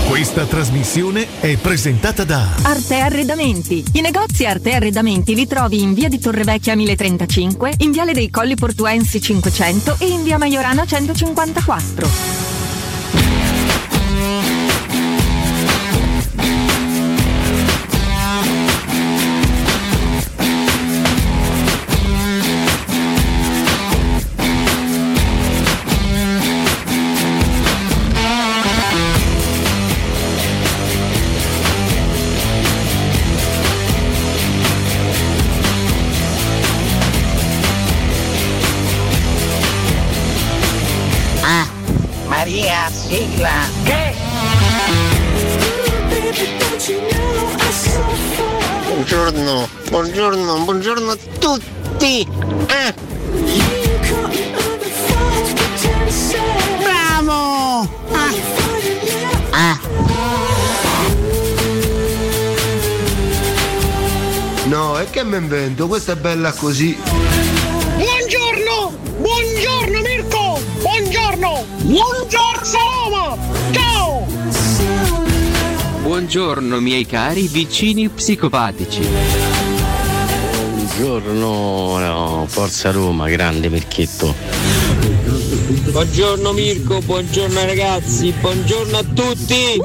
Questa trasmissione è presentata da Arte Arredamenti. I negozi Arte Arredamenti li trovi in via di Torrevecchia 1035, in viale dei Colli Portuensi 500 e in via Maiorana 154. Maria, sigla. Che? Buongiorno a tutti. Bravo. No, è che mi invento, questa è bella così. Buongiorno Mirko. Buongiorno Roma. Ciao. Buongiorno miei cari vicini psicopatici. Buongiorno, Forza Roma, grande Mirchetto. Buongiorno Mirko, buongiorno ragazzi, buongiorno a tutti.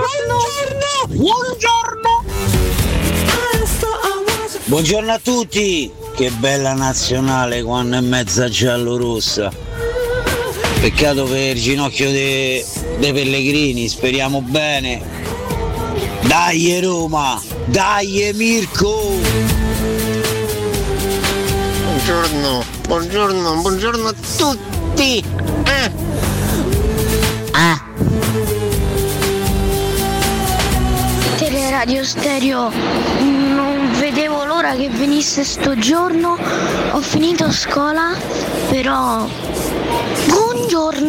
Buongiorno a tutti. Che bella nazionale quando è mezza giallo-rossa. Peccato per il ginocchio dei Pellegrini, speriamo bene. Dai Roma, dai Mirko. Buongiorno a tutti. Teleradio Stereo, non vedevo l'ora che venisse sto giorno. Ho finito scuola, però buongiorno.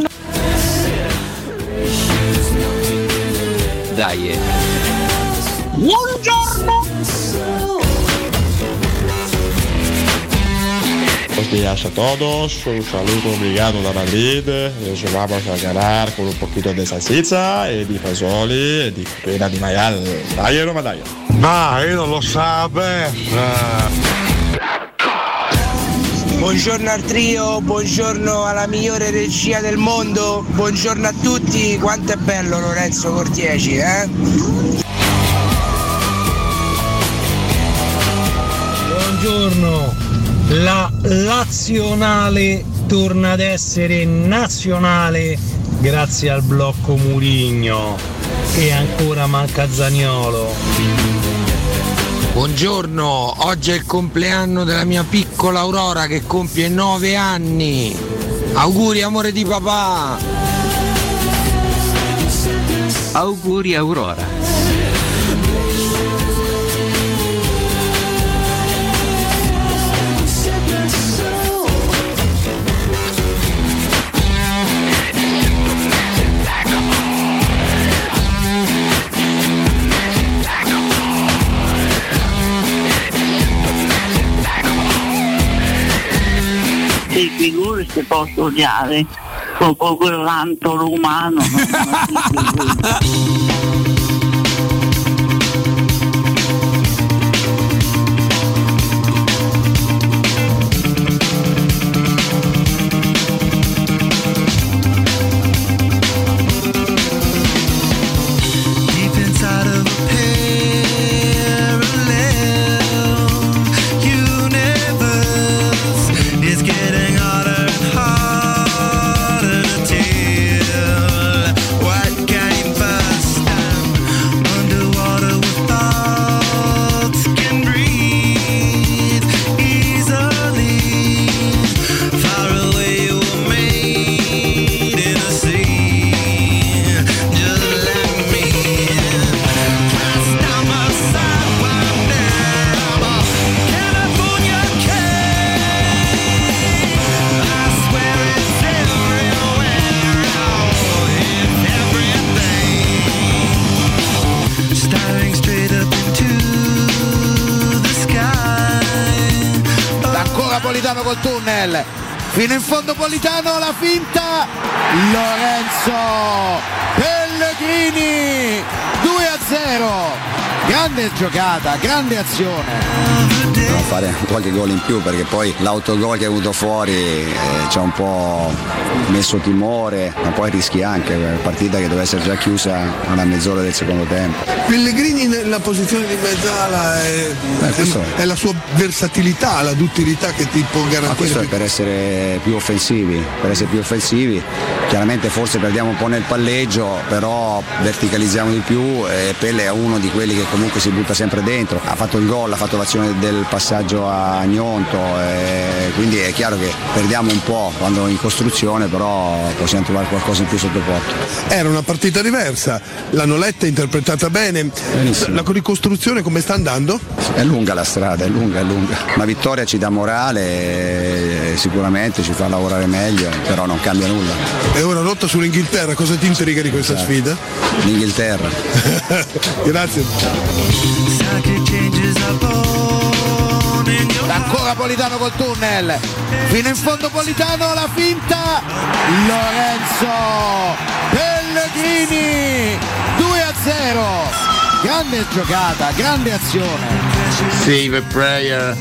Dai. Buongiorno. Buenos días a todos, un saludo obligado da Madrid. Nos vamos a ganar con un poquito de salsiccia e di fasoli e di pena di maiale. Dai Roma, dai. Ma io non lo sapevo. Buongiorno al trio, buongiorno alla migliore regia del mondo, buongiorno a tutti. Quanto è bello Lorenzo Cortieci, Buongiorno. La Lazionale torna ad essere nazionale grazie al blocco Murigno e ancora manca Zaniolo. Buongiorno, oggi è il compleanno della mia piccola Aurora che compie 9 anni. Auguri amore di papà. Auguri Aurora. Sì, figure se posso odiare con quell'anto romano. Politano col tunnel fino in fondo, Politano, la finta, Lorenzo Pellegrini grande giocata, grande azione. Fare qualche gol in più, perché poi l'autogol che è venuto fuori ci ha un po' messo timore, ma poi rischi anche partita che doveva essere già chiusa alla mezz'ora del secondo tempo. Pellegrini nella posizione di mezzala è la sua versatilità, la duttilità che ti può garantire. Ma questo è per essere più offensivi, chiaramente forse perdiamo un po' nel palleggio, però verticalizziamo di più e Pelle è uno di quelli che comunque si butta sempre dentro, ha fatto il gol, ha fatto l'azione del passaggio a Gnonto, quindi è chiaro che perdiamo un po' quando in costruzione, però possiamo trovare qualcosa in più sotto porta. Era una partita diversa, l'hanno letta, interpretata bene. Benissimo. La ricostruzione come sta andando? È lunga la strada, è lunga. Una vittoria ci dà morale, sicuramente ci fa lavorare meglio, però non cambia nulla. E ora rotta sull'Inghilterra, cosa ti intriga di questa sfida? L'Inghilterra. Grazie. Ancora Politano col tunnel, fino in fondo Politano, la finta, Lorenzo Pellegrini, 2-0, grande giocata, grande azione. Save a prayer.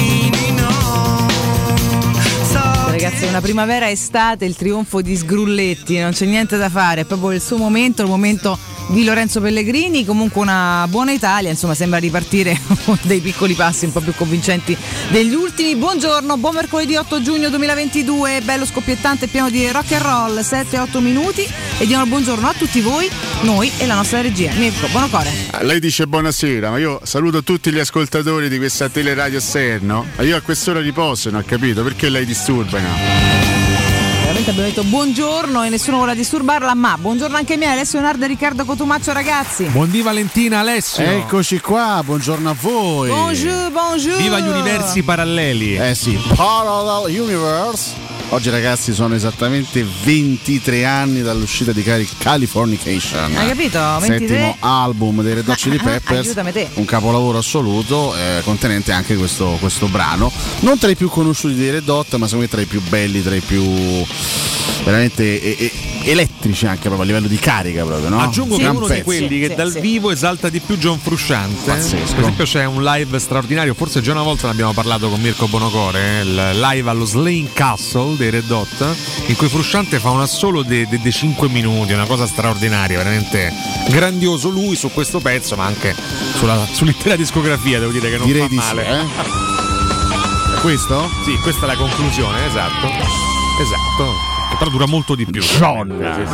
Ragazzi, è una primavera estate, il trionfo di Sgrulletti, non c'è niente da fare, è proprio il suo momento, il momento di Lorenzo Pellegrini. Comunque una buona Italia, insomma sembra ripartire con dei piccoli passi un po' più convincenti degli ultimi. Buongiorno, buon mercoledì 8 giugno 2022, bello scoppiettante, pieno di rock and roll, 7-8 minuti e diamo il buongiorno a tutti voi, noi e la nostra regia. Mirko Bonocore. Lei dice buonasera, ma io saluto tutti gli ascoltatori di questa teleradio Serno, ma io a quest'ora riposo, non ho capito perché lei disturba. Veramente abbiamo detto buongiorno e nessuno vuole disturbarla, ma buongiorno anche a me, Alessio Leonardo e Riccardo Cotumaccio, ragazzi. Buondì Valentina, Alessio. Eccoci qua, buongiorno a voi. Bonjour. Viva gli universi paralleli. Sì, Parallel Universe. Oggi ragazzi sono esattamente 23 anni dall'uscita di Californication. Hai capito? 23? Settimo album dei Red Hot Chili Peppers. Aiutami te. Un capolavoro assoluto, contenente anche questo brano. Non tra i più conosciuti dei Red Hot, ma secondo me tra i più belli, tra i più veramente elettrici anche proprio a livello di carica proprio, no? Aggiungo che è uno di quelli che dal vivo esalta di più John Frusciante. Pazzesco. Per esempio c'è un live straordinario, forse già una volta ne abbiamo parlato con Mirko Bonocore, il live allo Slane Castle dei Red Hot, in cui Frusciante fa un assolo di 5 minuti, una cosa straordinaria, veramente grandioso lui su questo pezzo, ma anche sull'intera discografia, devo dire che non direi fa male. Sì, questo? Sì, questa è la conclusione, esatto. Però dura molto di più. John.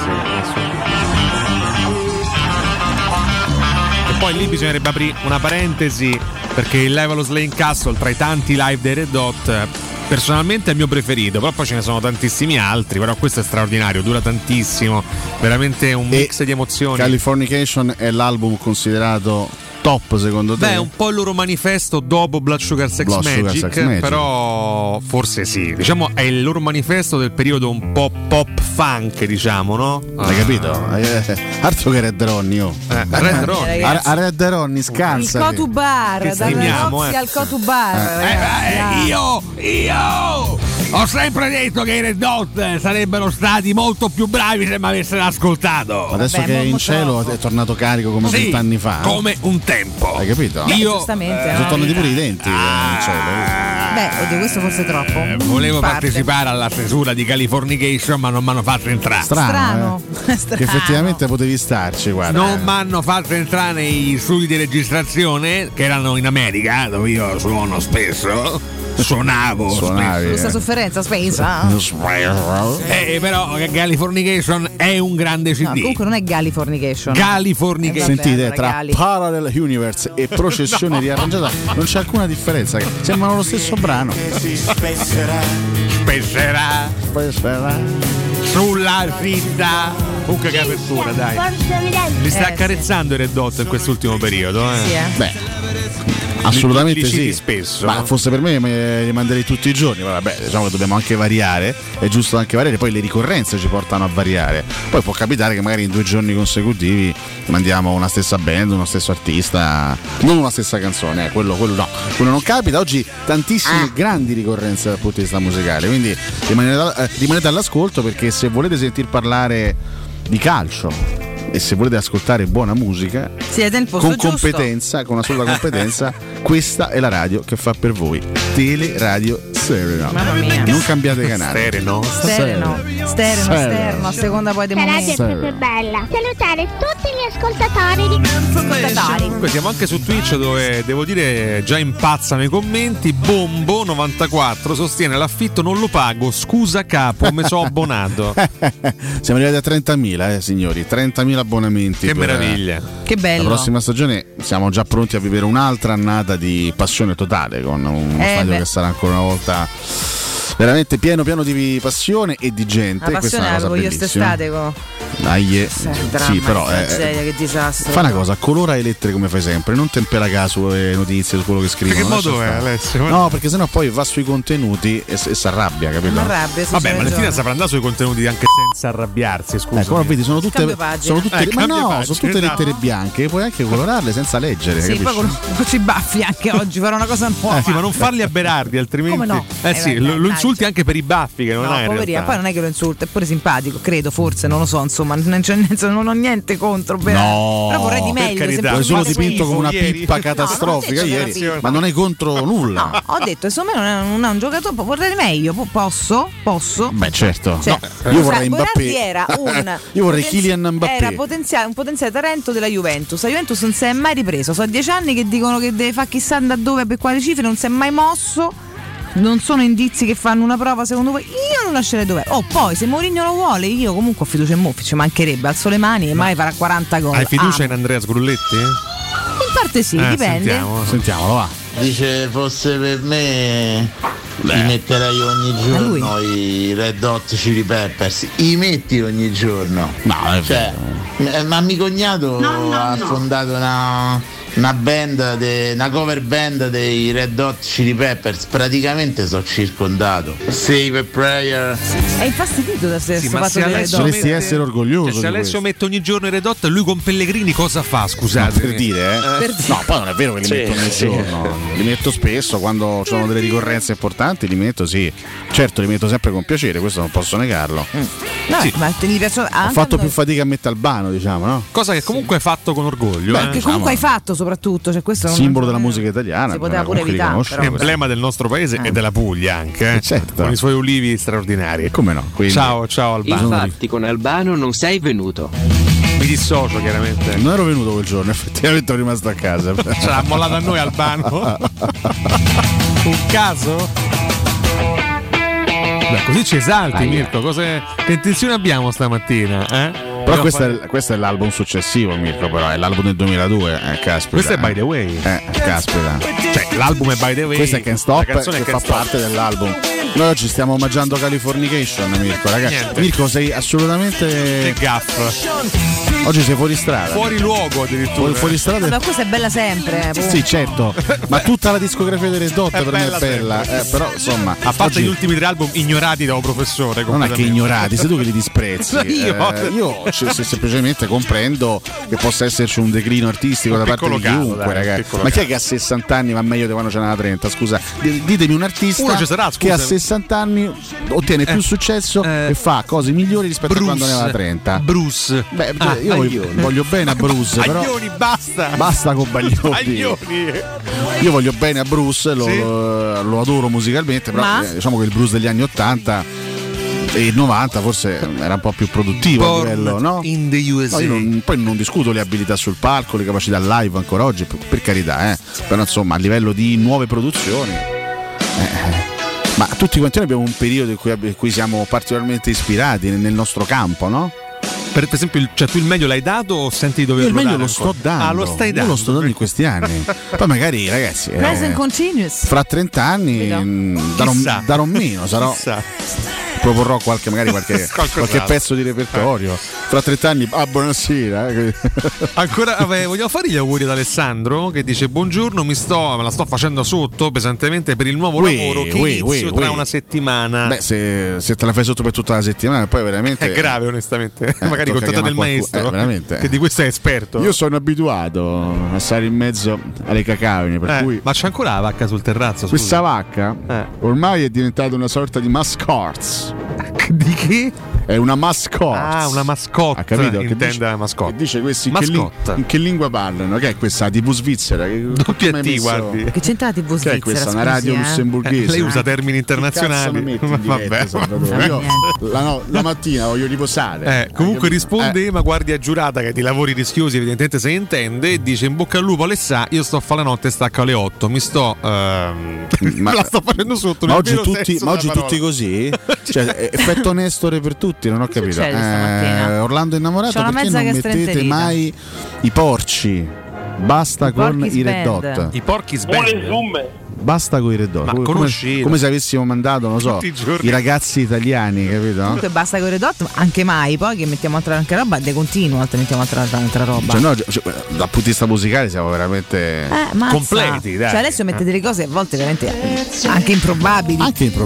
E poi lì bisognerebbe aprire una parentesi, perché il live allo Slane Castle, tra i tanti live dei Red Hot, personalmente è il mio preferito, però poi ce ne sono tantissimi altri, però questo è straordinario, dura tantissimo, veramente un mix di emozioni. Californication è l'album considerato top secondo te? Beh, un po' il loro manifesto dopo Blood Sugar Sex Magic, però forse sì, diciamo è il loro manifesto del periodo un po' pop funk, diciamo, no? Hai capito? Altro che Red Ronnie, Red Ronnie. A Red Ronnie scansa. Il Cotu Bar, dalle Roxy al Cotu Bar. Io ho sempre detto che i Red Hot sarebbero stati molto più bravi se mi avessero ascoltato. Adesso che è in cielo è tornato carico come 20 anni fa. Come un tempo. Hai capito? Io giustamente. Sono tornati pure i denti in cielo. Beh, oddio, questo forse è troppo. Volevo partecipare alla stesura di Californication, ma non mi hanno fatto entrare. Strano. Che effettivamente potevi starci, guarda. Non mi hanno fatto entrare nei studi di registrazione che erano in America, dove io suono spesso. Suonavo questa sofferenza spesa. Però Californication è un grande CD. No, comunque non è Californication. Californication. Sentite, tra Parallel Universe e Processione riarrangiata non c'è alcuna differenza, sembrano lo stesso brano. Spesserà sulla fitta. Comunque che apertura, dai. Li sta accarezzando i Red Hot in quest'ultimo periodo, Sì, Beh, assolutamente sì, spesso. Ma fosse per me li manderei tutti i giorni. Vabbè, diciamo che dobbiamo anche variare, è giusto anche variare, poi le ricorrenze ci portano a variare. Poi può capitare che magari in 2 giorni consecutivi mandiamo una stessa band, uno stesso artista, non una stessa canzone, quello no, quello non capita. Oggi tantissime grandi ricorrenze dal punto di vista musicale, quindi rimanete all'ascolto, perché se volete sentir parlare di calcio, e se volete ascoltare buona musica siete nel posto con giusto. competenza, con assoluta competenza, questa è la radio che fa per voi. Teleradio Stereo. Mamma mia. Non cambiate canale. Stereo, a seconda poi dei La radio è momenti. proprio bella. Salutare tutti i miei ascoltatori. Comunque siamo anche su Twitch, dove devo dire già impazzano i commenti. Bombo94 sostiene: l'affitto non lo pago, scusa capo, mi so abbonato. Siamo arrivati a 30.000, signori, 30.000 abbonamenti. Che meraviglia. Che bello. La prossima stagione siamo già pronti a vivere un'altra annata di passione totale, con uno stadio che sarà ancora una volta veramente pieno di passione e di gente. La Questa è una passione cosa io bellissima. quest'estate con Sì, però che disastro. fa una cosa, colora le lettere come fai sempre, non tempera sulle notizie, su quello che scrivono. Che modo è, Alessio? No, perché sennò poi va sui contenuti e si arrabbia, capito? Vabbè, Valentina saprà andare sui contenuti anche senza arrabbiarsi, scusa. Ecco, vedi, sono tutte pagina. sono tutte lettere bianche, puoi anche colorarle senza leggere. Sì, capisci? poi con i baffi anche oggi farò una cosa nuova. Sì, ma non farli a Berardi, altrimenti. Come no? Sì, lo insulti anche per i baffi che non No, hai in poverina, realtà. poi non è che lo insulta, è pure simpatico, credo, forse, non lo so, insomma, non ho niente contro, No, però vorrei di meglio. per se carità, fosse solo così. dipinto come una pippa catastrofica ieri, ma non è contro nulla. No, ho detto, secondo me non è un giocatore, vorrei di meglio, posso? Beh, certo. Cioè, No, io vorrei Berardi Mbappé. era Io vorrei Kylian Mbappé. Era un potenziale talento della Juventus. La Juventus non si è mai ripreso. Sono 10 anni che dicono che deve fare chissà da dove, per quale cifre, non si è mai mosso. Non sono indizi che fanno una prova secondo voi? Io non lascerei dov'è. Poi se Mourinho lo vuole, io comunque ho fiducia in Moffi, ci mancherebbe, alzo le mani e mai farà 40 gol. Hai fiducia in Andrea Sgrulletti? In parte sì, dipende. Sentiamolo, va. Dice, fosse per me li metterei ogni giorno i Red Hot Chili Peppers. I metti ogni giorno. No, è cioè, ma mio cognato ha fondato una band, una cover band dei Red Hot Chili Peppers. Praticamente sono circondato. Save a Prayer. È infastidito da essere ma fatto se delle Alessio donne. Dovresti essere orgoglioso. Se di Alessio questo. mette ogni giorno i Red Hot, lui con Pellegrini cosa fa? Scusate. Per dire, No, poi non è vero che li metto ogni giorno. Li metto spesso quando ci sono delle ricorrenze importanti, li metto, sì. Certo, li metto sempre con piacere, questo non posso negarlo. No, ma te gli piacciono Ho anche fatto a noi. più fatica a mettere Albano, diciamo, no? Cosa che comunque hai fatto con orgoglio. Beh, che comunque hai fatto soprattutto, cioè questo Simbolo della musica italiana. si poteva pure comunque evitare, riconoscere. Emblema del nostro paese e della Puglia anche, certo. con i suoi ulivi straordinari. Come no? Quindi- Ciao Albano. Infatti con Albano non sei venuto. Mi dissocio chiaramente. Non ero venuto quel giorno, effettivamente ero rimasto a casa. Ce l'ha mollata a noi Albano. Un caso? Beh, così ci esalti, Mirko. Che intenzione abbiamo stamattina? Però questo è l'album successivo, Mirko, però è l'album del 2002, caspita. Questo è By the Way. Caspita. Cioè, l'album è By the Way. Questo è Can't Stop, la canzone che è fa Can't Stop. parte dell'album. Noi oggi stiamo omaggiando Californication, Mirko, ragazzi. Niente. Mirko, sei assolutamente. Che gaff. Oggi sei fuori strada. Fuori luogo addirittura. Fuori strada. Vabbè, questa è bella sempre. Sì, certo. Ma tutta la discografia delle Red Hot per me è bella. Però insomma. A parte oggi gli ultimi 3 album ignorati da un professore. non è che ignorati, sei tu che li disprezzi. Io semplicemente comprendo che possa esserci un declino artistico da parte di chiunque, ragazzi. Ma chi è che a 60 anni va meglio di quando ce n'ha 30? Scusa, ditemi un artista Uno ci sarà, che a scusa. 60 anni ottiene più successo e fa cose migliori rispetto a quando ne aveva 30. Bruce. Beh, io voglio bene a Bruce, però Aglioni, basta. basta con Baglioni. Aglioni. Io voglio bene a Bruce, lo adoro musicalmente, però diciamo che il blues degli anni 80 e il 90 forse era un po' più produttivo a livello, no? In the USA. No, io poi non discuto le abilità sul palco, le capacità live ancora oggi, per carità, però insomma a livello di nuove produzioni. Ma tutti quanti noi abbiamo un periodo in cui siamo particolarmente ispirati nel nostro campo, no? Per esempio, cioè, tu il meglio l'hai dato o senti di doverlo Io il meglio dare lo sto ancora? dando. Lo stai dando. Io lo sto dando in questi anni. Poi magari, ragazzi, Present continuous. fra 30 anni darò meno, sarò. Proporrò qualche pezzo di repertorio. Fra 30 anni, buonasera. Ancora, vogliamo fare gli auguri ad Alessandro che dice: buongiorno, me la sto facendo sotto pesantemente per il nuovo lavoro che inizio tra una settimana. Beh, se te la fai sotto per tutta la settimana, poi veramente è grave, onestamente. Magari contattate il maestro, veramente. che di questo è esperto. Io sono abituato a stare in mezzo alle cacaune, per cui. Ma c'è ancora la vacca sul terrazzo? Scusa. Questa vacca ormai è diventata una sorta di mascotte. Di che? è una mascotte. Ah, una mascotte. Ha capito? Intende la mascotte. Che dice questi mascotte. in che lingua parlano? Che è questa TV svizzera? Doppia T, guardi. Che c'entra la TV svizzera? Che è questa? Una radio lussemburghese. Lei usa termini internazionali. Vabbè. Io la mattina voglio riposare. Comunque risponde ma guardia giurata che di lavori rischiosi evidentemente se intende e dice in bocca al lupo Alessà, io sto a fare la notte e stacco alle 8, mi sto me la sto facendo sotto. Ma oggi tutti così? Cioè, effetto Nestore per tutti, non ho capito. Orlando innamorato, perché non mettete mai i porci? Basta con i Red Hot. I porchi sband. Basta con i Red Hot. Come se avessimo mandato, non so, i ragazzi italiani, capito? Comunque basta con i Red Hot, anche mai poi che mettiamo anche roba de continuo, mettiamo altra roba. Cioè, no, dal punto di vista musicale siamo veramente completi, dai. Cioè adesso mette delle cose a volte veramente anche improbabili.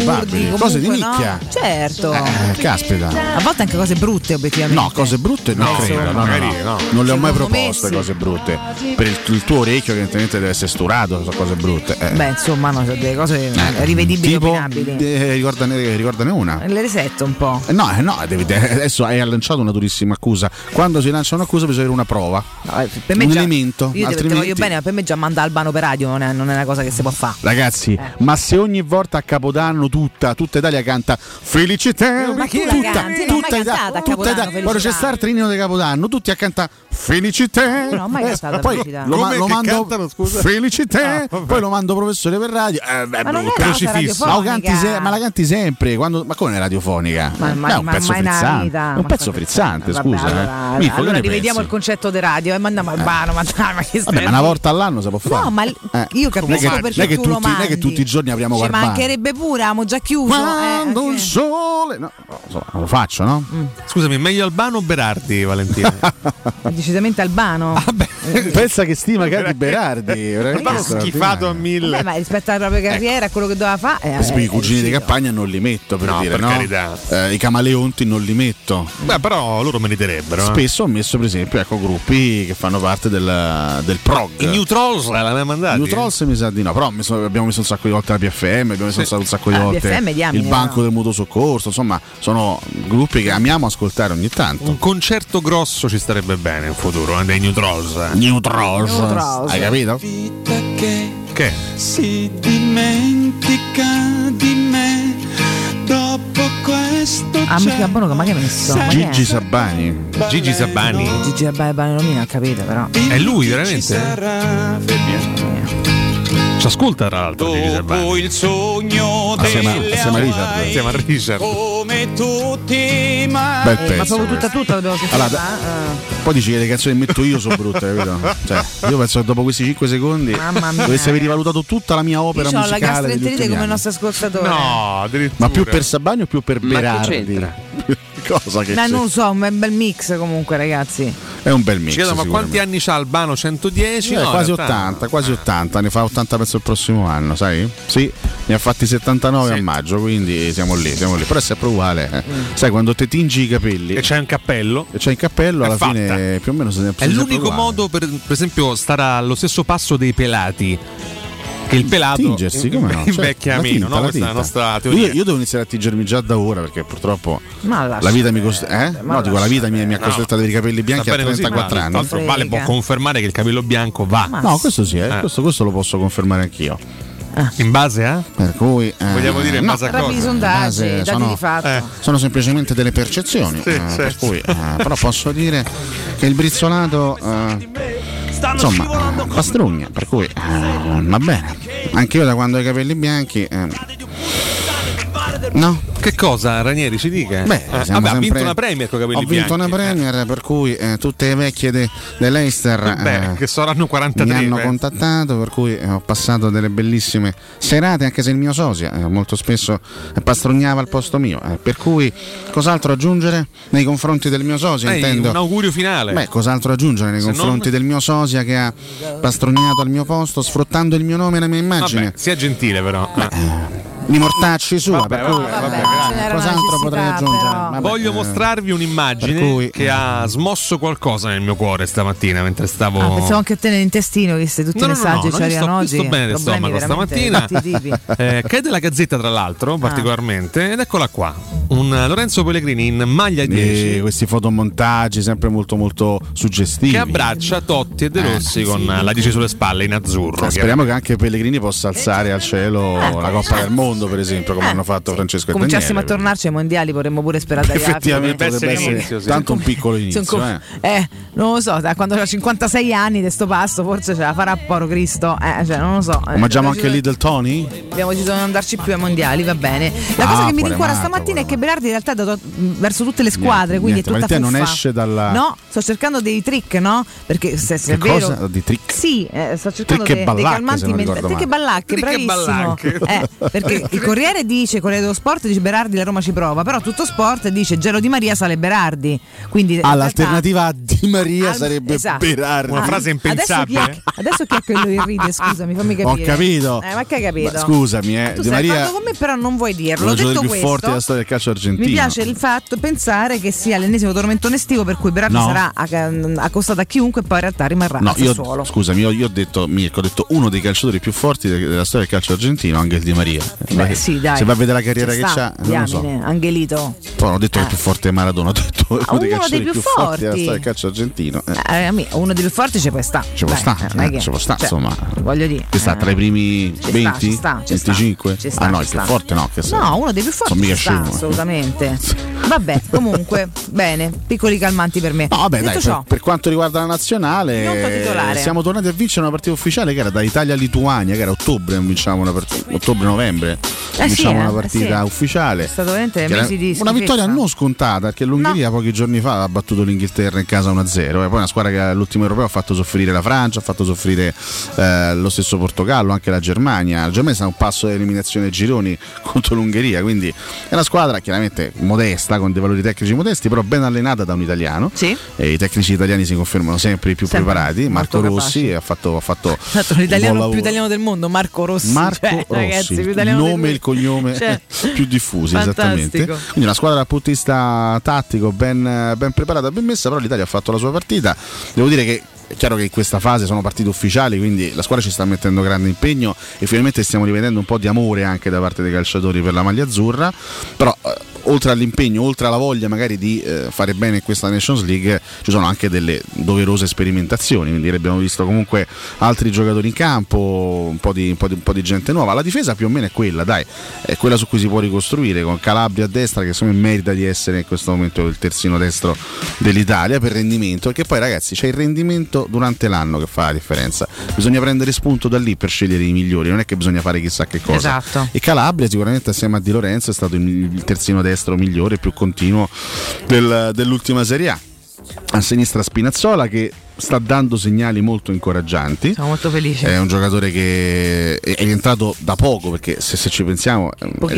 Cose di nicchia. No? Certo. Caspita. A volte anche cose brutte, obiettivamente. No, cose brutte non credo. No. Non le ho mai proposte cose brutte. Per il tuo orecchio che evidentemente deve essere sturato, sono cose brutte. Beh, insomma, no, sono delle cose rivedibili, tipo, opinabili. Ricordane una. Le resetto un po'. No, adesso hai lanciato una durissima accusa. Quando si lancia un'accusa bisogna avere una prova. No, per me un già, elemento. Io te voglio bene, ma per me già manda Albano per radio non è una cosa che si può fare. Ragazzi, ma se ogni volta a Capodanno tutta Italia canta Felicità, ma chi la canti? Tutta Italia, quando c'è sta il trinino di Capodanno, tutti a cantare Felicità. No, mai cantata poi Felicità. lo mando Felicità, poi lo mando professore per radio. Ma non è crocifisso. Ma la canti sempre ma come è radiofonica? Ma è un pezzo frizzante. Un pezzo frizzante, scusa. Allora rivediamo il concetto di radio e mandiamo Albano, ma che ma una volta all'anno si può fare. No, ma io capisco perché tu lo mandi. Non è che tutti i giorni apriamo Guarda. Ci mancherebbe pure, abbiamo già chiuso. Quando il sole. No, lo faccio, no? Scusami, meglio Albano o Berardi, Valentina? Decisamente Albano. Pensa che stima Cati Berardi. Albano schifato a 1000. Ma rispetto alla propria carriera, a quello che doveva fare. I cugini di campagna non li metto, per dire, per no? Carità. I camaleonti non li metto. Beh, però loro meriterebbero. Spesso ho messo, per esempio, gruppi che fanno parte del prog. I New Trolls l'aveva mandato. I New Trolls mi sa di no, però abbiamo messo un sacco di volte la PFM, abbiamo messo un sacco di volte il Banco del Mutuo Soccorso, insomma, sono gruppi che amiamo ascoltare ogni tanto. Un concerto grosso ci starebbe bene in futuro, dei New Trolls. New Trolls. Hai capito? Che? Si dimentica di me dopo questo. Mica buono, ma che hai messo? Gigi Sabani. Gigi Sabani non mi ha capito, però. È lui veramente? Ci ascolta tra l'altro Gigi Sabani. Il sogno assieme a Richard. Come tutti ma proprio tutta dobbiamo sentire. Poi dici che le canzoni che metto io sono brutte, capito? Cioè, io penso che dopo questi 5 secondi dovessi aver rivalutato tutta la mia opera musicale. Io ho la gastroenterite come il nostro ascoltatore. No, addirittura. Ma più per Sabani o più per Berardi? Cosa che non lo so, un bel mix comunque, ragazzi. È un bel mix. Ma quanti anni c'ha Albano? 110? No, quasi 80, quasi 80. Ne fa 80 penso il prossimo anno, sai? Sì, ne ha fatti 79 a maggio, quindi siamo lì. Però è sempre uguale. Sai, quando te tingi i capelli e c'è un cappello, alla fine più o meno è l'unico modo per esempio stare allo stesso passo dei pelati. Che il pelato tingersi, come no? invecchia meno, no? Questa è la nostra teoria. Io devo iniziare a tingermi già da ora perché purtroppo la vita mi la vita mi ha costretto ad avere i capelli bianchi a 34 anni. Vale può confermare che il capello bianco va. No, questo sì, questo lo posso confermare anch'io. In base a? Per cui vogliamo dire in base a cosa? Sondaggi, dati di fatto. Sono semplicemente delle percezioni. Per cui però posso dire che il brizzolato insomma pastrugna, per cui va bene. Anche io da quando ho i capelli bianchi no? Che cosa, Ranieri, ci dica? Ha vinto una Premier con i capelli bianchi. Ho vinto una Premier, per cui tutte le vecchie dell'Eister che saranno 43 mi hanno contattato, per cui ho passato delle bellissime serate, anche se il mio sosia molto spesso pastrugnava al posto mio, per cui cos'altro aggiungere nei confronti del mio sosia? Intendo un augurio finale. Cos'altro aggiungere nei confronti del mio sosia che ha pastrugnato al mio posto sfruttando il mio nome e la mia immagine? Sia gentile però. Di mortacci sua, Vabbè, per cui cos'altro potrei aggiungere? Vabbè, Voglio mostrarvi un'immagine che ha smosso qualcosa nel mio cuore stamattina mentre stavo. Pensavo anche a te nell'intestino, visto tutti i messaggi che ci arrivano oggi. Sto bene del stomaco stamattina. Che è della Gazzetta, tra l'altro, particolarmente. Ed eccola qua: un Lorenzo Pellegrini in maglia 10. Questi fotomontaggi sempre molto molto suggestivi. Che abbraccia Totti e De Rossi con la 10 sulle spalle in azzurro. Speriamo che anche Pellegrini possa alzare al cielo la Coppa del Mondo, per esempio, come hanno fatto Francesco e Daniele. Cominciassimo a tornarci ai mondiali, vorremmo pure sperare dagli effettivamente potrebbe essere tanto un piccolo inizio. Non lo so, quando ha 56 anni di sto passo forse ce la farà Poro Cristo. Cioè, non lo so. Mangiamo anche Little Tony? Abbiamo deciso di non andarci più ai mondiali, va bene. La cosa che mi rincuora stamattina è che Berardi in realtà è dato verso tutte le squadre, quindi è tutta fuffa. Non esce dalla. No, sto cercando dei trick, no? Perché se è vero. Cosa? Di trick? Sì, sto cercando dei calmanti mentali. Trick e ballacche, bravissimo. Perché il Corriere dice, Corriere dello Sport dice Berardi la Roma ci prova, però Tutto Sport dice Gelo Di Maria sale Berardi. Quindi l'alternativa a Di Maria sarebbe Berardi. Una frase impensabile. Adesso chi è quello che ride? Scusami, fammi capire. Ho capito. Ma che hai capito? Ma scusami, tu Di stai Maria con me, però non vuoi dirlo. Uno dei detto più questo, forti della storia del calcio argentino. Mi piace il fatto pensare che sia l'ennesimo tormentone estivo per cui Berardi sarà accostato a chiunque e poi in realtà rimarrà a Sassuolo. Scusami, io ho detto Mirko, ho detto uno dei calciatori più forti della storia del calcio argentino, anche il Di Maria. Sì, dai. Se va a vedere la carriera che c'ha, non lo so. Angelito. Poi non ho detto che è più forte di Maradona, ho detto uno dei calciatori più forti della storia del calcio argentino. Uno dei più forti ci può stare. Ci può stare, insomma. Voglio dire. Che sta tra i primi 20? 25? No, il più forte no. No, uno dei più forti. Sono mica scemo. Assolutamente. Vabbè, comunque, bene, piccoli calmanti per me. No, vabbè, dai, per quanto riguarda la nazionale, siamo tornati a vincere una partita ufficiale che era da Italia-Lituania, che era ottobre, ottobre-novembre. Vinciamo una partita ufficiale. È stato veramente mesi di una vittoria non scontata, perché l'Ungheria pochi giorni fa ha battuto l'Inghilterra in casa 1-0. E poi una squadra che all'ultimo europeo ha fatto soffrire la Francia, ha fatto soffrire lo stesso Portogallo, anche la Germania. La Germania sta a un passo dell'eliminazione ai gironi contro l'Ungheria, quindi è una squadra chiaramente modesta, con dei valori tecnici modesti, però ben allenata da un italiano. Sì. E i tecnici italiani si confermano sempre i più preparati. Marco Rossi ha fatto l'italiano più italiano del mondo, Marco Rossi. Rossi, ragazzi, il nome e il cognome più diffusi, esattamente. Quindi una squadra dal punto di vista tattico ben preparata, ben messa, però l'Italia ha fatto la sua partita. Devo dire che è chiaro che in questa fase sono partite ufficiali, quindi la squadra ci sta mettendo grande impegno e finalmente stiamo rivedendo un po' di amore anche da parte dei calciatori per la maglia azzurra, però oltre all'impegno, oltre alla voglia magari di fare bene in questa Nations League, ci sono anche delle doverose sperimentazioni, quindi abbiamo visto comunque altri giocatori in campo, un po' di gente nuova. La difesa più o meno è quella, dai, è quella su cui si può ricostruire, con Calabria a destra che secondo me merita di essere in questo momento il terzino destro dell'Italia per rendimento, perché poi ragazzi c'è il rendimento durante l'anno che fa la differenza, bisogna prendere spunto da lì per scegliere i migliori, non è che bisogna fare chissà che cosa. Esatto. E Calabria sicuramente assieme a Di Lorenzo è stato il terzino destro migliore, più continuo dell'ultima Serie A. A sinistra Spinazzola che sta dando segnali molto incoraggianti. Sono molto felice. È un giocatore che è rientrato da poco, perché se ci pensiamo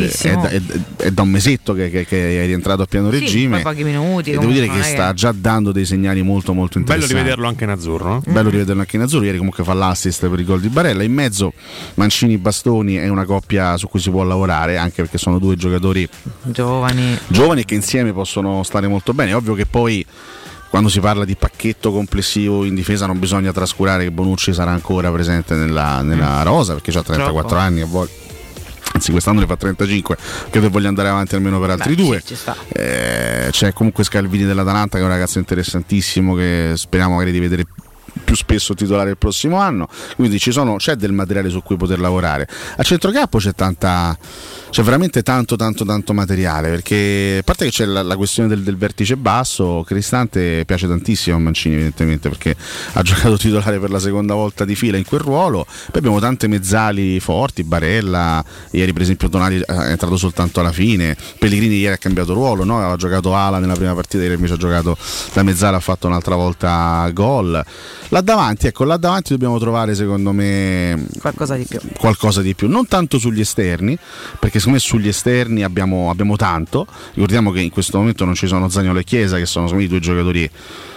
è da un mesetto che è rientrato a pieno regime. Pochi minuti. E devo dire che sta già dando dei segnali molto molto interessanti. Bello rivederlo anche in azzurro, no? Bello rivederlo anche in azzurro. Ieri comunque fa l'assist per il gol di Barella. In mezzo Mancini-Bastoni è una coppia su cui si può lavorare, anche perché sono due giocatori giovani che insieme possono stare molto bene. È ovvio che poi quando si parla di pacchetto complessivo in difesa non bisogna trascurare che Bonucci sarà ancora presente nella rosa, perché ha 34 anni a volte. Anzi, quest'anno ne fa 35, credo voglia andare avanti almeno per altri due. C'è comunque Scalvini dell'Atalanta che è un ragazzo interessantissimo che speriamo magari di vedere più spesso titolare il prossimo anno, quindi c'è del materiale su cui poter lavorare. A centrocampo c'è veramente tanto materiale, perché a parte che c'è la questione del vertice basso, Cristante piace tantissimo a Mancini evidentemente perché ha giocato titolare per la seconda volta di fila in quel ruolo. Poi abbiamo tante mezzali forti, Barella, ieri per esempio Tonali è entrato soltanto alla fine, Pellegrini ieri ha cambiato ruolo, no? Aveva giocato ala nella prima partita, ieri invece ha giocato da mezzala, ha fatto un'altra volta gol. Là davanti dobbiamo trovare secondo me qualcosa di più, non tanto sugli esterni, perché secondo me sugli esterni abbiamo tanto. Ricordiamo che in questo momento non ci sono Zaniolo e Chiesa, che sono secondo me i due giocatori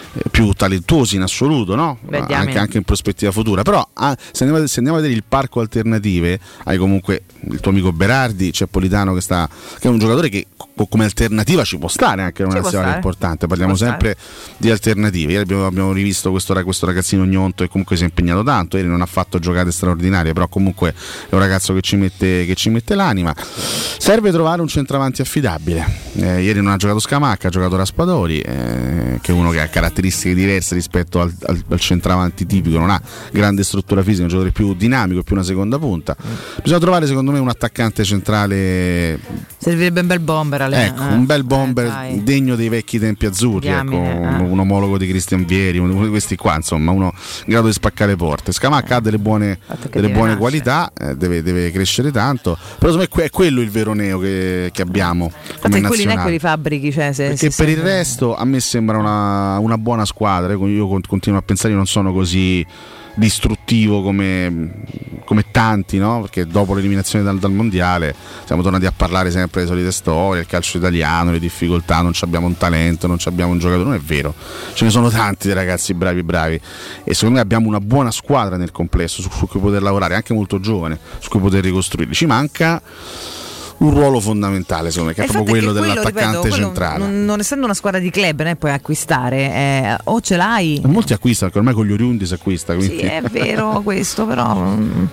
più talentuosi in assoluto, no? Anche in prospettiva futura. Però se andiamo a vedere il parco alternative, hai comunque il tuo amico Berardi, c'è Politano che è un giocatore che come alternativa ci può stare anche in una nazionale importante. Parliamo sempre di alternative. Ieri abbiamo rivisto questo ragazzino Gnonto che comunque si è impegnato tanto, ieri non ha fatto giocate straordinarie, però comunque è un ragazzo che ci mette l'anima. Serve trovare un centravanti affidabile. Ieri non ha giocato Scamacca, ha giocato Raspadori, che è uno che ha caratteristiche diverse rispetto al centravanti tipico, non ha grande struttura fisica, è un giocatore più dinamico, più una seconda punta. Bisogna trovare secondo me un attaccante centrale. Servirebbe un bel bomber, un bel bomber degno dei vecchi tempi azzurri, un omologo di Christian Vieri, uno di questi qua, insomma, uno in grado di spaccare porte. Scamacca ha delle buone qualità, deve crescere tanto, però secondo me è quello il vero neo che abbiamo come nazionale. Quelli fabbrichi, perché per il resto a me sembra una buona squadra. Io continuo a pensare, io non sono così distruttivo come tanti, no? Perché dopo l'eliminazione dal mondiale siamo tornati a parlare sempre delle solite storie, il calcio italiano, le difficoltà, non abbiamo un talento, non abbiamo un giocatore. Non è vero, ce ne sono tanti dei ragazzi bravi e secondo me abbiamo una buona squadra nel complesso su cui poter lavorare, anche molto giovane, su cui poter ricostruirli. Ci manca un ruolo fondamentale, secondo me, che è proprio quello dell'attaccante centrale. Non essendo una squadra di club, ne puoi acquistare, o ce l'hai. Molti acquistano, perché ormai con gli oriundi si acquista. Quindi. Sì, è vero questo, però.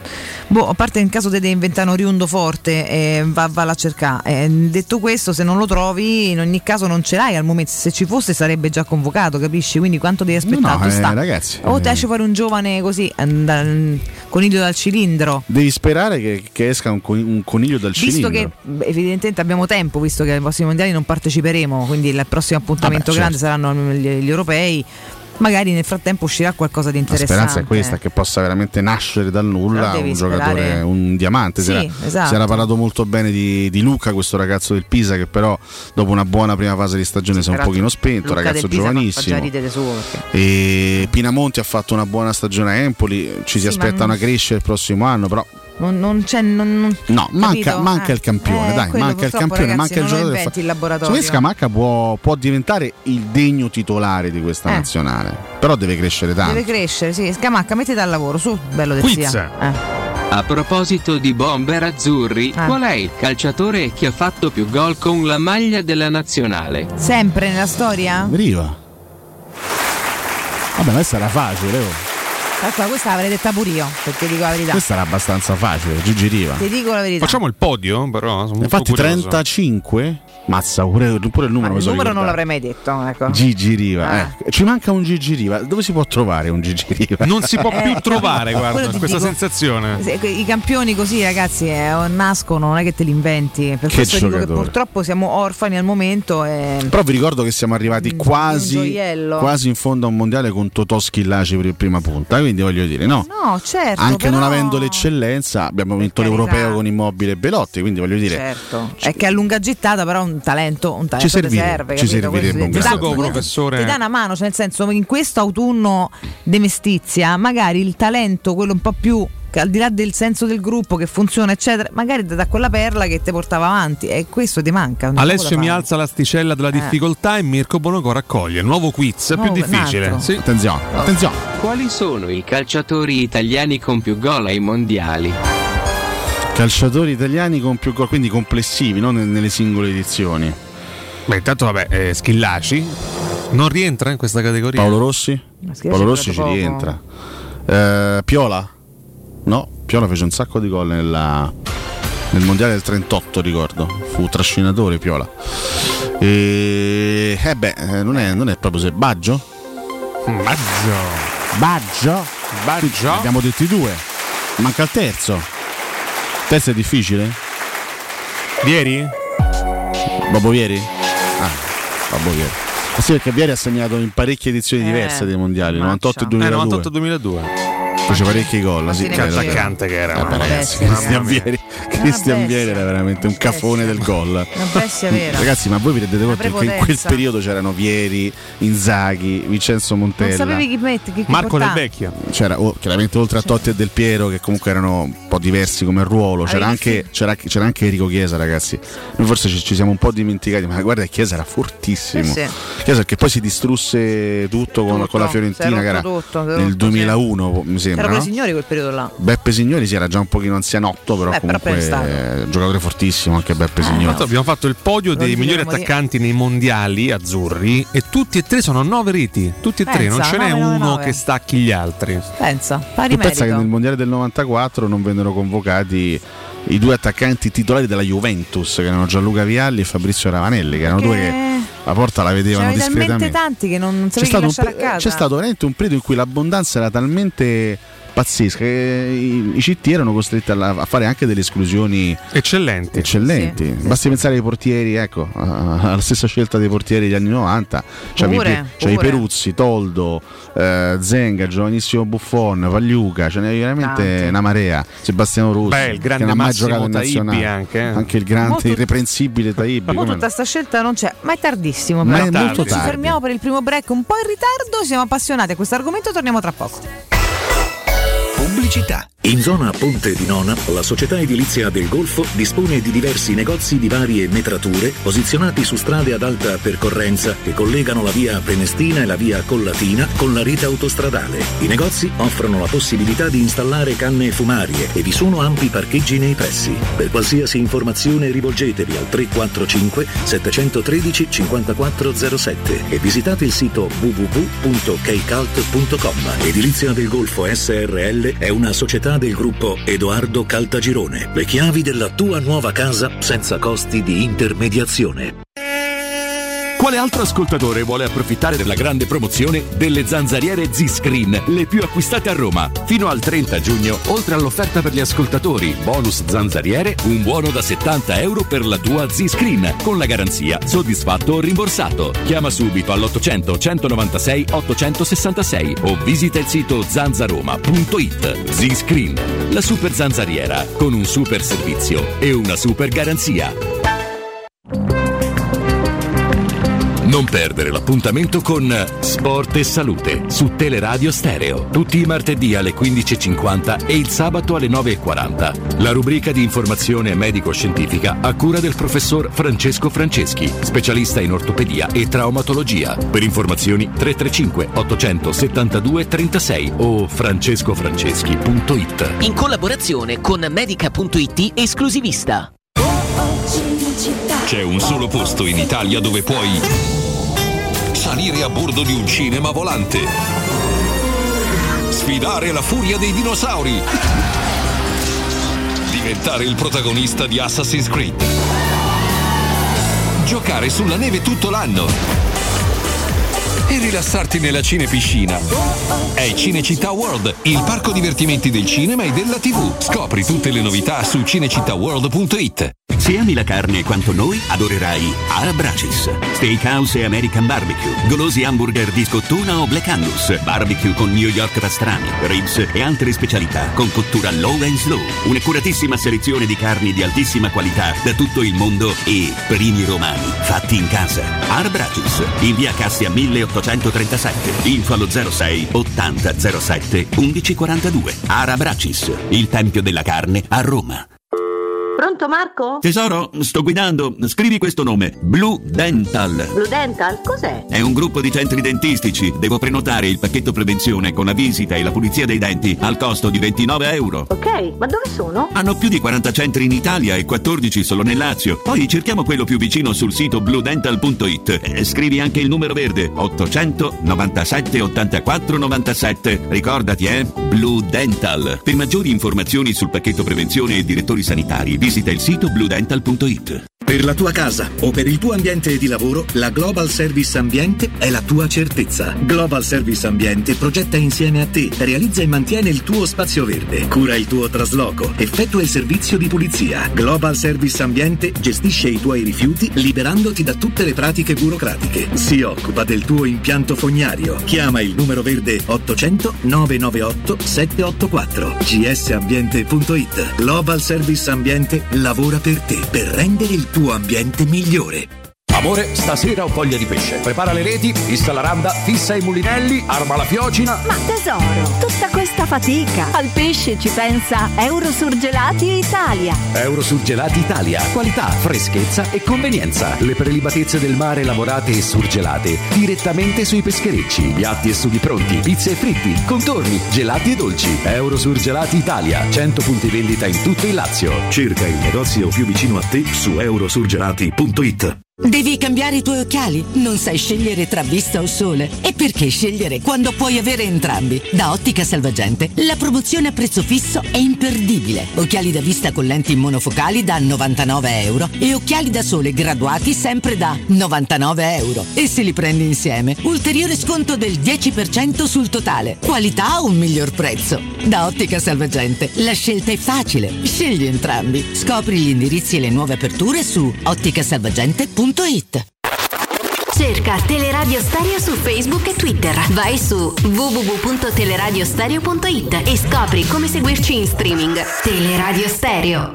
A parte in caso te devi inventare un oriundo forte, valla a cercare. Detto questo, se non lo trovi, in ogni caso non ce l'hai al momento. Se ci fosse sarebbe già convocato, capisci? Quindi quanto devi aspettare? Ragazzi, o te esce fuori un giovane così, coniglio dal cilindro. Devi sperare che esca un coniglio dal cilindro. Visto che evidentemente abbiamo tempo, visto che ai prossimi mondiali non parteciperemo, quindi il prossimo appuntamento grande saranno gli europei. Magari nel frattempo uscirà qualcosa di interessante. La speranza è questa, che possa veramente nascere dal nulla un giocatore, un diamante. Si era parlato molto bene di Luca, questo ragazzo del Pisa, che però dopo una buona prima fase di stagione si è un pochino spento, Luca ragazzo giovanissimo. E Pinamonti ha fatto una buona stagione a Empoli, ci si aspetta una crescita il prossimo anno, però non c'è manca il campione, manca il campione, manca il giocatore. Il laboratorio. Scamacca può diventare il degno titolare di questa nazionale, però deve crescere tanto. Deve crescere, sì. Scamacca, mettiti al lavoro, su, bello del sia. A proposito di bomber azzurri, qual è il calciatore che ha fatto più gol con la maglia della nazionale? Sempre nella storia? Riva. Vabbè, questa era facile, questa l'avrei detta pure io, perché dico la verità. Questa era abbastanza facile, Gigi Riva. Ti dico la verità. Facciamo il podio, però. Infatti 35. Mazza, pure il numero. Il numero non l'avrei mai detto, ecco. Gigi Riva. Ci manca un Gigi Riva. Dove si può trovare un Gigi Riva? Non si può più trovare, guarda, questa sensazione. I campioni così, ragazzi, nascono, non è che te li inventi. Per questo dico che purtroppo siamo orfani al momento. Però vi ricordo che siamo arrivati quasi in fondo a un mondiale con Totò Schillaci per prima punta. Quindi voglio dire, no, certo. Anche non avendo l'eccellenza, abbiamo vinto l'Europeo con Immobile e Belotti. Quindi voglio dire, certo. È che a lunga gittata, però un talento ci servirebbe un professore. Ti dà una mano, cioè nel senso, in questo autunno di mestizia, magari il talento, quello un po' più che al di là del senso del gruppo che funziona eccetera, magari da quella perla che ti portava avanti, e questo ti manca. Alessio mi alza l'asticella della difficoltà e Mirko Bonoco raccoglie nuovo quiz più difficile. Sì. Attenzione. Quali sono i calciatori italiani con più gol ai mondiali? Calciatori italiani con più gol, quindi complessivi, non nelle singole edizioni. Beh, intanto Schillaci non rientra in questa categoria. Paolo Rossi ci rientra. Piola? No, Piola fece un sacco di gol nel mondiale del 38, ricordo. Fu trascinatore Piola. Non è proprio se Baggio? Baggio? Abbiamo detti due. Manca il terzo. Terzo è difficile? Vieri? Bobo Vieri? Bobo Vieri. Sì, perché Vieri ha segnato in parecchie edizioni diverse dei mondiali, 98 e 2002. 98-2002. Fece parecchi gol. Che attaccante che era. Ragazzi, Christian Vieri era veramente un cafone del gol. Ragazzi, ma voi vi rendete conto che in quel periodo c'erano Vieri, Inzaghi, Vincenzo Montella, non sapevi chi Marco Del Vecchio. C'era chiaramente, oltre a Totti e Del Piero, che comunque erano un po' po' diversi come ruolo. C'era anche Enrico Chiesa, ragazzi. Noi forse ci siamo un po' dimenticati, ma guarda, Chiesa era fortissimo. Chiesa, che poi si distrusse tutto con la Fiorentina, che era nel 2001, mi sembra. Era Signori quel periodo là. Beppe Signori sì, era già un pochino anzianotto, però comunque giocatore fortissimo anche Beppe Signori. Abbiamo fatto il podio dei migliori attaccanti nei mondiali azzurri e tutti e tre sono 9 reti, tutti e tre, non ce n'è uno che stacchi gli altri. Pensa, pari merito. Pensa che nel mondiale del 94 non vennero convocati i due attaccanti titolari della Juventus, che erano Gianluca Vialli e Fabrizio Ravanelli, che erano due che la porta la vedevano discretamente. Talmente tanti che non sapevi lasciare a casa. C'è stato veramente un periodo in cui l'abbondanza era talmente pazzesca che i CT erano costretti a fare anche delle esclusioni eccellenti. Sì. Basti pensare ai portieri, ecco, alla stessa scelta dei portieri degli anni 90. C'avevi Peruzzi, Toldo, Zenga, giovanissimo Buffon, Pagliuca, ce n'è veramente una marea. Sebastiano Rossi, il grande che non ha mai Massimo giocato in Taibbi nazionale, anche il grande irreprensibile Taibbi. Ma tutta sta scelta non c'è, ma è tardissimo. Ma è molto tardi. Ci fermiamo per il primo break un po' in ritardo, siamo appassionati a questo argomento, torniamo tra poco. Pubblicità. In zona Ponte di Nona, la società edilizia del Golfo dispone di diversi negozi di varie metrature posizionati su strade ad alta percorrenza che collegano la via Prenestina e la via Collatina con la rete autostradale. I negozi offrono la possibilità di installare canne fumarie e vi sono ampi parcheggi nei pressi. Per qualsiasi informazione rivolgetevi al 345 713 5407 e visitate il sito www.keicalt.com. Edilizia del Golfo SRL è una società del gruppo Edoardo Caltagirone. Le chiavi della tua nuova casa senza costi di intermediazione. Quale altro ascoltatore vuole approfittare della grande promozione delle zanzariere Z-Screen, le più acquistate a Roma? Fino al 30 giugno, oltre all'offerta per gli ascoltatori bonus zanzariere, un buono da €70 per la tua Z-Screen, con la garanzia soddisfatto o rimborsato. Chiama subito all'800 196 866 o visita il sito zanzaroma.it. Z-Screen, la super zanzariera, con un super servizio e una super garanzia. Non perdere l'appuntamento con Sport e Salute su Teleradio Stereo, tutti i martedì alle 15.50 e il sabato alle 9.40. La rubrica di informazione medico-scientifica a cura del professor Francesco Franceschi, specialista in ortopedia e traumatologia. Per informazioni 335 872 36 o francescofranceschi.it. In collaborazione con Medica.it esclusivista. C'è un solo posto in Italia dove puoi salire a bordo di un cinema volante, sfidare la furia dei dinosauri, diventare il protagonista di Assassin's Creed, giocare sulla neve tutto l'anno e rilassarti nella cinepiscina. È Cinecittà World, il parco divertimenti del cinema e della TV. Scopri tutte le novità su cinecittàworld.it. Se ami la carne quanto noi, adorerai Arab Racis, Steakhouse e American Barbecue, golosi hamburger di scottuna o Black Angus, barbecue con New York pastrami, ribs e altre specialità con cottura low and slow, un'accuratissima selezione di carni di altissima qualità da tutto il mondo e primi romani fatti in casa. Arab Racis, in via Cassia 1837, info allo 06 80 07 1142. Arab Racis, il tempio della carne a Roma. Pronto Marco? Tesoro, sto guidando. Scrivi questo nome. Blue Dental. Blue Dental? Cos'è? È un gruppo di centri dentistici. Devo prenotare il pacchetto prevenzione con la visita e la pulizia dei denti al costo di €29. Ok, ma dove sono? Hanno più di 40 centri in Italia e 14 solo nel Lazio. Poi cerchiamo quello più vicino sul sito bluedental.it. Scrivi anche il numero verde 800 97 84 97. Ricordati, Blue Dental. Per maggiori informazioni sul pacchetto prevenzione e direttori sanitari, visita il sito bluedental.it. Per la tua casa o per il tuo ambiente di lavoro, la Global Service Ambiente è la tua certezza. Global Service Ambiente progetta insieme a te, realizza e mantiene il tuo spazio verde, cura il tuo trasloco, effettua il servizio di pulizia. Global Service Ambiente gestisce i tuoi rifiuti liberandoti da tutte le pratiche burocratiche. Si occupa del tuo impianto fognario. Chiama il numero verde 800 998 784. gsambiente.it. Global Service Ambiente lavora per te, per rendere il tuo ambiente migliore. Amore, stasera ho voglia di pesce. Prepara le reti, fissa la randa, fissa i mulinelli, arma la fiocina. Ma tesoro, tutta questa fatica. Al pesce ci pensa Eurosurgelati Italia. Eurosurgelati Italia. Qualità, freschezza e convenienza. Le prelibatezze del mare lavorate e surgelate direttamente sui pescherecci. Piatti e sughi pronti, pizze e fritti, contorni, gelati e dolci. Eurosurgelati Italia. 100 punti vendita in tutto il Lazio. Cerca il negozio più vicino a te su eurosurgelati.it. Devi cambiare i tuoi occhiali? Non sai scegliere tra vista o sole? E perché scegliere quando puoi avere entrambi? Da Ottica Salvagente la promozione a prezzo fisso è imperdibile. Occhiali da vista con lenti monofocali da €99 e occhiali da sole graduati sempre da €99. E se li prendi insieme, ulteriore sconto del 10% sul totale. Qualità o un miglior prezzo? Da Ottica Salvagente la scelta è facile. Scegli entrambi. Scopri gli indirizzi e le nuove aperture su otticasalvagente.it. Cerca Teleradio Stereo su Facebook e Twitter. Vai su www.teleradiostereo.it e scopri come seguirci in streaming. Teleradio Stereo.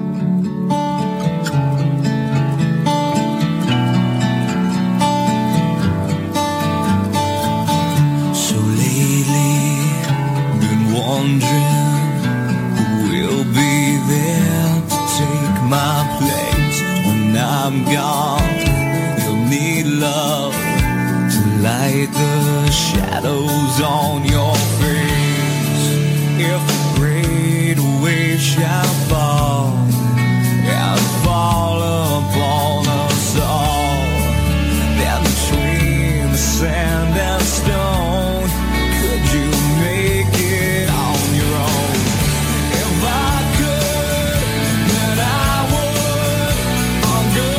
So lately, been wondering who will be there to take my place when I'm gone. Need love to light the shadows on your face. If a great wave shall fall and fall upon us all, then between the sand and stone, could you make it on your own? If I could, then I would. I'll go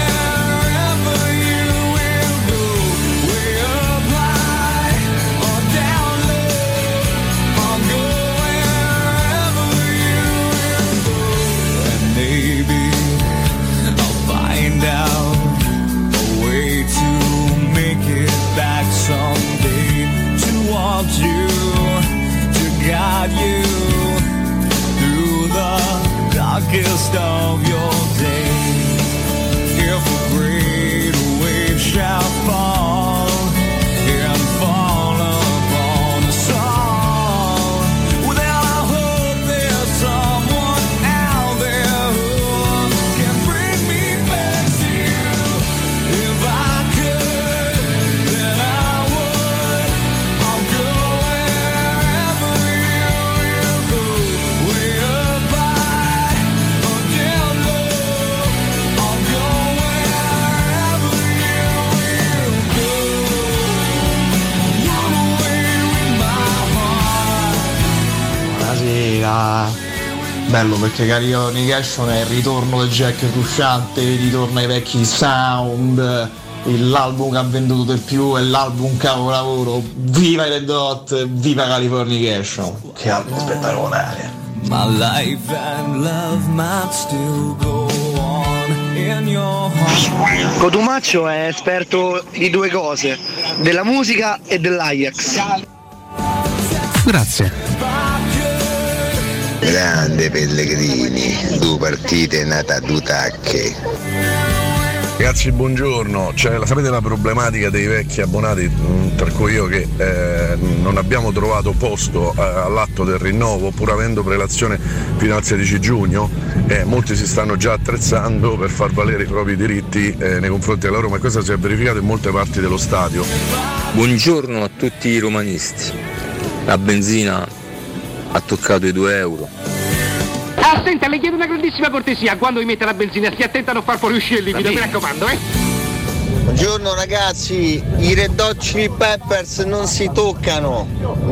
guide you through the darkest of your days. If a great wave shall fall and fall upon us all, well, then I hope there's someone out there who can bring me back to you. If I could, then I would. I'll go wherever you go, way up high or down low. I'll go wherever you go. Run away with my heart. Buonasera. Bello perché Californication è il ritorno del Jack Frusciante, ritorna ai vecchi sound, l'album che ha venduto di più è l'album capolavoro. Viva i Red Hot, viva Californication. Che album spettacolare. My life and love might still go on in your heart. Cotumaccio è esperto di due cose, della musica e dell'Ajax. Grazie. Grande Pellegrini, due partite nata due tacche. Ragazzi, buongiorno. Sapete la problematica dei vecchi abbonati, tra cui io, che non abbiamo trovato posto all'atto del rinnovo, pur avendo prelazione fino al 16 giugno. Molti si stanno già attrezzando per far valere i propri diritti nei confronti della Roma, e questo si è verificato in molte parti dello stadio. Buongiorno a tutti i romanisti. La benzina ha toccato i €2. Senta, le chiedo una grandissima cortesia, quando vi mette la benzina stia attenta a non far fuoriuscire il liquido, mi raccomando, Buongiorno ragazzi, i Red Hot Chili Peppers non si toccano,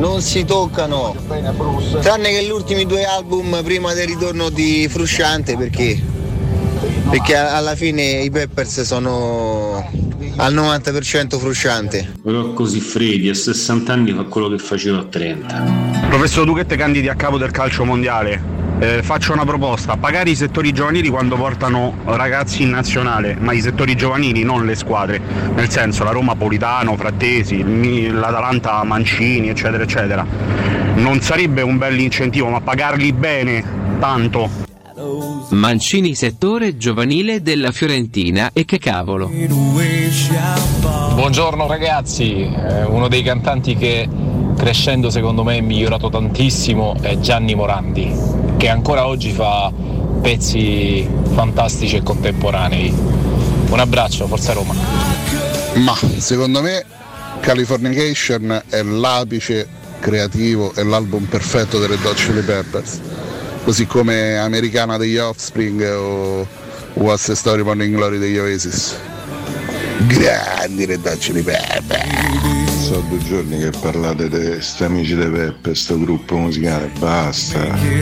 tranne che gli ultimi due album prima del ritorno di Frusciante, perché alla fine i Peppers sono al 90% Frusciante. Rocco Siffredi a 60 anni fa quello che faceva a 30. Professor, tu che te candidi a capo del calcio mondiale, faccio una proposta: pagare i settori giovanili quando portano ragazzi in nazionale, ma i settori giovanili, non le squadre, nel senso la Roma Politano, Frattesi, l'Atalanta Mancini, eccetera eccetera. Non sarebbe un bel incentivo, ma pagarli bene, tanto. Mancini settore giovanile della Fiorentina, e che cavolo. Buongiorno ragazzi, uno dei cantanti che crescendo secondo me è migliorato tantissimo è Gianni Morandi, che ancora oggi fa pezzi fantastici e contemporanei. Un abbraccio, forza Roma. Ma secondo me Californication è l'apice creativo, è l'album perfetto delle Red Hot Chili Peppers, così come Americana degli Offspring o What's the Story Morning Glory degli Oasis. Grandi Red Hot Chili Peppers. So 2 giorni che parlate di sti amici dei Peppe, sto gruppo musicale, basta.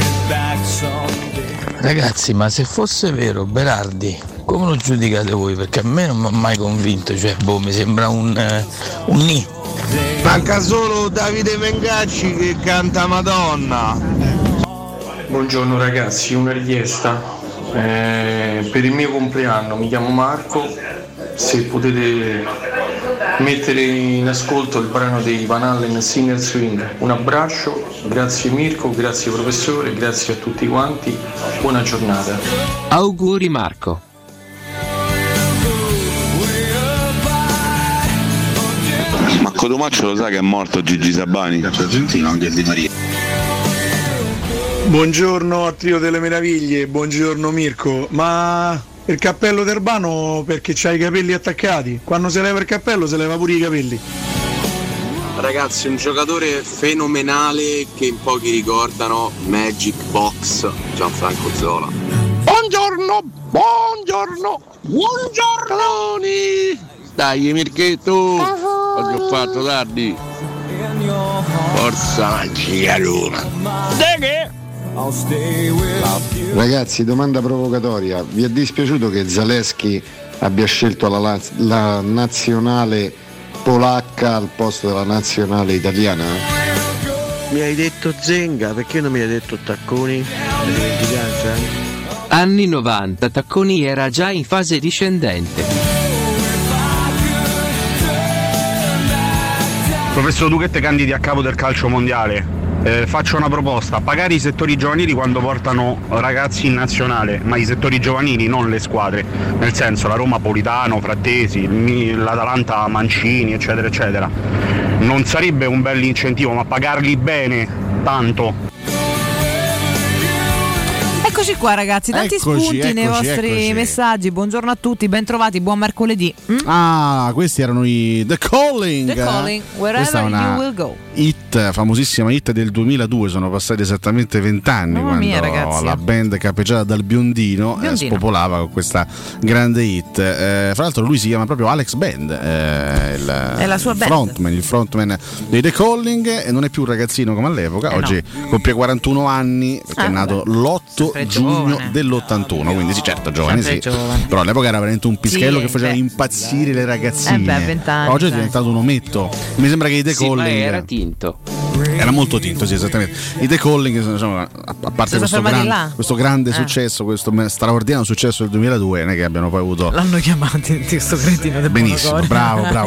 Ragazzi, ma se fosse vero Berardi, come lo giudicate voi? Perché a me non mi ha mai convinto, cioè mi sembra un ni. Manca solo Davide Vengacci che canta Madonna. Buongiorno ragazzi, una richiesta. Per il mio compleanno mi chiamo Marco, se potete mettere in ascolto il brano dei Van Halen Sinner Swing. Un abbraccio, grazie Mirko, grazie professore, grazie a tutti quanti, buona giornata. Auguri Marco. Ma Cotumaccio lo sa che è morto Gigi Sabani? Argentino, anche Di Maria. Buongiorno a Trio delle Meraviglie, buongiorno Mirko, ma il cappello d'Erbano perché c'ha i capelli attaccati? Quando si leva il cappello si leva pure i capelli. Ragazzi, un giocatore fenomenale che in pochi ricordano, Magic Box, Gianfranco Zola. Buongiorno, buongiorno, buongiornoni. Dai Mirchetto, oggi ho fatto tardi. Forza Magica Roma. Deghe! Ragazzi, domanda provocatoria, vi è dispiaciuto che Zalewski abbia scelto la nazionale polacca al posto della nazionale italiana? Mi hai detto Zenga, perché non mi hai detto Tacconi? Anni 90, Tacconi era già in fase discendente. Professor, tu che te candidi a capo del calcio mondiale, faccio una proposta: pagare i settori giovanili quando portano ragazzi in nazionale, ma i settori giovanili, non le squadre, nel senso la Roma Politano, Frattesi, l'Atalanta Mancini, eccetera eccetera. Non sarebbe un bel incentivo, ma pagarli bene, tanto. Eccoci qua ragazzi, tanti spunti nei vostri messaggi. Buongiorno a tutti, ben trovati, buon mercoledì. Ah, questi erano i The Calling. The Calling, Wherever You Will Go. Hit, famosissima hit del 2002, sono passati esattamente 20 anni quando la band capeggiata dal Biondino. Spopolava con questa grande hit. Fra l'altro lui si chiama proprio Alex Band, è la sua band. Il frontman dei The Calling, e non è più un ragazzino come all'epoca, oggi compie 41 anni perché è nato l'8 giugno dell'81, quindi sì, certo, giovane, sì. Però all'epoca era veramente un pischello che faceva impazzire le ragazzine. 20 anni, oggi è diventato un ometto. Mi sembra che i The Calling era tinto. Era molto tinto, sì, esattamente. I The Calling, diciamo, a parte questo grande successo, questo straordinario successo del 2002, non è che abbiano poi avuto. L'hanno chiamato questo cretino del benissimo, bravo,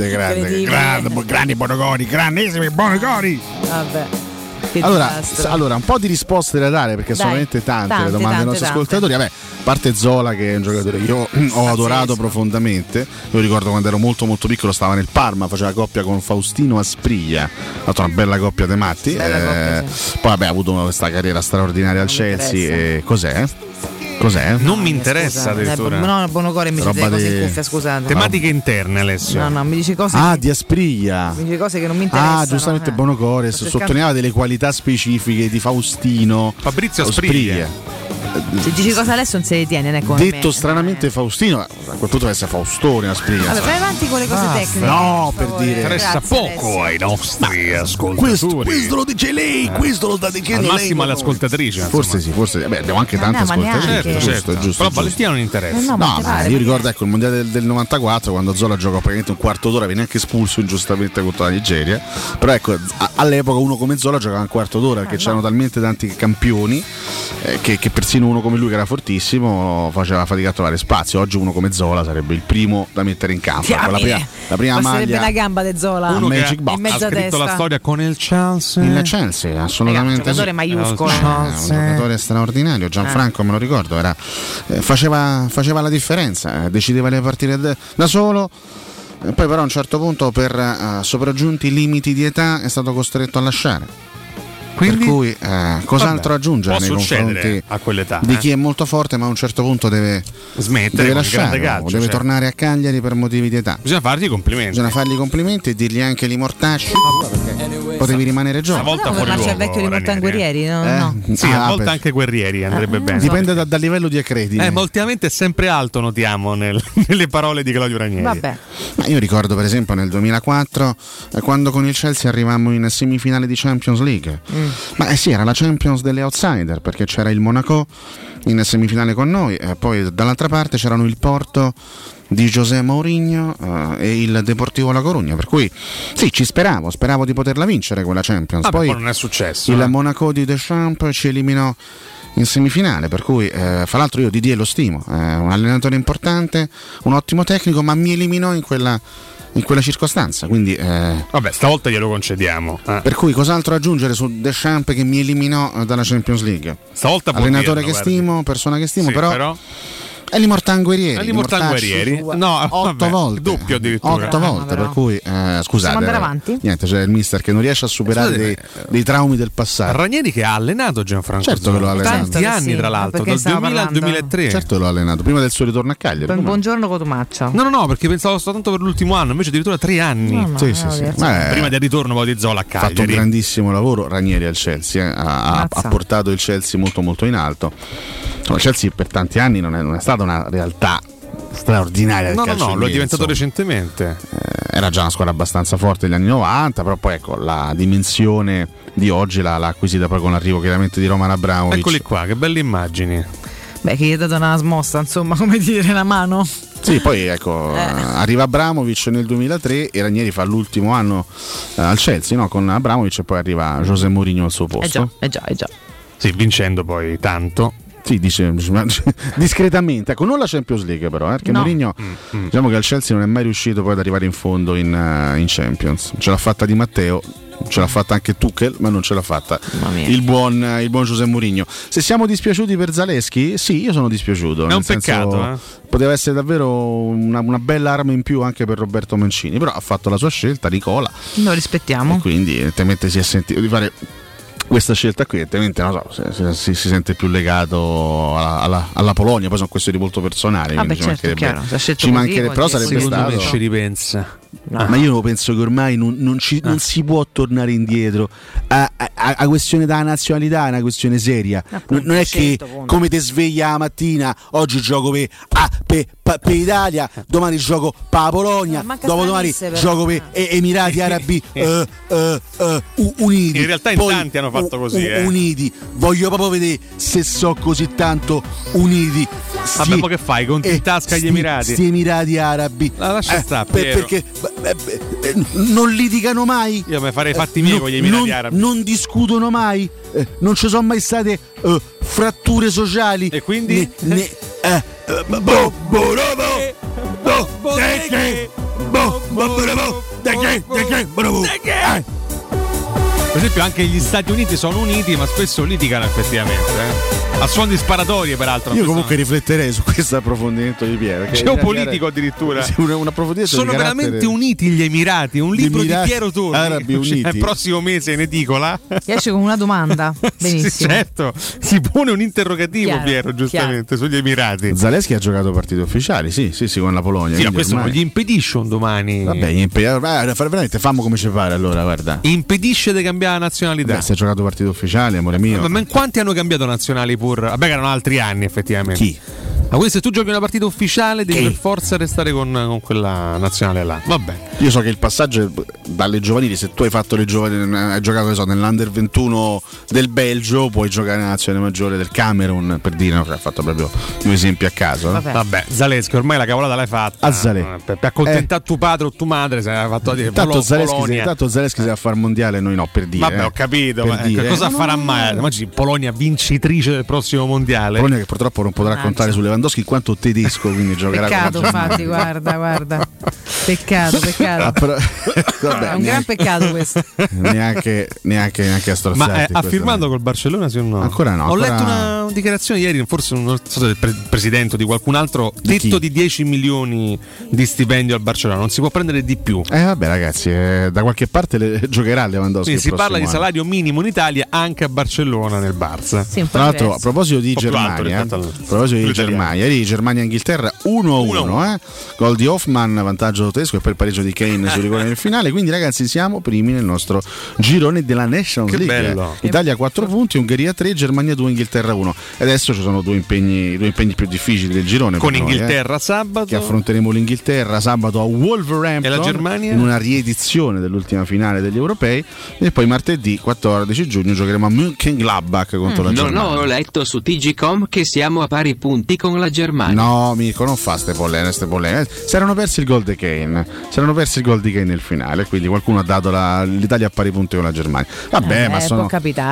grandi Bonocori, grandissimi Bonocori. Vabbè. Allora, un po' di risposte da dare, perché sono veramente tante le domande dei nostri ascoltatori. Vabbè, a parte Zola, che è un giocatore che io ho adorato profondamente. Io ricordo quando ero molto molto piccolo, stava nel Parma, faceva coppia con Faustino Aspriglia, ha fatto una bella coppia dei matti. Poi vabbè, ha avuto questa carriera straordinaria al Chelsea. E cos'è? Non mi interessa addirittura. No, Bonocore mi dice cose in cuffia, scusate. Tematiche interne, Alessio. No, mi dice cose. Di Aspriglia. Mi dice cose che non mi interessano. Giustamente Bonocore sottolineava delle qualità specifiche di Faustino. Fabrizio Aspriglia. Se dici cosa adesso non se le tiene, detto stranamente Faustino, a quel punto deve essere Faustone Aspriglia. Allora, vai avanti con le cose tecniche. No, per dire. Interessa poco ai nostri ascoltatori. Questo lo dice lei, questo lo sta dicendo lei. Al massimo all'ascoltatrice. Forse sì. Beh, abbiamo anche tante ascoltatrici. Certo. Però Valentina non interessa. Ma io ricordo il mondiale del 94, quando Zola giocò praticamente un quarto d'ora, viene anche espulso ingiustamente contro la Nigeria. Però ecco, all'epoca uno come Zola giocava un quarto d'ora, perché c'erano talmente tanti campioni che persino uno come lui, che era fortissimo, faceva fatica a trovare spazio. Oggi uno come Zola sarebbe il primo da mettere in campo. La prima maglia, la gamba di Zola, uno Magic Box, ha scritto testa. La storia con il Chelsea. Il Chelsea, assolutamente. Un giocatore maiuscolo, un giocatore straordinario. Gianfranco, me lo ricordo, faceva la differenza, decideva le partite da solo. poi però a un certo punto per sopraggiunti limiti di età è stato costretto a lasciare. Quindi? Per cui cos'altro aggiungere nei confronti a quell'età, di chi è molto forte ma a un certo punto deve smettere, deve lasciare, calcio, deve tornare a Cagliari per motivi di età. Bisogna fargli i complimenti e dirgli anche li mortacci, perché potevi rimanere giovane. Stavolta fuori luogo, c'è il vecchio di Mortanguerieri, no? Sì, a volte anche Guerrieri andrebbe bene. Dipende dal livello di accredito. Ma ultimamente è sempre alto, notiamo, nelle parole di Claudio Ranieri. Vabbè. Ma io ricordo per esempio nel 2004 quando con il Chelsea arrivammo in semifinale di Champions League. Ma sì, era la Champions delle outsider, perché c'era il Monaco in semifinale con noi, poi dall'altra parte c'erano il Porto di José Mourinho e il Deportivo La Corugna, per cui sì, speravo di poterla vincere quella Champions. Poi non è successo. Il Monaco di Deschamps ci eliminò in semifinale, per cui fra l'altro io Didier lo stimo, è un allenatore importante, un ottimo tecnico, ma mi eliminò in quella circostanza, quindi vabbè, stavolta glielo concediamo. Per cui cos'altro aggiungere su Deschamps che mi eliminò dalla Champions League? Stavolta allenatore dirlo, che stimo, persona che stimo, sì, però è Mortanguerieri. No, 8 volte. Doppio addirittura. 8 volte, per cui scusate. Andare avanti? Niente, c'è il mister che non riesce a superare dei traumi del passato. Ranieri che ha allenato Gianfranco. Certo che l'ho allenato. Tanti anni, tra l'altro, dal 2000 al 2003. Certo l'ho allenato, prima del suo ritorno a Cagliari. Buongiorno Cotumaccio. No, perché pensavo soltanto per l'ultimo anno, invece addirittura 3 anni. Sì. Prima del ritorno poi di Zola a Cagliari. Ha fatto un grandissimo lavoro Ranieri al Chelsea, ha portato il Chelsea molto molto in alto. Il Chelsea per tanti anni non è stata una realtà straordinaria del calcio lo è diventato recentemente. Era già una squadra abbastanza forte negli anni 90, però poi ecco la dimensione di oggi l'ha acquisita poi con l'arrivo chiaramente di Roman Abramovich. Eccoli qua, che belle immagini. Che gli ha dato una smossa, insomma, come dire, la mano. Sì, poi ecco, arriva Abramovich nel 2003 e Ranieri fa l'ultimo anno al Chelsea, no? Con Abramovich, e poi arriva José Mourinho al suo posto. È già. Sì, vincendo poi tanto. Sì, dice discretamente, ecco, non la Champions League però, perché Mourinho diciamo che al Chelsea non è mai riuscito poi ad arrivare in fondo in Champions. Ce l'ha fatta Di Matteo, ce l'ha fatta anche Tuchel, ma non ce l'ha fatta il buon José Mourinho. Se siamo dispiaciuti per Zalewski, sì, io sono dispiaciuto. È un peccato, poteva essere davvero una bella arma in più anche per Roberto Mancini, però ha fatto la sua scelta, Nicola. Lo rispettiamo. E quindi evidentemente si è sentito di fare questa scelta qui, evidentemente non so, si sente più legato alla Polonia, poi sono questioni molto personali. Certo, chiaro. Ci mancherebbe, però sarebbe stato. Me ci ripensa. Ma io penso che ormai non si può tornare indietro. A questione della nazionalità è una questione seria. Non è che come ti sveglia la mattina, oggi gioco per Italia, domani gioco per la Polonia, dopodomani gioco per Emirati Arabi Uniti. In realtà in tanti hanno fatto così. Uniti, voglio proprio vedere se so così tanto uniti. Vabbè, ma che fai? Conti in tasca gli Emirati? Sti Emirati Arabi. Lascia stare, perché non litigano mai. Io mi farei fatti miei con gli Emirati Arabi. Non discutono mai. Non ci sono mai state fratture sociali. E quindi? Per esempio anche gli Stati Uniti sono uniti, ma spesso litigano effettivamente. A suon di sparatorie, peraltro. Io comunque rifletterei su questo approfondimento di Piero. Geopolitico addirittura. Un approfondimento sono veramente uniti gli Emirati. Un libro di Piero Torri. Arabi Uniti. Il prossimo mese in edicola. Esce con una domanda. Benissimo. Sì, certo. Si pone un interrogativo, Piero, giustamente, sugli Emirati. Zalewski ha giocato partite ufficiali, sì, con la Polonia. Sì, ma questo non gli impedisce un domani. Vabbè, veramente fammo come ci pare, allora, guarda. Impedisce di cambiare la nazionalità. Beh, se ha giocato partite ufficiali, amore mio. Ma in quanti hanno cambiato nazionali pur? Vabbè, che erano altri anni effettivamente. Chi? Ma quindi se tu giochi una partita ufficiale devi per forza restare con quella nazionale là. Vabbè. Io so che il passaggio dalle giovanili, se tu hai fatto le giovanili, hai giocato nell'Under 21 del Belgio, puoi giocare nella nazionale maggiore del Camerun, per dire, no? Ha fatto proprio due esempi a caso. Vabbè, Zalewski, ormai la cavolata l'hai fatta. Per accontentare tuo padre o tua madre, se hai fatto dire tanto Zalewski si va a fare il mondiale, noi no, per dire. Vabbè, ho capito, ma cosa farà mai? Immagini Polonia vincitrice del prossimo mondiale. Polonia che purtroppo non potrà contare su Lewandowski in quanto tedesco, quindi giocherà peccato, infatti, guarda. Peccato. È un gran peccato questo. neanche a strozzati. Ma ha firmato col Barcellona, sì o no? Ancora no. Ho letto una dichiarazione ieri, forse non so del presidente o di qualcun altro, tetto di 10 milioni di stipendio al Barcellona, non si può prendere di più. Vabbè ragazzi, da qualche parte giocherà Lewandowski. Quindi si parla di salario minimo in Italia anche a Barcellona nel Barça. Tra l'altro, a proposito di Germania, ieri Germania-Inghilterra 1-1, gol di Hoffmann, vantaggio tedesco e per pareggio di Kane sul rigore nel finale. Quindi ragazzi siamo primi nel nostro girone della Nations League. Bello. Italia 4 punti, Ungheria 3, Germania 2, Inghilterra 1. E adesso ci sono due impegni più difficili del girone con Inghilterra sabato, che affronteremo l'Inghilterra sabato a Wolverhampton e la Germania in una riedizione dell'ultima finale degli europei, e poi martedì 14 giugno giocheremo a Mönchengladbach contro la Germania. Non ho letto su TGcom che siamo a pari punti con la Germania. No, Mirko, non fa ste polemiche. Si erano persi il gol di Kane nel finale, quindi qualcuno ha dato l'Italia a pari punti con la Germania. Vabbè, ma sono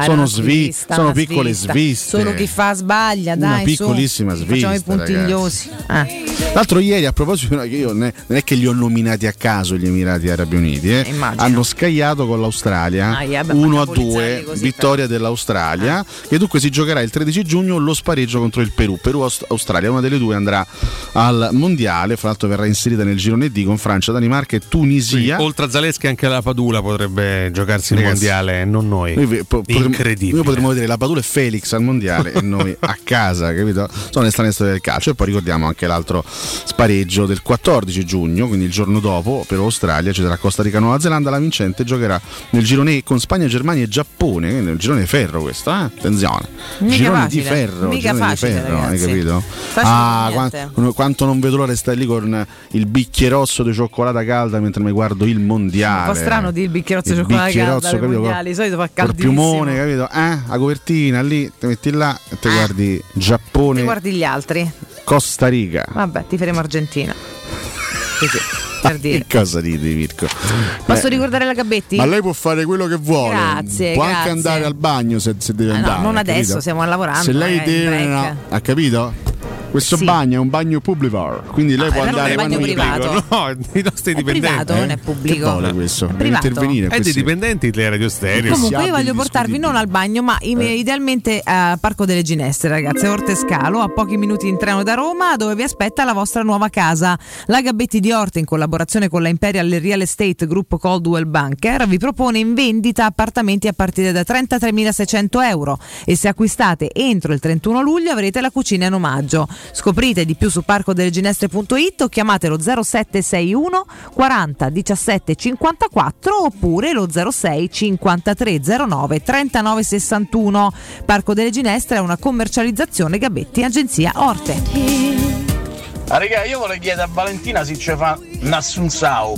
piccole sviste. Solo chi fa sbaglia, dai, una piccolissima svista. Facciamo i puntigliosi. L'altro ieri, a proposito, che io non è che li ho nominati a caso gli Emirati Arabi Uniti, hanno scaiato con l'Australia 1-2, vittoria dell'Australia, e dunque si giocherà il 13 giugno lo spareggio contro il Perù-Australia, una delle due andrà al mondiale, fra l'altro verrà inserita nel girone D con Francia, Danimarca e Tunisia. Sì, oltre a Zaleschi anche la Padula potrebbe giocarsi il mondiale, non noi. Incredibile. Noi potremmo vedere la Padula e Felix al mondiale e noi a casa, capito? Sono le strane storie del calcio. E poi ricordiamo anche l'altro spareggio del 14 giugno, quindi il giorno dopo, per l'Australia ci sarà Costa Rica Nuova Zelanda. La vincente giocherà nel girone con Spagna, Germania e Giappone, quindi nel girone di ferro questo, attenzione. Girone di ferro, hai capito? Quanto non vedo l'ora di stare lì con il bicchierozzo di cioccolata calda mentre mi guardo il mondiale. Un po' strano di il bicchierozzo di cioccolata calda al mondiale, di solito fa caldissimo. Col piumone, capito? La copertina lì, ti metti là e ti guardi Giappone. Ti guardi gli altri. Costa Rica. Vabbè, ti faremo Argentina. Così, per dire. Che cosa ridi, Mirko? Posso ricordare la Gabetti? Ma lei può fare quello che vuole. Grazie. Può anche andare al bagno se deve andare. No, non adesso, capito? stiamo lavorando. Se lei deve, ha capito? Questo bagno è un bagno pubblico, quindi lei può andare quando privato. No, i nostri dipendenti. Privato, non è pubblico. Che vuole questo? Deve intervenire. È dei dipendenti delle Radio Stereo. Comunque io voglio portarvi non al bagno, ma idealmente a Parco delle Ginestre, ragazzi, a Ortescalo, a pochi minuti in treno da Roma, dove vi aspetta la vostra nuova casa. La Gabetti di Orte, in collaborazione con la Imperial Real Estate Gruppo Coldwell Banker, vi propone in vendita appartamenti a partire da 33.600 euro, e se acquistate entro il 31 luglio avrete la cucina in omaggio. Scoprite di più su parcodelleginestre.it o chiamatelo 0761 40 17 54 oppure lo 06 53 09 39 61. Parco delle Ginestre è una commercializzazione Gabetti Agenzia Orte. Raga, io vorrei chiedere a Valentina se ci fa Nassunzao.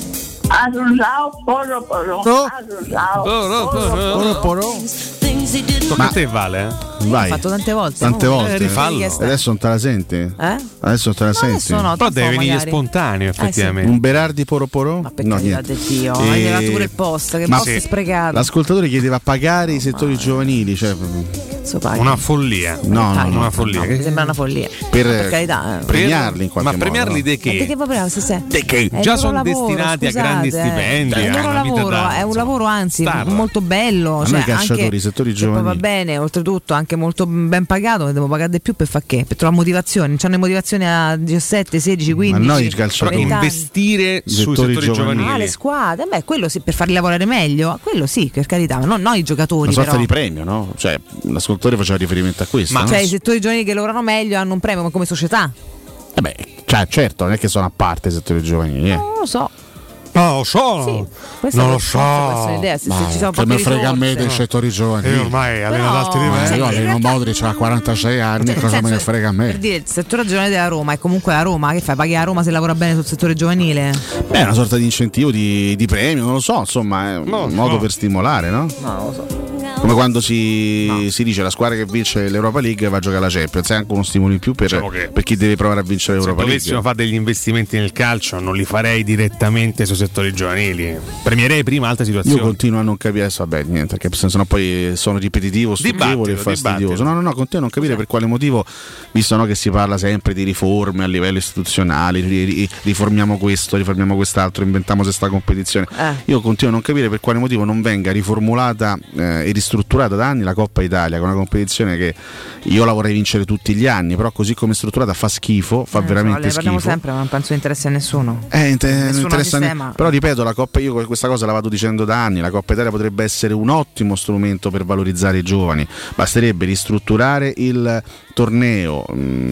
Tocca a te, Vale. Vai. L'ho fatto tante volte. Rifallo. Adesso non te la senti? Adesso non te la senti? No, però deve venire spontaneo, effettivamente. Un Berardi Poro? Ma per carità del Dio, hai dato pure il post, che post sprecato. L'ascoltatore chiedeva pagare i settori giovanili, cioè una follia. No, una follia. Mi sembra una follia. Per carità, premiarli in qualche modo. Ma premiarli di che? Di che? Già sono destinati a grandi stipendi. È un lavoro anzi molto bello. Noi calciatori, i settori giovanili. Va bene, oltretutto anche molto ben pagato, devo pagare di più per fare che? Per trovare motivazioni, non c'hanno motivazioni a 17, 16, 15. Ma noi calciatori investire sui settori giovanili. Le squadre, quello sì, per farli lavorare meglio, quello sì, per carità, ma non noi i giocatori. Una sorta però di premio, no? Cioè, l'ascoltatore faceva riferimento a questo. Ma i settori giovanili che lavorano meglio hanno un premio come società. Certo, non è che sono a parte i settori giovanili. Non lo so. Non lo so, sì, non lo so. Che mi frega a me dei settori giovani. Io ormai avevo ad altri livelli. Modric ha 46 anni, cosa me ne frega a me? Per dire, il settore giovanile della Roma è comunque la Roma, che fai? Paghi a Roma se lavora bene sul settore giovanile? È una sorta di incentivo, di premio, non lo so, insomma, è un modo per stimolare, no? No, non lo so. come quando si dice la squadra che vince l'Europa League va a giocare alla Champions, è anche uno stimolo in più per chi deve provare a vincere l'Europa League. Se dovessimo fare degli investimenti nel calcio non li farei direttamente sui settori giovanili, premierei prima altre situazioni. Io continuo a non capire, vabbè niente, perché sennò poi sono ripetitivo, stucchevole e fastidioso. No, continuo a non capire per quale motivo, visto che si parla sempre di riforme a livello istituzionale, riformiamo questo, riformiamo quest'altro, inventiamo questa competizione. Io continuo a non capire per quale motivo non venga riformulata e ristrutturata da anni la Coppa Italia, che è una competizione che io la vorrei vincere tutti gli anni, però così come strutturata fa schifo, fa veramente schifo. Ne parliamo sempre, ma non penso interessa a nessuno. Però ripeto, la Coppa, io questa cosa la vado dicendo da anni, la Coppa Italia potrebbe essere un ottimo strumento per valorizzare i giovani, basterebbe ristrutturare il torneo,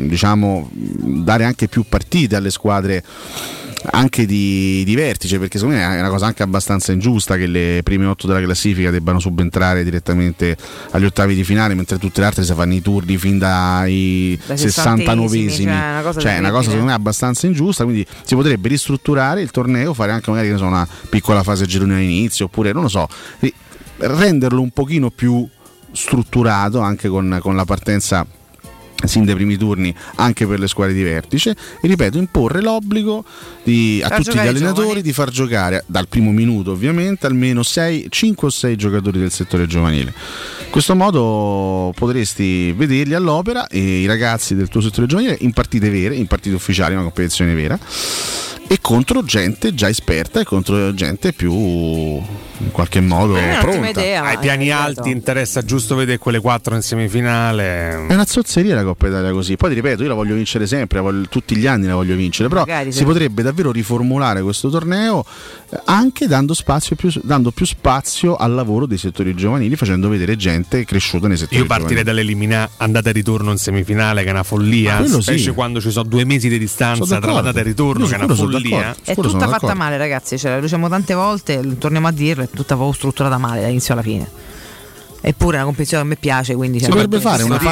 dare anche più partite alle squadre anche di vertice, perché secondo me è una cosa anche abbastanza ingiusta che le prime 8 della classifica debbano subentrare direttamente agli ottavi di finale, mentre tutte le altre si fanno i turni fin dai 69esimi, cioè una cosa secondo me abbastanza ingiusta. Quindi si potrebbe ristrutturare il torneo, fare anche magari una piccola fase gironi all'inizio, oppure non lo so, renderlo un pochino più strutturato anche con la partenza sin dai primi turni anche per le squadre di vertice, e ripeto, imporre l'obbligo a tutti gli allenatori di far giocare dal primo minuto ovviamente almeno 5 o 6 giocatori del settore giovanile. In questo modo potresti vederli all'opera, i ragazzi del tuo settore giovanile, in partite vere, in partite ufficiali, una competizione vera, e contro gente già esperta e contro gente più in qualche modo pronta. Ai piani alti interessa giusto vedere quelle 4 in semifinale. È una zozzeria la Coppa Italia così. Poi ti ripeto, io la voglio vincere sempre, tutti gli anni la voglio vincere, però si potrebbe davvero riformulare questo torneo anche dando più spazio al lavoro dei settori giovanili, facendo vedere gente cresciuta nei settori giovanili. Io partirei dall'eliminare andata e ritorno in semifinale, che è una follia, specie quando ci sono 2 mesi di distanza tra l'andata e il ritorno, che è una follia. È tutta fatta male, ragazzi, lo diciamo tante volte, torniamo a dirlo, è tutta strutturata male dall'inizio alla fine. Eppure è una competizione che a me piace, quindi si potrebbe fare una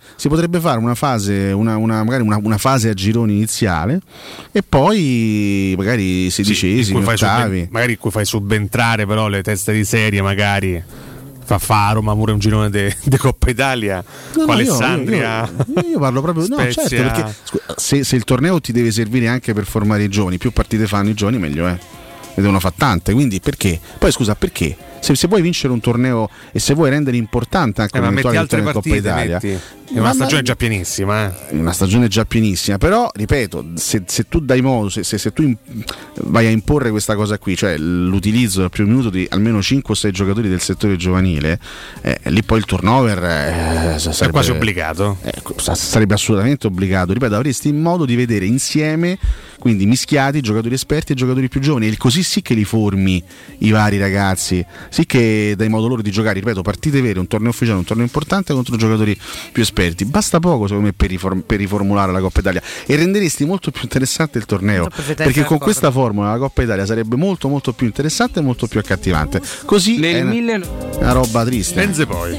fase a gironi iniziale e poi magari sedicesimi, ottavi, magari in cui fai subentrare però le teste di serie, magari fa Roma pure un girone di Coppa Italia, Alessandria. Io parlo proprio Spezia. No, certo, perché se il torneo ti deve servire anche per formare i giovani, più partite fanno i giovani meglio è. Ne devono fare tante, quindi perché? Poi scusa, perché? Se vuoi vincere un torneo e se vuoi rendere importante anche un'eventuale vittoria in Coppa Italia, è una stagione già pienissima. Una stagione già pienissima, però ripeto, se tu dai modo, se tu vai a imporre questa cosa qui, cioè l'utilizzo dal primo minuto di almeno 5 o 6 giocatori del settore giovanile, lì poi il turnover sarebbe è quasi obbligato. Sarebbe assolutamente obbligato. Ripeto, avresti modo di vedere insieme, quindi mischiati, giocatori esperti e giocatori più giovani, e così sì che li formi i vari ragazzi, sì che dai modo loro di giocare, ripeto, partite vere, un torneo ufficiale, un torneo importante contro giocatori più esperti. Basta poco secondo me per riformulare la Coppa Italia, e renderesti molto più interessante il torneo, perché con questa formula la Coppa Italia sarebbe molto molto più interessante e molto più accattivante. Così è una roba triste. Enze poi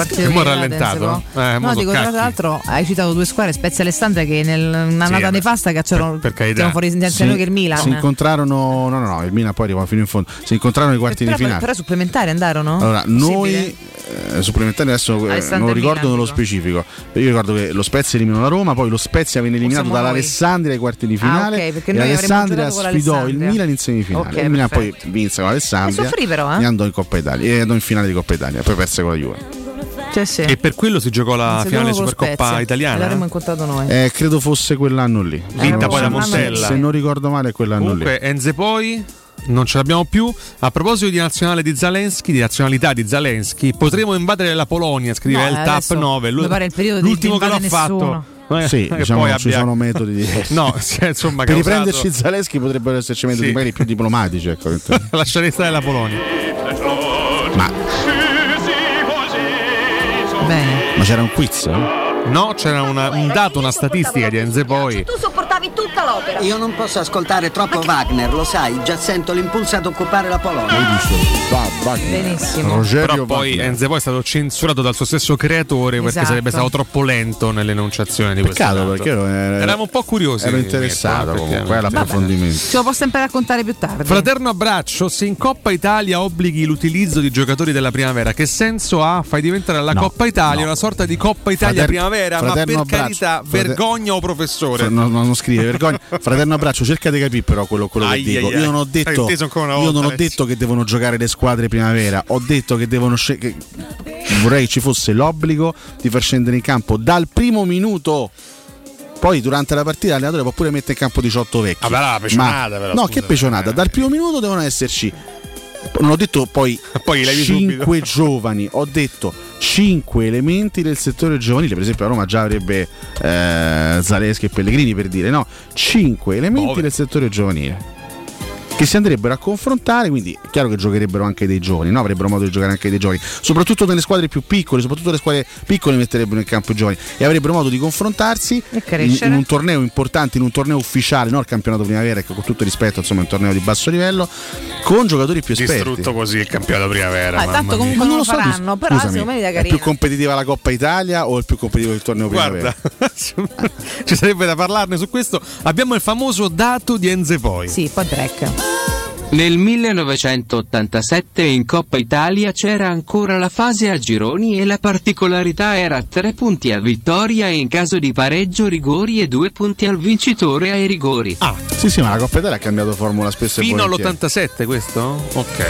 è rallentato. No, dico, tra l'altro hai citato 2 squadre, Spezia e Alessandria, che nell'annata nefasta cacciarono fuori senza noi che il Milan. Si incontrarono, no, il Milan poi arrivò fino in fondo. Si incontrarono ai quarti di finale. Però supplementari andarono? Allora, noi supplementari adesso non lo ricordo nello specifico. Io ricordo che lo Spezia eliminò la Roma, poi lo Spezia venne eliminato dall'Alessandria ai quarti di finale, e l'Alessandria sfidò il Milan in semifinale. Il Milan poi vinse con l'Alessandria e andò in Coppa Italia, e andò in finale di Coppa Italia, poi perse con la Juve. Sì. E per quello si giocò la finale Supercoppa italiana. L'avremmo incontrato noi. Credo fosse quell'anno lì. Vinta poi da Montella. Se non ricordo male, quell'anno lì. Enze poi non ce l'abbiamo più. A proposito di nazionale di Zelensky, di nazionalità di Zelensky, potremo invadere la Polonia, scrive il TAP 9. Mi pare il periodo l'ultimo che l'ha fatto. Sì, diciamo ci sono metodi diversi. No, insomma, per riprenderci Zelensky potrebbero esserci metodi magari più diplomatici, ecco. Lasciare stare la Polonia. Ma c'era un quiz? No, c'era un dato, una statistica di Enze poi ascoltavi tutta l'opera. Io non posso ascoltare troppo Wagner, lo sai, già sento l'impulso ad occupare la Polonia. Benissimo. Però poi Enze poi è stato censurato dal suo stesso creatore perché sarebbe stato troppo lento nell'enunciazione di questo. Peccato, perché eravamo un po' curiosi. Ero interessato comunque all'approfondimento. Ce lo posso sempre raccontare più tardi. Fraterno abbraccio, se in Coppa Italia obblighi l'utilizzo di giocatori della primavera, che senso ha? Fai diventare la Coppa Italia una sorta di Coppa Italia primavera, ma per carità, vergogna o professore? Non scrive vergogna. Fraterno abbraccio, cerca di capire però quello che dico. Io non ho detto che devono giocare le squadre primavera, ho detto che devono vorrei ci fosse l'obbligo di far scendere in campo dal primo minuto. Poi durante la partita l'allenatore può pure mettere in campo 18 vecchi. Che pecionata, dal primo minuto devono esserci. Non ho detto poi 5 giovani, ho detto 5 elementi del settore giovanile. Per esempio la Roma già avrebbe Zaleschi e Pellegrini, per dire, no, 5 elementi del settore giovanile che si andrebbero a confrontare, quindi è chiaro che giocherebbero anche dei giovani, no? Avrebbero modo di giocare anche dei giovani, soprattutto nelle squadre più piccole, soprattutto le squadre piccole metterebbero in campo i giovani e avrebbero modo di confrontarsi in un torneo importante, in un torneo ufficiale, no? Il campionato primavera, che con tutto rispetto insomma è un torneo di basso livello, con giocatori più esperti. Distrutto così il campionato primavera. Tanto comunque non lo faranno, però secondo me è carino. È più competitiva la Coppa Italia o è più competitivo il torneo primavera? Ci sarebbe da parlarne su questo. Abbiamo il famoso dato di Enze Poi. Sì, poi break. Nel 1987 in Coppa Italia c'era ancora la fase a gironi e la particolarità era 3 punti a vittoria in caso di pareggio, rigori e 2 punti al vincitore ai rigori. Sì, ma la Coppa Italia ha cambiato formula spesso fino all'87 questo? Ok.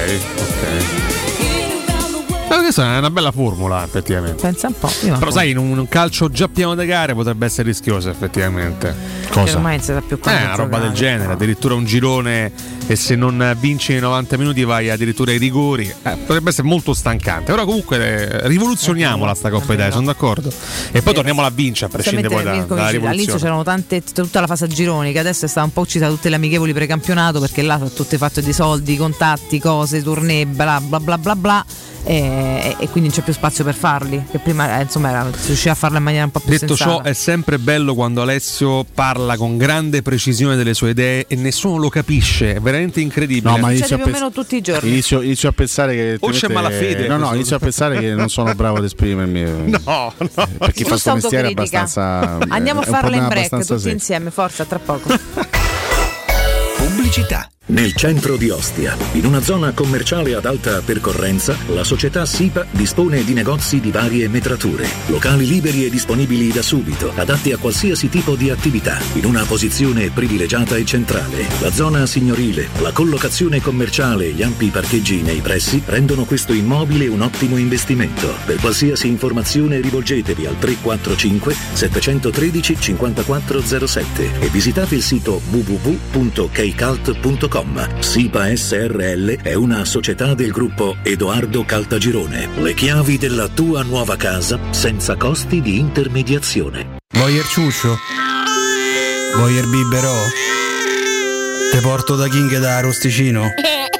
Questa è una bella formula, effettivamente. Pensa un po'. Però sai, in un calcio già pieno di gare potrebbe essere rischioso, effettivamente. Cosa? Ormai non si sa più una roba del genere, addirittura un girone e se non vinci nei 90 minuti vai addirittura ai rigori. Potrebbe essere molto stancante. Ora comunque rivoluzioniamola sta Coppa Italia, sono d'accordo. E poi torniamola a vincere, a prescindere poi dalla rivoluzione. All'inizio c'erano tutta la fase a gironi, che adesso è stata un po' uscita tutte le amichevoli precampionato, perché là sono tutte fatte di soldi, contatti, cose, tournée, bla bla bla bla bla. E quindi non c'è più spazio per farli, che prima insomma si riusciva a farla in maniera un po' più detto sensata. Ciò, è sempre bello quando Alessio parla con grande precisione delle sue idee e nessuno lo capisce, è veramente incredibile. No, ma succede più o meno tutti i giorni. Inizio a pensare che o c'è malafede. No, inizio a pensare che non sono bravo ad esprimermi. No. Per chi fa questo mestiere è abbastanza. Andiamo a farla in break tutti insieme, forza, tra poco. Pubblicità. Nel centro di Ostia, in una zona commerciale ad alta percorrenza, la società SIPA dispone di negozi di varie metrature, locali liberi e disponibili da subito, adatti a qualsiasi tipo di attività, in una posizione privilegiata e centrale. La zona signorile, la collocazione commerciale e gli ampi parcheggi nei pressi rendono questo immobile un ottimo investimento. Per qualsiasi informazione rivolgetevi al 345 713 5407 e visitate il sito www.keicalt.com. SIPA SRL è una società del gruppo Edoardo Caltagirone. Le chiavi della tua nuova casa senza costi di intermediazione. Voyer ciuscio? Voyer biberò? Te porto da King da Arosticino?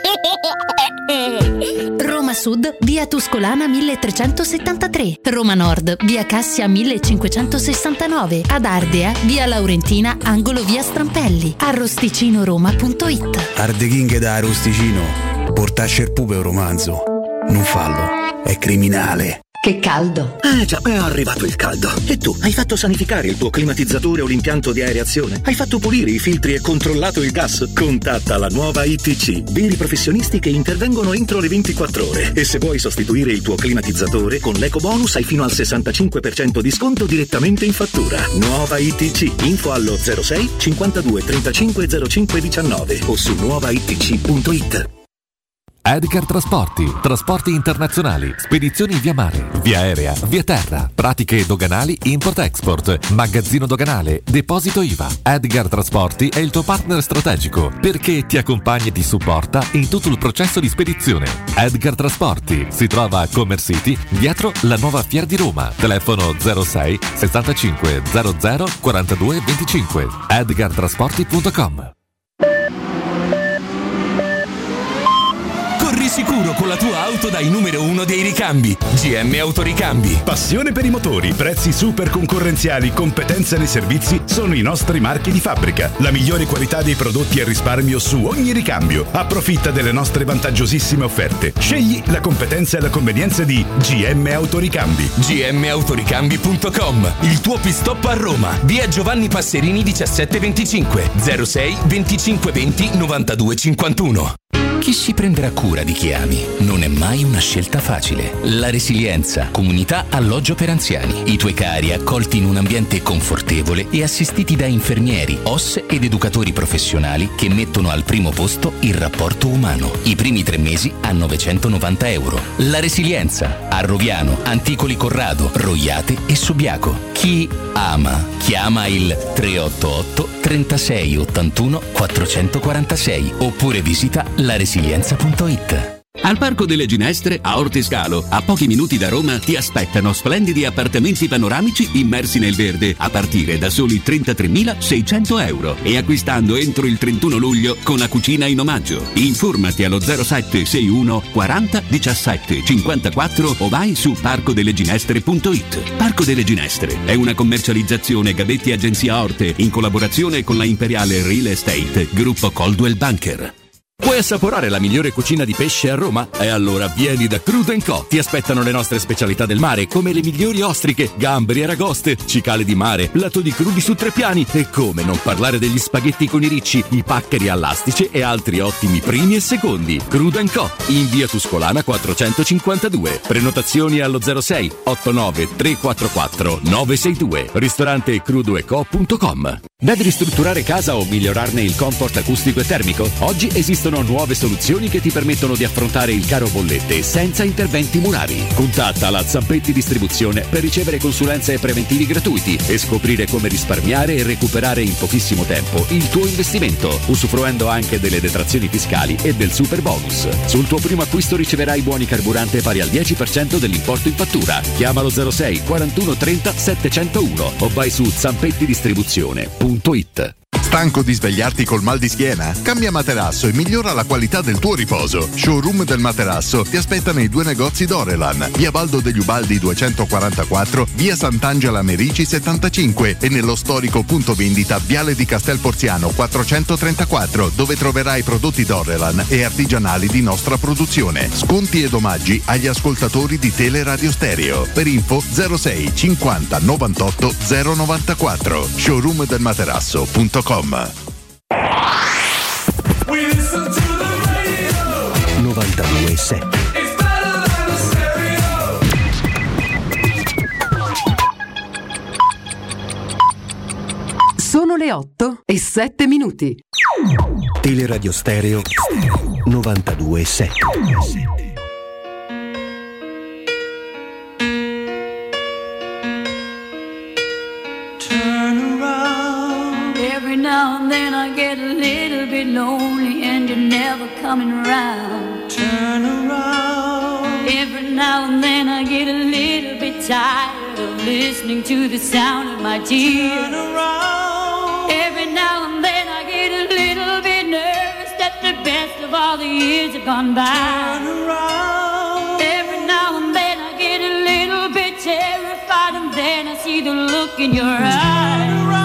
Roma Sud, via Tuscolana 1373. Roma Nord, via Cassia 1569. Ad Ardea, via Laurentina, angolo via Strampelli. Arrosticinoroma.it. Arde King da Arosticino. Portasce il pupe un romanzo. Non fallo, è criminale. Che caldo! Già, è arrivato il caldo. E tu, hai fatto sanificare il tuo climatizzatore o l'impianto di aerazione? Hai fatto pulire i filtri e controllato il gas? Contatta la nuova ITC, veri professionisti che intervengono entro le 24 ore. E se vuoi sostituire il tuo climatizzatore, con l'ecobonus hai fino al 65% di sconto direttamente in fattura. Nuova ITC, info allo 06 52 35 05 19 o su nuovaitc.it. Edgar trasporti internazionali, spedizioni via mare, via aerea, via terra, pratiche doganali import-export, magazzino doganale, deposito IVA. Edgar Trasporti è il tuo partner strategico perché ti accompagna e ti supporta in tutto il processo di spedizione. Edgar Trasporti si trova a Commerce City, dietro la nuova Fiera di Roma. Telefono 06 65 00 42 25. edgartrasporti.com. sicuro con la tua auto dai numero 1 dei ricambi. GM Autoricambi. Passione per i motori, prezzi super concorrenziali, competenza nei servizi sono i nostri marchi di fabbrica. La migliore qualità dei prodotti e risparmio su ogni ricambio. Approfitta delle nostre vantaggiosissime offerte. Scegli la competenza e la convenienza di GM Autoricambi. gmautoricambi.com. Il tuo pit-stop a Roma. Via Giovanni Passerini 1725 06 25 20 92 51. Chi si prenderà cura di chi ami? Non è mai una scelta facile. La Resilienza, comunità alloggio per anziani. I tuoi cari accolti in un ambiente confortevole e assistiti da infermieri, OSS ed educatori professionali che mettono al primo posto il rapporto umano. I primi 3 mesi a €990. La Resilienza, a Roviano, Anticoli Corrado, Roiate e Subiaco. Chi ama, chiama il 388 36 81 446 oppure visita laresilienza.it. Al Parco delle Ginestre, a Ortiscalo, a pochi minuti da Roma, ti aspettano splendidi appartamenti panoramici immersi nel verde a partire da soli €33.600 e acquistando entro il 31 luglio con la cucina in omaggio. Informati allo 07 61 40 17 54 o vai su parcodelleginestre.it. Parco delle Ginestre è una commercializzazione Gabetti Agenzia Orte in collaborazione con la Imperiale Real Estate, gruppo Coldwell Banker. Vuoi assaporare la migliore cucina di pesce a Roma? E allora vieni da Crudo & Co. Ti aspettano le nostre specialità del mare, come le migliori ostriche, gamberi e aragoste, cicale di mare, piatto di crudi su 3 piani e come non parlare degli spaghetti con i ricci, i paccheri all'astice e altri ottimi primi e secondi. Crudo & Co. in via Tuscolana 452. Prenotazioni allo 06 89 344 962. Ristorante crudoeco.com. Devi ristrutturare casa o migliorarne il comfort acustico e termico? Oggi esistono nuove soluzioni che ti permettono di affrontare il caro bollette senza interventi murari. Contatta la Zampetti Distribuzione per ricevere consulenze e preventivi gratuiti e scoprire come risparmiare e recuperare in pochissimo tempo il tuo investimento, usufruendo anche delle detrazioni fiscali e del super bonus. Sul tuo primo acquisto riceverai buoni carburante pari al 10% dell'importo in fattura. Chiamalo 06 41 30 701 o vai su zampettidistribuzione.it. Stanco di svegliarti col mal di schiena? Cambia materasso e migliora la qualità del tuo riposo. Showroom del materasso ti aspetta nei 2 negozi Dorelan, via Baldo degli Ubaldi 244, via Sant'Angela Merici 75 e nello storico punto vendita Viale di Castel Porziano 434, dove troverai prodotti Dorelan e artigianali di nostra produzione. Sconti ed omaggi agli ascoltatori di Teleradio Stereo. Per info 06 50 98 094. Showroom del materasso.com. 92.7. Sono le 8:07. Teleradio Stereo 92.7. Every now and then I get a little bit lonely and you're never coming around. Turn around. Every now and then I get a little bit tired of listening to the sound of my tears. Turn around. Every now and then I get a little bit nervous that the best of all the years have gone by. Turn around. Every now and then I get a little bit terrified and then I see the look in your eyes. Turn around.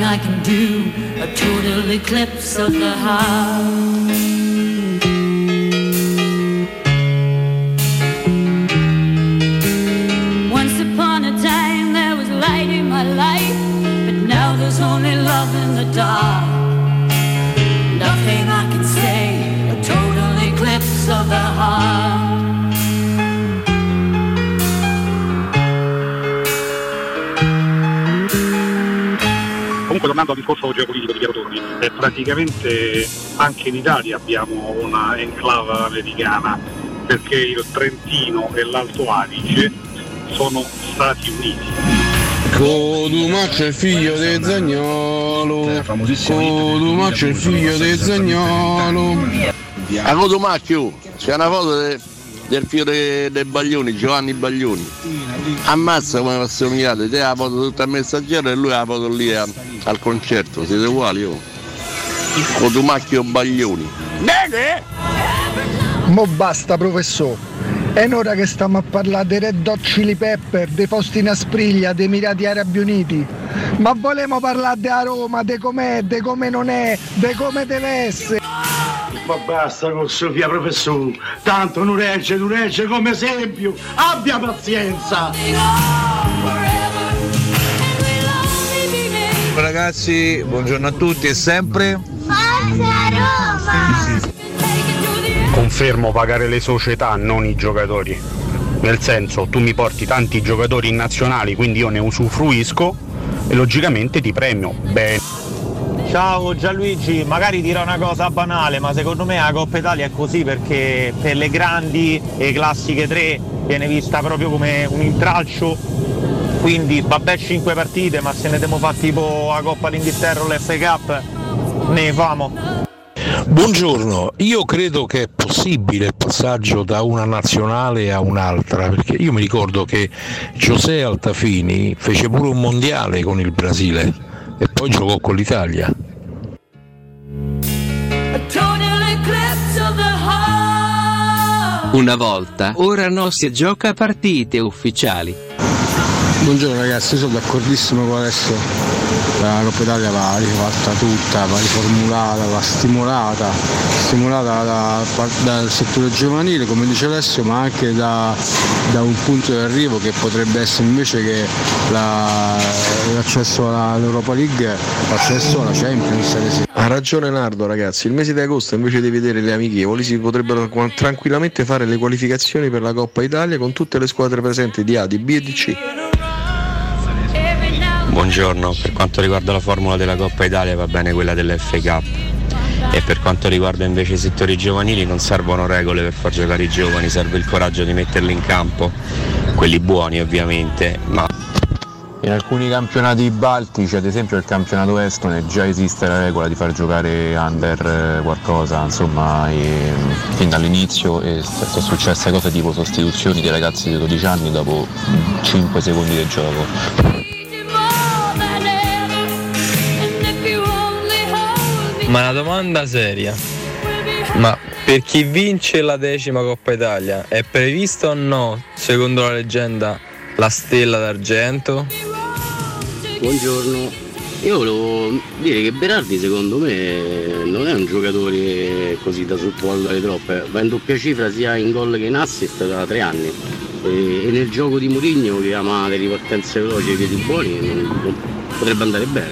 I can do, a total eclipse of the heart. Once upon a time there was light in my life, but now there's only love in the dark. Nothing I can say, a total eclipse of the heart. Comunque, tornando al discorso geopolitico di Piero Torri, praticamente anche in Italia abbiamo una enclave americana, perché il Trentino e l'Alto Adige sono Stati Uniti. Codumaccio è il figlio di Zagnolo, Codumaccio è il figlio di Zagnolo. A Codumacchio c'è una foto del figlio dei Baglioni, Giovanni Baglioni. Ammazza come va somigliato, te la foto tutta al Messaggero e lui la foto lì al concerto, siete uguali oh? Codumacchio Baglioni. Bene! Mo basta professore, è un'ora che stiamo a parlare dei Red Hot Chili Pepper, dei Faustina Spriglia, dei Emirati Arabi Uniti, ma volevamo parlare della Roma, di com'è, di come non è, di come deve essere. Ma basta con Sofia professore, tanto non regge come esempio, abbia pazienza! Ragazzi, buongiorno a tutti e sempre Forza Roma! Confermo, pagare le società, non i giocatori. Nel senso, tu mi porti tanti giocatori in nazionali, quindi io ne usufruisco e logicamente ti premio. Bene. Ciao Gianluigi, magari dirò una cosa banale, ma secondo me la Coppa Italia è così perché per le grandi e classiche 3 viene vista proprio come un intralcio, quindi vabbè 5 partite, ma se ne devo fare tipo la Coppa d'Inghilterra o l'FA Cup, ne famo. Buongiorno, io credo che è possibile il passaggio da una nazionale a un'altra, perché io mi ricordo che José Altafini fece pure un mondiale con il Brasile e poi giocò con l'Italia. Una volta, ora no, si gioca a partite ufficiali. Buongiorno ragazzi, io sono d'accordissimo con adesso, la Coppa Italia va rifatta tutta, va riformulata, va stimolata dal settore giovanile, come dice Alessio, ma anche da un punto di arrivo che potrebbe essere invece che l'accesso all'Europa League, l'accesso alla Champions. Ha ragione Nardo ragazzi, il mese di agosto invece di vedere le amichevoli si potrebbero tranquillamente fare le qualificazioni per la Coppa Italia con tutte le squadre presenti di A, di B e di C. Buongiorno, per quanto riguarda la formula della Coppa Italia va bene quella dell'FA Cup e per quanto riguarda invece i settori giovanili non servono regole per far giocare i giovani, serve il coraggio di metterli in campo, quelli buoni ovviamente, ma in alcuni campionati baltici, ad esempio il campionato estone, già esiste la regola di far giocare under qualcosa, insomma, fin dall'inizio, e sono successe cose tipo sostituzioni di ragazzi di 12 anni dopo 5 secondi del gioco. Ma una domanda seria, ma per chi vince la 10ª Coppa Italia è previsto o no, secondo la leggenda, la stella d'argento? Buongiorno, io volevo dire che Berardi secondo me non è un giocatore così da sottovalutare troppo, va in doppia cifra sia in gol che in assist da 3 anni e nel gioco di Mourinho che ama le ripartenze veloci e i piedi buoni non potrebbe andare bene.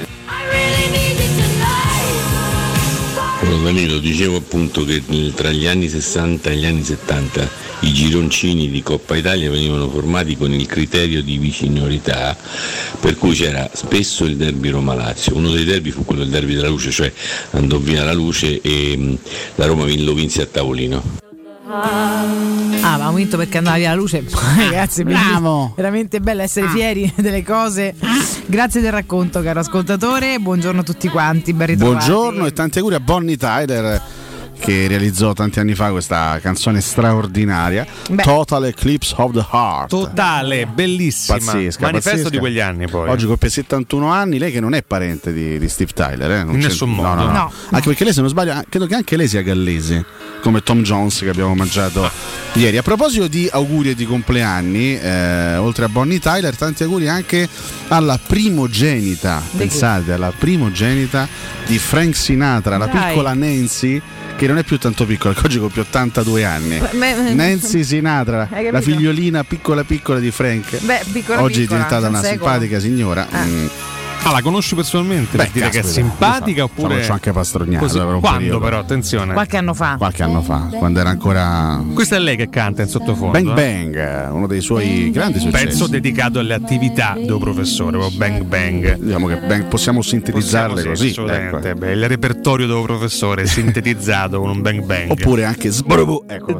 Danilo, dicevo appunto che tra gli anni 60 e gli anni 70 i gironcini di Coppa Italia venivano formati con il criterio di viciniorità, per cui c'era spesso il derby Roma-Lazio. Uno dei derby fu quello del derby della luce, cioè andò via la luce e la Roma lo vinse a tavolino. Ma ho vinto perché andava via la luce. Ragazzi, bravo, veramente bello essere fieri delle cose. Grazie del racconto, caro ascoltatore. Buongiorno a tutti quanti, ben ritrovati. Buongiorno e tanti auguri a Bonnie Tyler, che realizzò tanti anni fa questa canzone straordinaria. Total Eclipse of the Heart. Totale, bellissima, pazzesca, manifesto pazzesca. di quegli anni poi. Oggi compie 71 anni, lei che non è parente di Steve Tyler, in nessun modo. No. Anche perché lei, se non sbaglio, credo che anche lei sia gallese. come Tom Jones che abbiamo mangiato ieri. A proposito di auguri e di compleanni, oltre a Bonnie Tyler, tanti auguri anche alla primogenita, pensate, alla primogenita di Frank Sinatra, la piccola Nancy, che non è più tanto piccola, che oggi compie 82 anni. Nancy Sinatra, la figliolina piccola di Frank. Oggi è diventata una simpatica signora. La conosci personalmente? Per dire che è simpatica oppure? Conosco anche Pastrognato. Quando però, attenzione. Qualche anno fa, quando era ancora. Questa è lei che canta in sottofondo. Bang Bang, uno dei suoi grandi successi. Pezzo dedicato alle attività del professore, Bang Bang. Diciamo che possiamo sintetizzarle così. Assolutamente. Ecco. Il repertorio del professore è sintetizzato con un Bang Bang. Oppure anche sbrubu. Ecco.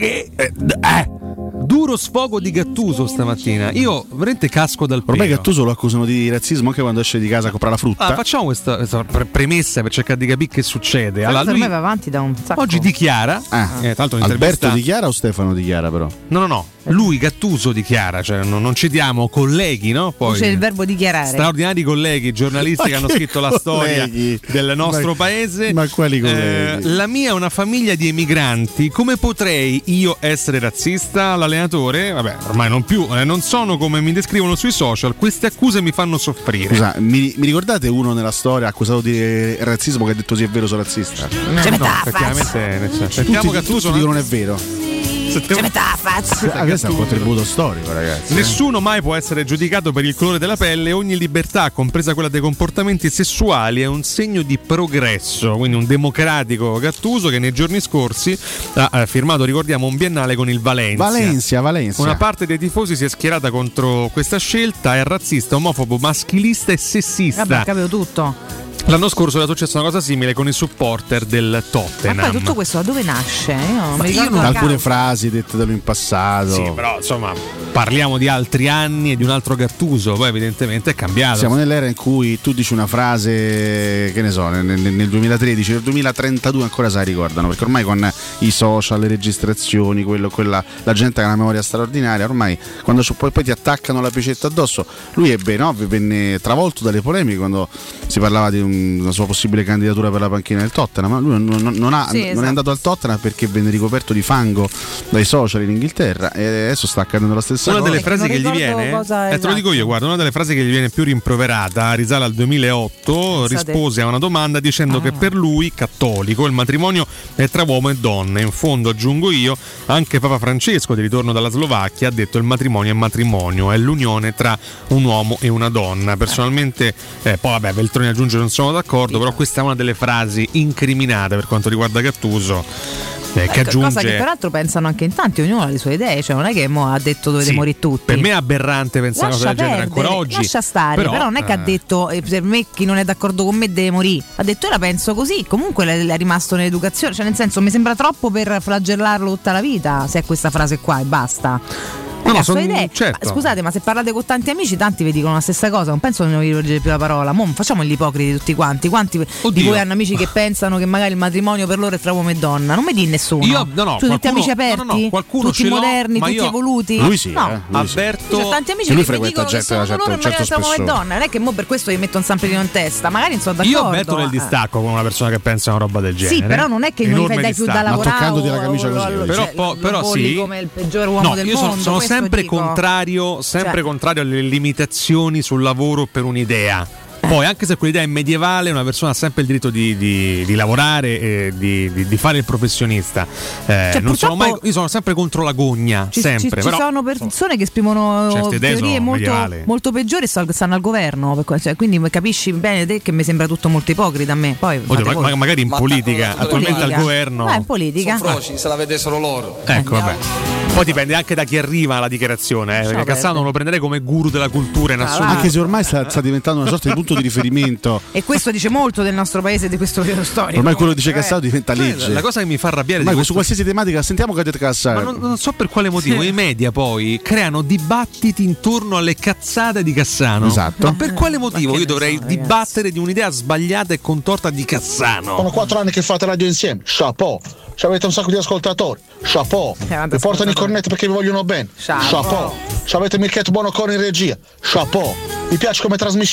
Duro sfogo di Gattuso stamattina. Io veramente casco dal pelo. Ormai Gattuso lo accusano di razzismo anche quando esce di casa a comprare la frutta. Facciamo questa premessa per cercare di capire che succede. Allora, lui va avanti da un sacco. Oggi dichiara. Alberto dichiara o Stefano dichiara però? No. Lui Gattuso dichiara, cioè non citiamo colleghi, no? Poi c'è il verbo dichiarare. Straordinari colleghi giornalisti che hanno scritto la storia del nostro paese. Ma quali colleghi? La mia è una famiglia di emigranti. Come potrei io essere razzista? L'allenatore, vabbè, ormai non più, non sono come mi descrivono sui social. Queste accuse mi fanno soffrire. Scusa, mi ricordate uno nella storia accusato di razzismo che ha detto sì è vero, sono razzista? Effettivamente sentiamo Gattuso tutti dicono è vero. Questo è un contributo storico, ragazzi. Nessuno mai può essere giudicato per il colore della pelle. Ogni libertà, compresa quella dei comportamenti sessuali, è un segno di progresso. Quindi un democratico Gattuso che nei giorni scorsi ha firmato, ricordiamo, un biennale con il Valencia. Una parte dei tifosi si è schierata contro questa scelta. È razzista, omofobo, maschilista e sessista. Vabbè, capivo tutto. L'anno scorso era successa una cosa simile con i supporter del Tottenham. Ma poi tutto questo da dove nasce? Io non alcune frasi dette da lui in passato. Sì, però insomma parliamo di altri anni e di un altro Gattuso. Poi evidentemente è cambiato. Siamo nell'era in cui tu dici una frase, che ne so, nel 2013, nel 2032 ancora se la ricordano, perché ormai con i social, le registrazioni, quella, la gente ha una memoria straordinaria. Ormai quando poi ti attaccano la picetta addosso. Lui venne travolto dalle polemiche quando si parlava di una sua possibile candidatura per la panchina del Tottenham, ma lui non è andato al Tottenham perché venne ricoperto di fango dai social in Inghilterra e adesso sta accadendo la stessa cosa. Una delle frasi che gli viene, te lo dico io, guarda, una delle frasi che gli viene più rimproverata risale al 2008, rispose a una domanda dicendo che per lui, cattolico, il matrimonio è tra uomo e donna. In fondo, aggiungo io, anche Papa Francesco, di ritorno dalla Slovacchia, ha detto il matrimonio è matrimonio, è l'unione tra un uomo e una donna. Personalmente, poi vabbè, Veltroni aggiunge non sono d'accordo, però questa è una delle frasi incriminate per quanto riguarda Gattuso. Che aggiunge, cosa che peraltro pensano anche in tanti, ognuno ha le sue idee, cioè non è che ha detto dovete morire tutti. Per me è aberrante pensare a una cosa del genere ancora oggi. Lascia stare, però non è che ha detto per me chi non è d'accordo con me deve morire. Ha detto io la penso così, comunque è rimasto nell'educazione, cioè nel senso mi sembra troppo per flagellarlo tutta la vita se è questa frase qua e basta. Certo. Scusate, ma se parlate con tanti amici, tanti vi dicono la stessa cosa. Non penso che non vi rivolgete più la parola. Facciamo gli ipocriti tutti quanti. Quanti di voi hanno amici che pensano che magari il matrimonio per loro è tra uomo e donna? Non mi di nessuno. Io tutti amici aperti, tutti moderni, tutti evoluti. Lui sì, avverto. C'ho tanti amici che mi dicono che sono loro tra uomo e donna. Non è che mo per questo gli metto un samperino in testa. Magari non sono d'accordo. Io metto nel distacco con una persona che pensa una roba del genere. Sì, però non è che non gli dai più da lavorare. Ma toccandoti la camicia così. Però sì. Come il peggior uomo del mondo. Io sono sempre contrario alle limitazioni sul lavoro per un'idea. Poi anche se quell'idea è medievale, una persona ha sempre il diritto di lavorare e di fare il professionista. Io sono sempre contro la gogna, sempre. Ci sono persone che esprimono teorie molto peggiori e stanno al governo, quindi capisci bene te che mi sembra tutto molto ipocrita a me. Poi magari in politica, attualmente al governo. In politica. Sono froci, se la vedessero loro. Ecco, vabbè. Poi dipende anche da chi arriva alla dichiarazione, perché Cassano non lo prenderei come guru della cultura in assoluto. Anche se ormai sta diventando una sorta di punto di riferimento. E questo dice molto del nostro paese e di questo periodo storico. Ormai quello che dice Cassano diventa legge. La cosa che mi fa arrabbiare su qualsiasi tematica sentiamo Cadet Cassano. Ma non so per quale motivo i media poi creano dibattiti intorno alle cazzate di Cassano. Esatto. Ma per quale motivo io dovrei dibattere di un'idea sbagliata e contorta di Cassano? Sono 4 anni che fate radio insieme. Chapeau. Ci avete un sacco di ascoltatori. Chapeau. Vi portano i cornetti perché vi vogliono bene. Chapeau. Ci avete Mirchetto Buonocore in regia. Chapeau. Vi piace come trasmissione.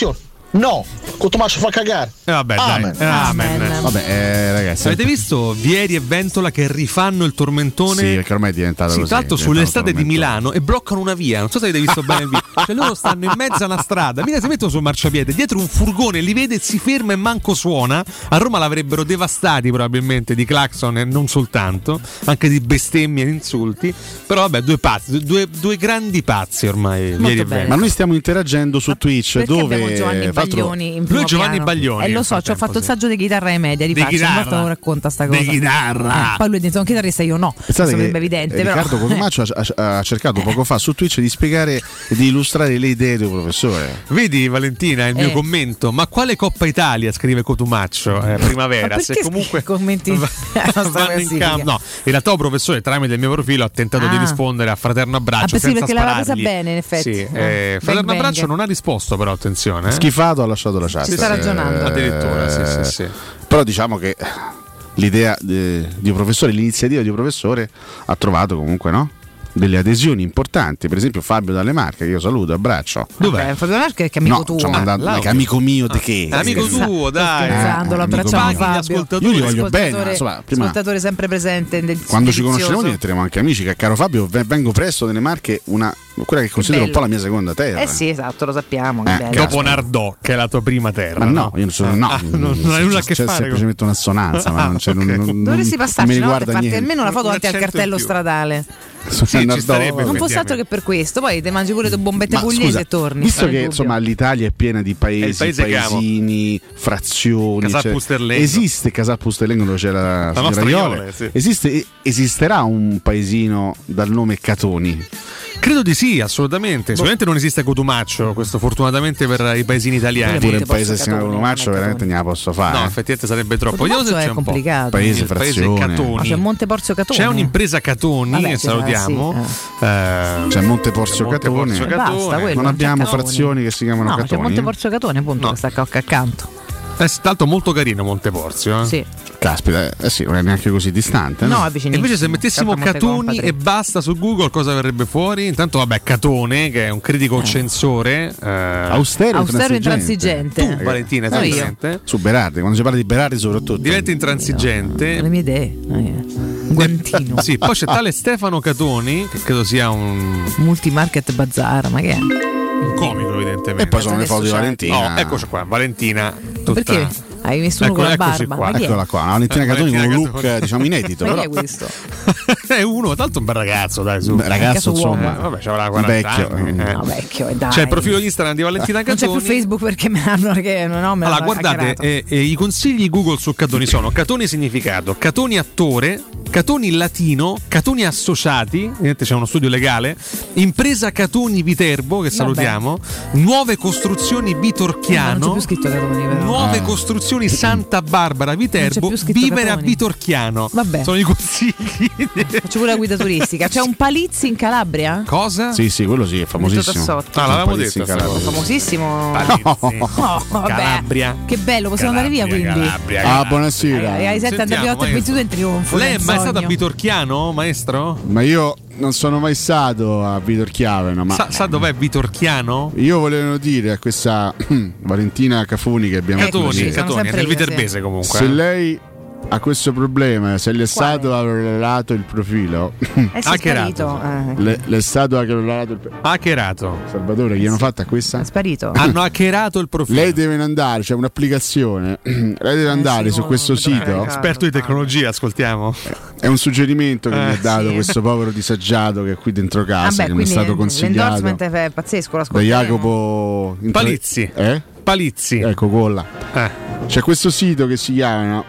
No, Cotumaccio fa cagare. Vabbè, Amen. dai. Amen. Vabbè, ragazzi. Avete visto Vieri e Ventola che rifanno il tormentone? Sì, perché ormai è diventato così. Tra l'altro sulle strade di Milano e bloccano una via. Non so se avete visto bene il video. Cioè loro stanno in mezzo a una strada, mica si mettono sul marciapiede, dietro un furgone li vede, si ferma e manco suona. A Roma l'avrebbero devastati probabilmente di clacson e non soltanto, anche di bestemmie e insulti. Però vabbè, due pazzi, due grandi pazzi ormai. Vieri e Ventola. Ma noi stiamo interagendo su Twitch dove abbiamo Giovanni Baglioni in primo lui è Giovanni piano. Baglioni. Lo so, ci ho fatto il saggio di chitarra ai media, di faccia, un volta lo racconta sta cosa. Di chitarra. Poi lui è dentro un chitarrista, io no. Pensate sarebbe che evidente, Riccardo però. Cotumaccio ha cercato poco fa su Twitch di spiegare e di illustrare le idee del professore. Vedi Valentina il mio commento, ma quale Coppa Italia, scrive Cotumaccio, primavera, Ma se perché comunque commenti vanno in campo. No, in realtà professore tramite il mio profilo ha tentato di rispondere a Fraterno Abbraccio sì, senza perché l'aveva presa sparargli. bene in effetti. Sì, Fraterno Abbraccio non ha risposto, però attenzione. Schifato, ha lasciato la chat. Si sta ragionando. Addirittura, sì. Però diciamo che l'idea di professore, l'iniziativa di professore ha trovato comunque, no? Delle adesioni importanti, per esempio Fabio Dalle Marche, che io saluto, abbraccio. Dov'è? Fabio Dalle Marche che è amico tuo. Che amico mio di che? Amico tuo, dai. Scherzando, lo abbracciamo Fabio. Io li voglio bene, insomma, prima, ascoltatore sempre presente nel quando ci conosceremo diventeremo anche amici, che caro Fabio vengo presto dalle Marche, quella che considero un po' la mia seconda terra. Sì, esatto, lo sappiamo. Dopo Nardò, che è la tua prima terra. Ma no, io non sono non hai nulla a che c'è fare. semplicemente un'assonanza, ma non c'è dovresti passarci, no? Per farti niente. almeno una foto davanti al cartello stradale. Non fosse altro che per questo, poi ti mangi pure due bombette pugliesi e torni. Visto che insomma l'Italia è piena di paesi, paesini, frazioni, esiste Casal Pusterlengo dove c'è la signora Iole, esisterà un paesino dal nome Catoni? Credo di sì, assolutamente. Sicuramente non esiste Cotumaccio, questo fortunatamente per i paesini italiani. Pure il paese che si chiama Cotumaccio veramente ne la posso fare. No, effettivamente sarebbe troppo. Vediamo se c'è complicato. Paese frazione. Catoni. C'è Monte Porzio Catoni. C'è un'impresa Catoni, che salutiamo. C'è Monte Porzio Catoni. Non abbiamo frazioni che si chiamano Catoni. C'è Monte Porzio Catoni, appunto, che sta accanto. È stato molto carino Monteporzio. Sì. Caspita, sì, non è neanche così distante. No, è vicinissimo. Invece se mettessimo Catoni e basta su Google, cosa verrebbe fuori? Intanto vabbè, Catone, che è un critico censore, austero e intransigente. Tu, Valentina, esattamente. Su Berardi, quando si parla di Berardi soprattutto. Diventa intransigente. Le mie idee. Guantino. Sì, poi c'è tale Stefano Catoni, che credo sia un multimarket bazar, ma che è? Un comico, evidentemente. E poi sono le foto di Valentina. Oh, eccoci qua, Valentina. Tutta... Perché? Hai messo uno con la barba. Qua. Eccola qua, Valentina Catoni con un look diciamo inedito. Ma chi è questo? È uno, tanto un bel ragazzo, dai, su. Ragazzo, insomma. Vabbè, c'avrà 40 anni. No, vecchio, dai. C'è il profilo Instagram di Valentina Catoni. Non c'è più Facebook perché me l'hanno allora, guardate, i consigli Google su Catoni sono: Catoni significato, Catoni attore, Catoni latino, Catoni associati, vedete c'è uno studio legale, impresa Catoni Viterbo, che salutiamo, nuove costruzioni Vitorchiano, non c'è più scritto Catoni, però. Nuove costruzioni Santa Barbara Viterbo, vivere Catoni. a Vitorchiano. Vabbè. Sono i consigli. Faccio pure la guida turistica. C'è un Palizzi in Calabria? Cosa? Sì, quello sì, è famosissimo. L'avevamo detto. Famosissimo. Calabria. Che bello, possiamo andare via quindi. Ah, buonasera. Ai 7 andiamo 8 e 22 in trionfo. Lei è mai stato a Vitorchiano, maestro? Ma io non sono mai stato a Vitorchiano, ma sa dov'è Vitorchiano? Io volevo dire a questa Valentina Cafuni che abbiamo Catoni, nel viterbese comunque. Se lei ha questo problema, se le è stato hackerato il profilo, hackerato. Le è stato hackerato il profilo. Hackerato. Salvatore, gli hanno fatta questa? È sparito. Hanno hackerato il profilo. Lei deve andare, c'è un'applicazione. Lei deve andare su questo sito. Esperto di tecnologia, ascoltiamo. È un suggerimento che mi ha dato questo povero disagiato che è qui dentro casa, che mi è stato consigliato. L'endorsement è pazzesco, da Jacopo Palizzi. Palizzi. Ecco, colla. C'è questo sito che si chiama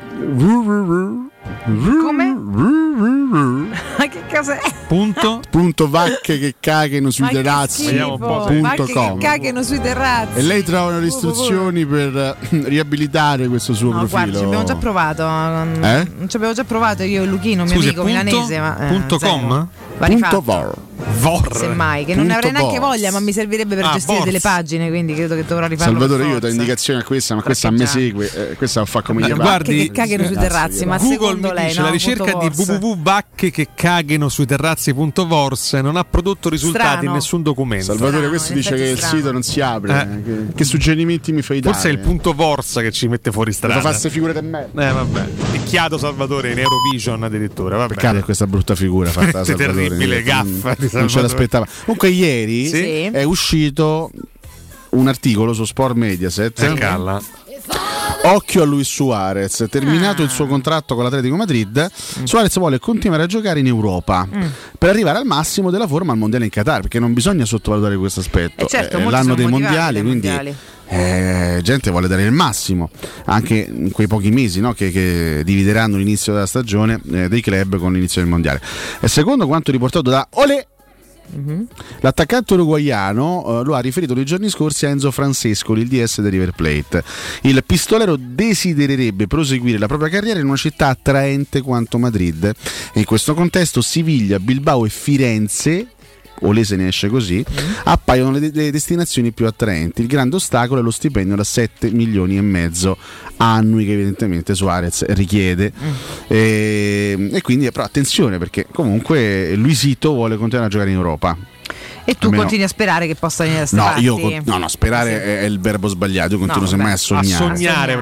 come? Ma che cosa è? Punto vacche che cagano sui terrazzi. Vacche che cagano sui terrazzi. E lei trova le istruzioni per riabilitare questo suo profilo. Guarda, ci abbiamo già provato. Ci abbiamo già provato io e Luchino, mio amico milanese. .com? Punto var. semmai, che non ne avrei neanche voglia, ma mi servirebbe per gestire delle pagine, quindi credo che dovrò rifarlo. Salvatore, io do indicazioni a questa, ma questa a me segue, questa fa come gli guardi che caghino sui terrazzi, ma Google secondo lei dice, la ricerca di www.bacche che caghino sui terrazzi.vorse non ha prodotto risultati in nessun documento. Salvatore, questo dice che il sito non si apre. Che suggerimenti mi fai dare? Forse è il punto Vorsa che ci mette fuori strada. Lo fasse figure di me. Vabbè. Picchiato Salvatore in Eurovision addirittura. Vabbè. Peccato è questa brutta figura fatta da Salvatore. Terribile gaffa di Salvatore. Non ce l'aspettava. Comunque ieri è uscito un articolo su Sport Mediaset. Occhio a Luis Suarez, terminato il suo contratto con l'Atletico Madrid, Suarez vuole continuare a giocare in Europa per arrivare al massimo della forma al mondiale in Qatar, perché non bisogna sottovalutare questo aspetto. L'anno dei mondiali, quindi gente vuole dare il massimo anche in quei pochi mesi, no, che divideranno l'inizio della stagione dei club con l'inizio del mondiale. E secondo quanto riportato da Olé, l'attaccante uruguaiano lo ha riferito nei giorni scorsi a Enzo Francescoli, il DS del River Plate. Il pistolero desidererebbe proseguire la propria carriera in una città attraente quanto Madrid, e in questo contesto Siviglia, Bilbao e Firenze, Olé se ne esce così, appaiono le destinazioni più attraenti. Il grande ostacolo è lo stipendio da 7,5 milioni annui che evidentemente Suarez richiede, e quindi però attenzione, perché comunque Luisito vuole continuare a giocare in Europa. E tu continui a sperare che possa venire a stare? No, sperare è il verbo sbagliato. Io continuo semmai a sognare.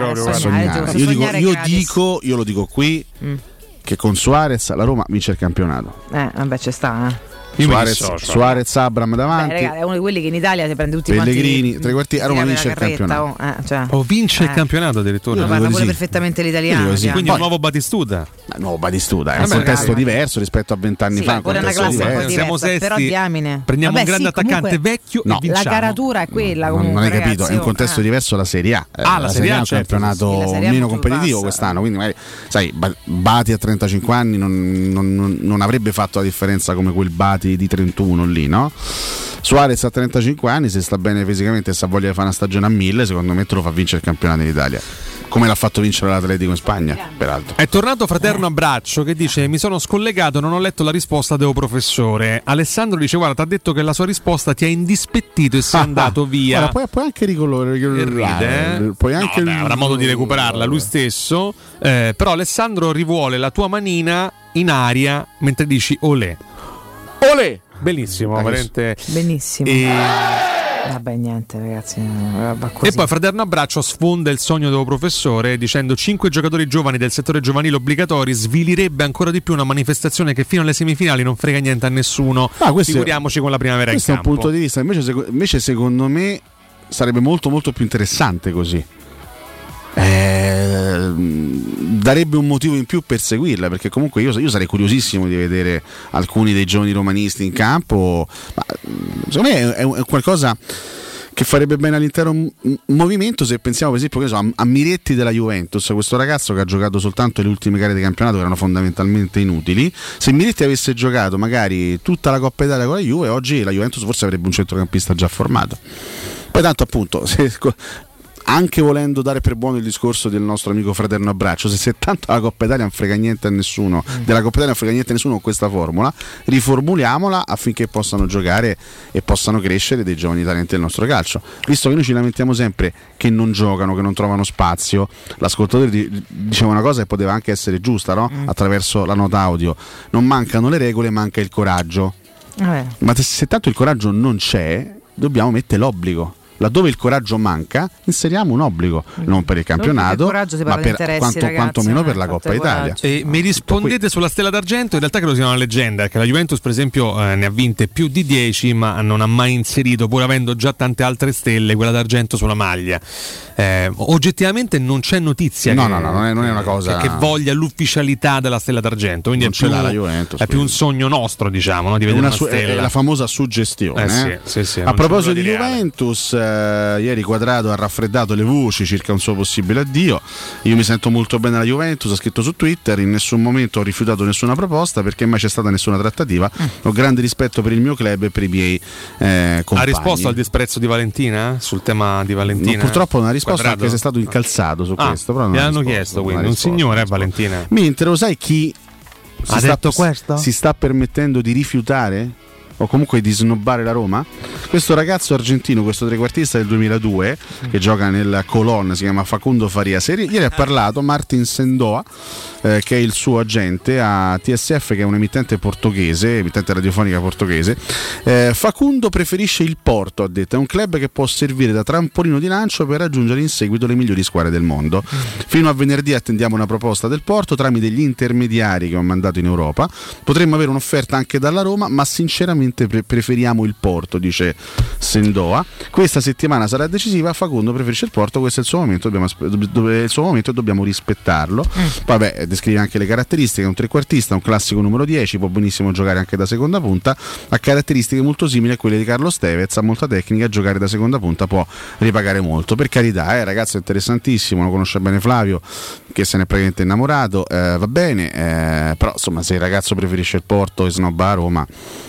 Io lo dico qui che con Suarez la Roma vince il campionato. Vabbè, c'è sta, Suarez, Abram davanti. Beh, ragazzi, è uno di quelli che in Italia si prende tutti Pellegrini, tre quarti, a Roma vince il campionato. Vince il campionato addirittura. Parla pure perfettamente l'italiano. Quindi un nuovo Batistuta. È un contesto diverso rispetto a 20 anni fa. Pure una classe un po' diversa, però diamine. Prendiamo un grande attaccante vecchio e vinciamo. La caratura è quella comunque. Non hai capito, è un contesto diverso la Serie A. La Serie A è un campionato meno competitivo quest'anno, quindi magari sai, Bati a 35 anni non avrebbe fatto la differenza come quel Bati di 31 lì, no? Suarez a 35 anni, se sta bene fisicamente e se ha voglia di fare una stagione a 1000, secondo me te lo fa vincere il campionato in Italia, come l'ha fatto vincere l'Atletico in Spagna, peraltro. È tornato Fraterno Abbraccio che dice: mi sono scollegato, non ho letto la risposta del professore. Alessandro dice: guarda, ti ha detto che la sua risposta ti ha indispettito e sei andato via. Guarda, puoi anche ricolorare, puoi anche avrà modo di recuperarla lui stesso, però Alessandro rivuole la tua manina in aria mentre dici olè. Bellissimo, veramente benissimo. Vabbè, niente, ragazzi. E poi Fraterno Abbraccio sfonda il sogno del professore dicendo: 5 giocatori giovani del settore giovanile obbligatori svilirebbe ancora di più una manifestazione che fino alle semifinali non frega niente a nessuno. Figuriamoci con la primavera in campo. Questo è un punto di vista. Invece secondo me sarebbe molto molto più interessante così. Darebbe un motivo in più per seguirla, perché comunque io sarei curiosissimo di vedere alcuni dei giovani romanisti in campo, ma secondo me è qualcosa che farebbe bene all'intero movimento. Se pensiamo per esempio a Miretti della Juventus, questo ragazzo che ha giocato soltanto le ultime gare di campionato che erano fondamentalmente inutili. Se Miretti avesse giocato magari tutta la Coppa Italia con la Juve, oggi la Juventus forse avrebbe un centrocampista già formato. Poi tanto appunto anche volendo dare per buono il discorso del nostro amico Fraterno Abbraccio, se tanto la Coppa Italia non frega niente a nessuno, della Coppa Italia non frega niente a nessuno con questa formula, riformuliamola affinché possano giocare e possano crescere dei giovani talenti del nostro calcio. Visto che noi ci lamentiamo sempre che non giocano, che non trovano spazio, l'ascoltatore diceva una cosa che poteva anche essere giusta, no? Attraverso la nota audio: non mancano le regole, manca il coraggio. Ma se tanto il coraggio non c'è, dobbiamo mettere l'obbligo. Laddove il coraggio manca, inseriamo un obbligo, non per il campionato, ma per quantomeno per la Coppa Italia. E mi rispondete sulla Stella d'Argento? In realtà credo sia una leggenda, perché la Juventus per esempio ne ha vinte più di 10, ma non ha mai inserito, pur avendo già tante altre stelle, quella d'argento sulla maglia. Oggettivamente non c'è notizia non è una cosa che voglia l'ufficialità della Stella d'Argento, quindi è più un sogno nostro, diciamo, no? Di vedere una stella. È la famosa suggestione. Sì, a proposito di Juventus, ieri Quadrado ha raffreddato le voci circa un suo possibile addio. Io mi sento molto bene alla Juventus, ha scritto su Twitter: in nessun momento ho rifiutato nessuna proposta, perché mai c'è stata nessuna trattativa. Ho grande rispetto per il mio club e per i miei compagni. Ha risposto al disprezzo di Valentina sul tema di Valentina? Purtroppo non ha risposto, Quadrado, anche se è stato incalzato su questo, però mi hanno chiesto, quindi un signore è Valentina. Mentre lo sai chi ha detto questo? Si sta permettendo di rifiutare o comunque di snobbare la Roma? Questo ragazzo argentino, questo trequartista del 2002 che gioca nel Colón, si chiama Facundo Farias, ieri ha parlato Martin Sendoa, che è il suo agente a TSF, che è un'emittente portoghese, emittente radiofonica portoghese. Facundo preferisce il Porto, ha detto, è un club che può servire da trampolino di lancio per raggiungere in seguito le migliori squadre del mondo. Fino a venerdì attendiamo una proposta del Porto tramite gli intermediari che ho mandato in Europa. Potremmo avere un'offerta anche dalla Roma, ma sinceramente preferiamo il Porto, dice Sendoa. Questa settimana sarà decisiva, Facundo preferisce il Porto, questo è il suo momento, e dobbiamo rispettarlo. Vabbè, descrive anche le caratteristiche, un trequartista, un classico numero 10, può benissimo giocare anche da seconda punta, ha caratteristiche molto simili a quelle di Carlos Tevez, ha molta tecnica, giocare da seconda punta può ripagare molto. Per carità, ragazzo interessantissimo, lo conosce bene Flavio, che se ne è praticamente innamorato, va bene, però insomma se il ragazzo preferisce il Porto e snobba a Roma,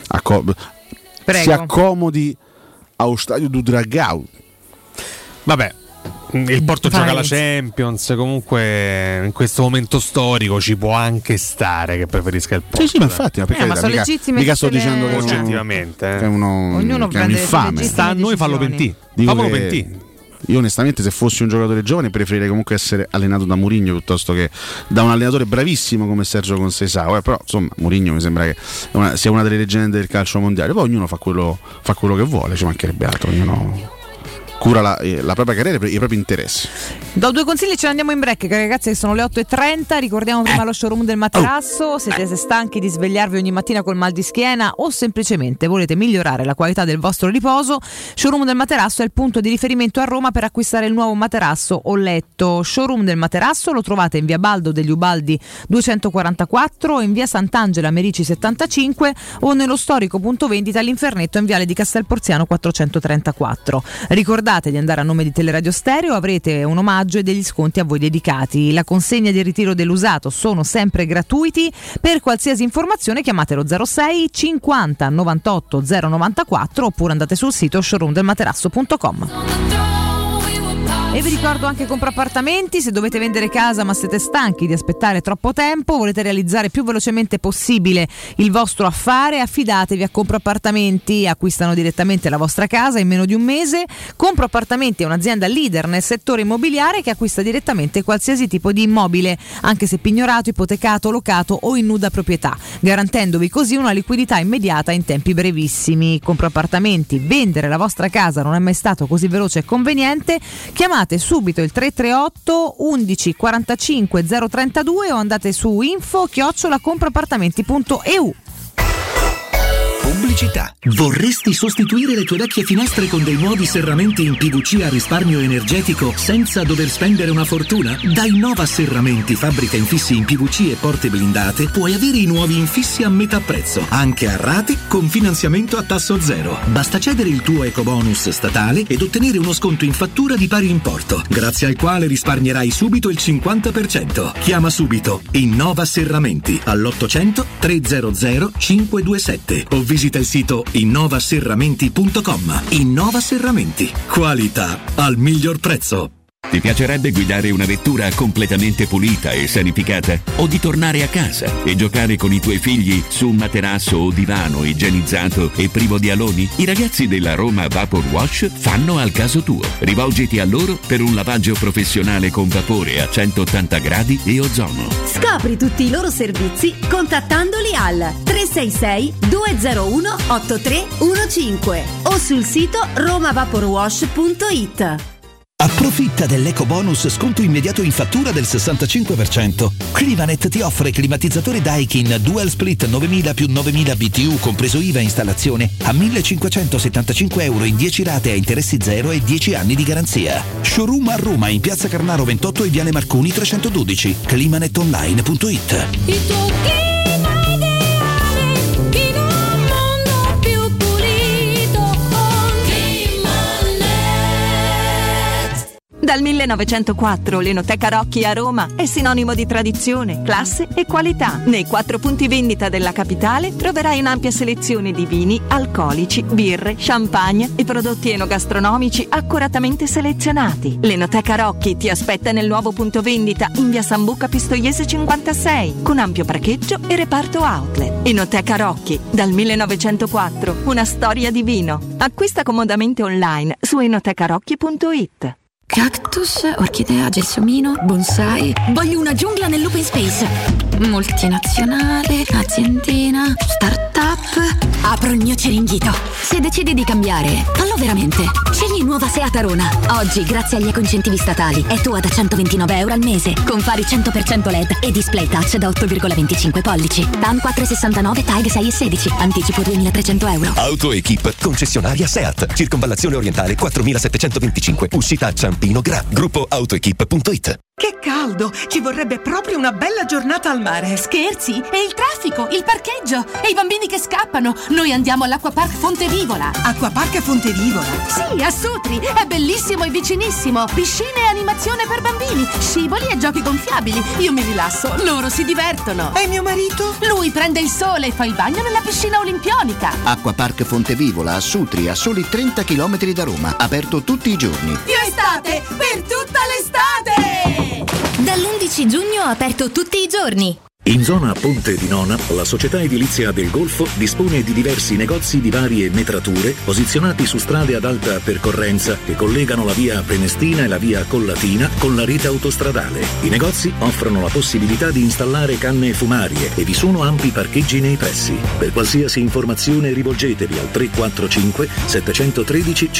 si accomodi allo stadio do Dragão. Vabbè, il Porto gioca la Champions, comunque in questo momento storico ci può anche stare che preferisca il Porto. Sì, ma infatti, ma sono legittime, mica sto dicendo che oggettivamente è uno che è un infame. Sta a noi farlo pentì. Famolo pentì. Io onestamente, se fossi un giocatore giovane, preferirei comunque essere allenato da Mourinho piuttosto che da un allenatore bravissimo come Sergio Conceição, però insomma Mourinho mi sembra che sia una delle leggende del calcio mondiale. Poi ognuno fa quello che vuole, ci mancherebbe altro, ognuno cura la propria carriera e i propri interessi. Do due consigli, ce ne andiamo in break, ragazzi, che sono le 8:30. Ricordiamo prima lo showroom del materasso. Siete stanchi di svegliarvi ogni mattina col mal di schiena o semplicemente volete migliorare la qualità del vostro riposo? Showroom del materasso è il punto di riferimento a Roma per acquistare il nuovo materasso o letto. Showroom del materasso lo trovate in via Baldo degli Ubaldi 244, in via Sant'Angela Merici 75 o nello storico punto vendita all'Infernetto in viale di Castelporziano 434. Ricordate di andare a nome di Teleradio Stereo, avrete un omaggio e degli sconti a voi dedicati. La consegna di ritiro dell'usato sono sempre gratuiti. Per qualsiasi informazione chiamatelo 06 50 98 094 oppure andate sul sito showroomdelmaterasso.com. E vi ricordo anche Compraappartamenti, se dovete vendere casa ma siete stanchi di aspettare troppo tempo, volete realizzare più velocemente possibile il vostro affare, affidatevi a Compraappartamenti, acquistano direttamente la vostra casa in meno di un mese. Compraappartamenti è un'azienda leader nel settore immobiliare che acquista direttamente qualsiasi tipo di immobile, anche se pignorato, ipotecato, locato o in nuda proprietà, garantendovi così una liquidità immediata in tempi brevissimi. Compraappartamenti, vendere la vostra casa non è mai stato così veloce e conveniente. Chiamate subito il 338 11 45 032 o andate su info@compraappartamenti.eu. Pubblicità. Vorresti sostituire le tue vecchie finestre con dei nuovi serramenti in PVC a risparmio energetico senza dover spendere una fortuna? Da Innova Serramenti, fabbrica infissi in PVC e porte blindate, puoi avere i nuovi infissi a metà prezzo, anche a rate con finanziamento a tasso zero. Basta cedere il tuo ecobonus statale ed ottenere uno sconto in fattura di pari importo, grazie al quale risparmierai subito il 50%. Chiama subito Innova Serramenti all'800 300 527 o visita il sito innovaserramenti.com. Innova Serramenti. Qualità al miglior prezzo. Ti piacerebbe guidare una vettura completamente pulita e sanificata? O di tornare a casa e giocare con i tuoi figli su un materasso o divano igienizzato e privo di aloni? I ragazzi della Roma Vapor Wash fanno al caso tuo. Rivolgiti a loro per un lavaggio professionale con vapore a 180 gradi e ozono. Scopri tutti i loro servizi contattandoli al 366 201 8315 o sul sito romavaporwash.it. Approfitta dell'ecobonus sconto immediato in fattura del 65%. Climanet ti offre climatizzatore Daikin Dual Split 9000 più 9000 BTU compreso IVA e installazione a €1.575 in 10 rate a interessi zero e 10 anni di garanzia. Showroom a Roma in Piazza Carnaro 28 e Viale Marconi 312. climanetonline.it. Il tuo clima ideale in un mondo più pulito con Climanet. Dal 1904 l'Enoteca Rocchi a Roma è sinonimo di tradizione, classe e qualità. Nei 4 punti vendita della capitale troverai un'ampia selezione di vini, alcolici, birre, champagne e prodotti enogastronomici accuratamente selezionati. L'Enoteca Rocchi ti aspetta nel nuovo punto vendita in via Sambuca Pistoiese 56 con ampio parcheggio e reparto outlet. Enoteca Rocchi, dal 1904, una storia di vino. Acquista comodamente online su enotecarocchi.it. Cactus, orchidea, gelsomino, bonsai. Voglio una giungla nell'open space. Multinazionale, aziendina, startup. Apro il mio Ciringhito. Se decidi di cambiare, fallo veramente. Scegli nuova Seat Arona. Oggi, grazie agli ecoincentivi statali, è tua da €129 al mese. Con fari 100% LED e display touch da 8,25 pollici. TAN 4,69, TAG 6,16. Anticipo €2.300. AutoEquip, concessionaria Seat. Circonvallazione orientale 4.725. Uscita a Ciampino Gra. Gruppo AutoEquip.it. Che caldo! Ci vorrebbe proprio una bella giornata al mare. Scherzi? E il traffico, il parcheggio e i bambini che scappano. Noi andiamo all'Acquapark Fontevivola. Acquapark Fontevivola? Sì, a Sutri. È bellissimo e vicinissimo. Piscine e animazione per bambini, scivoli e giochi gonfiabili. Io mi rilasso, loro si divertono. E mio marito? Lui prende il sole e fa il bagno nella piscina olimpionica. Acquapark Fontevivola a Sutri, a soli 30 km da Roma. Aperto tutti i giorni. Più estate per tutta l'estate! Dall'11 giugno aperto tutti i giorni. In zona Ponte di Nona, la società edilizia del Golfo dispone di diversi negozi di varie metrature posizionati su strade ad alta percorrenza che collegano la via Prenestina e la via Collatina con la rete autostradale. I negozi offrono la possibilità di installare canne fumarie e vi sono ampi parcheggi nei pressi. Per qualsiasi informazione rivolgetevi al 345 713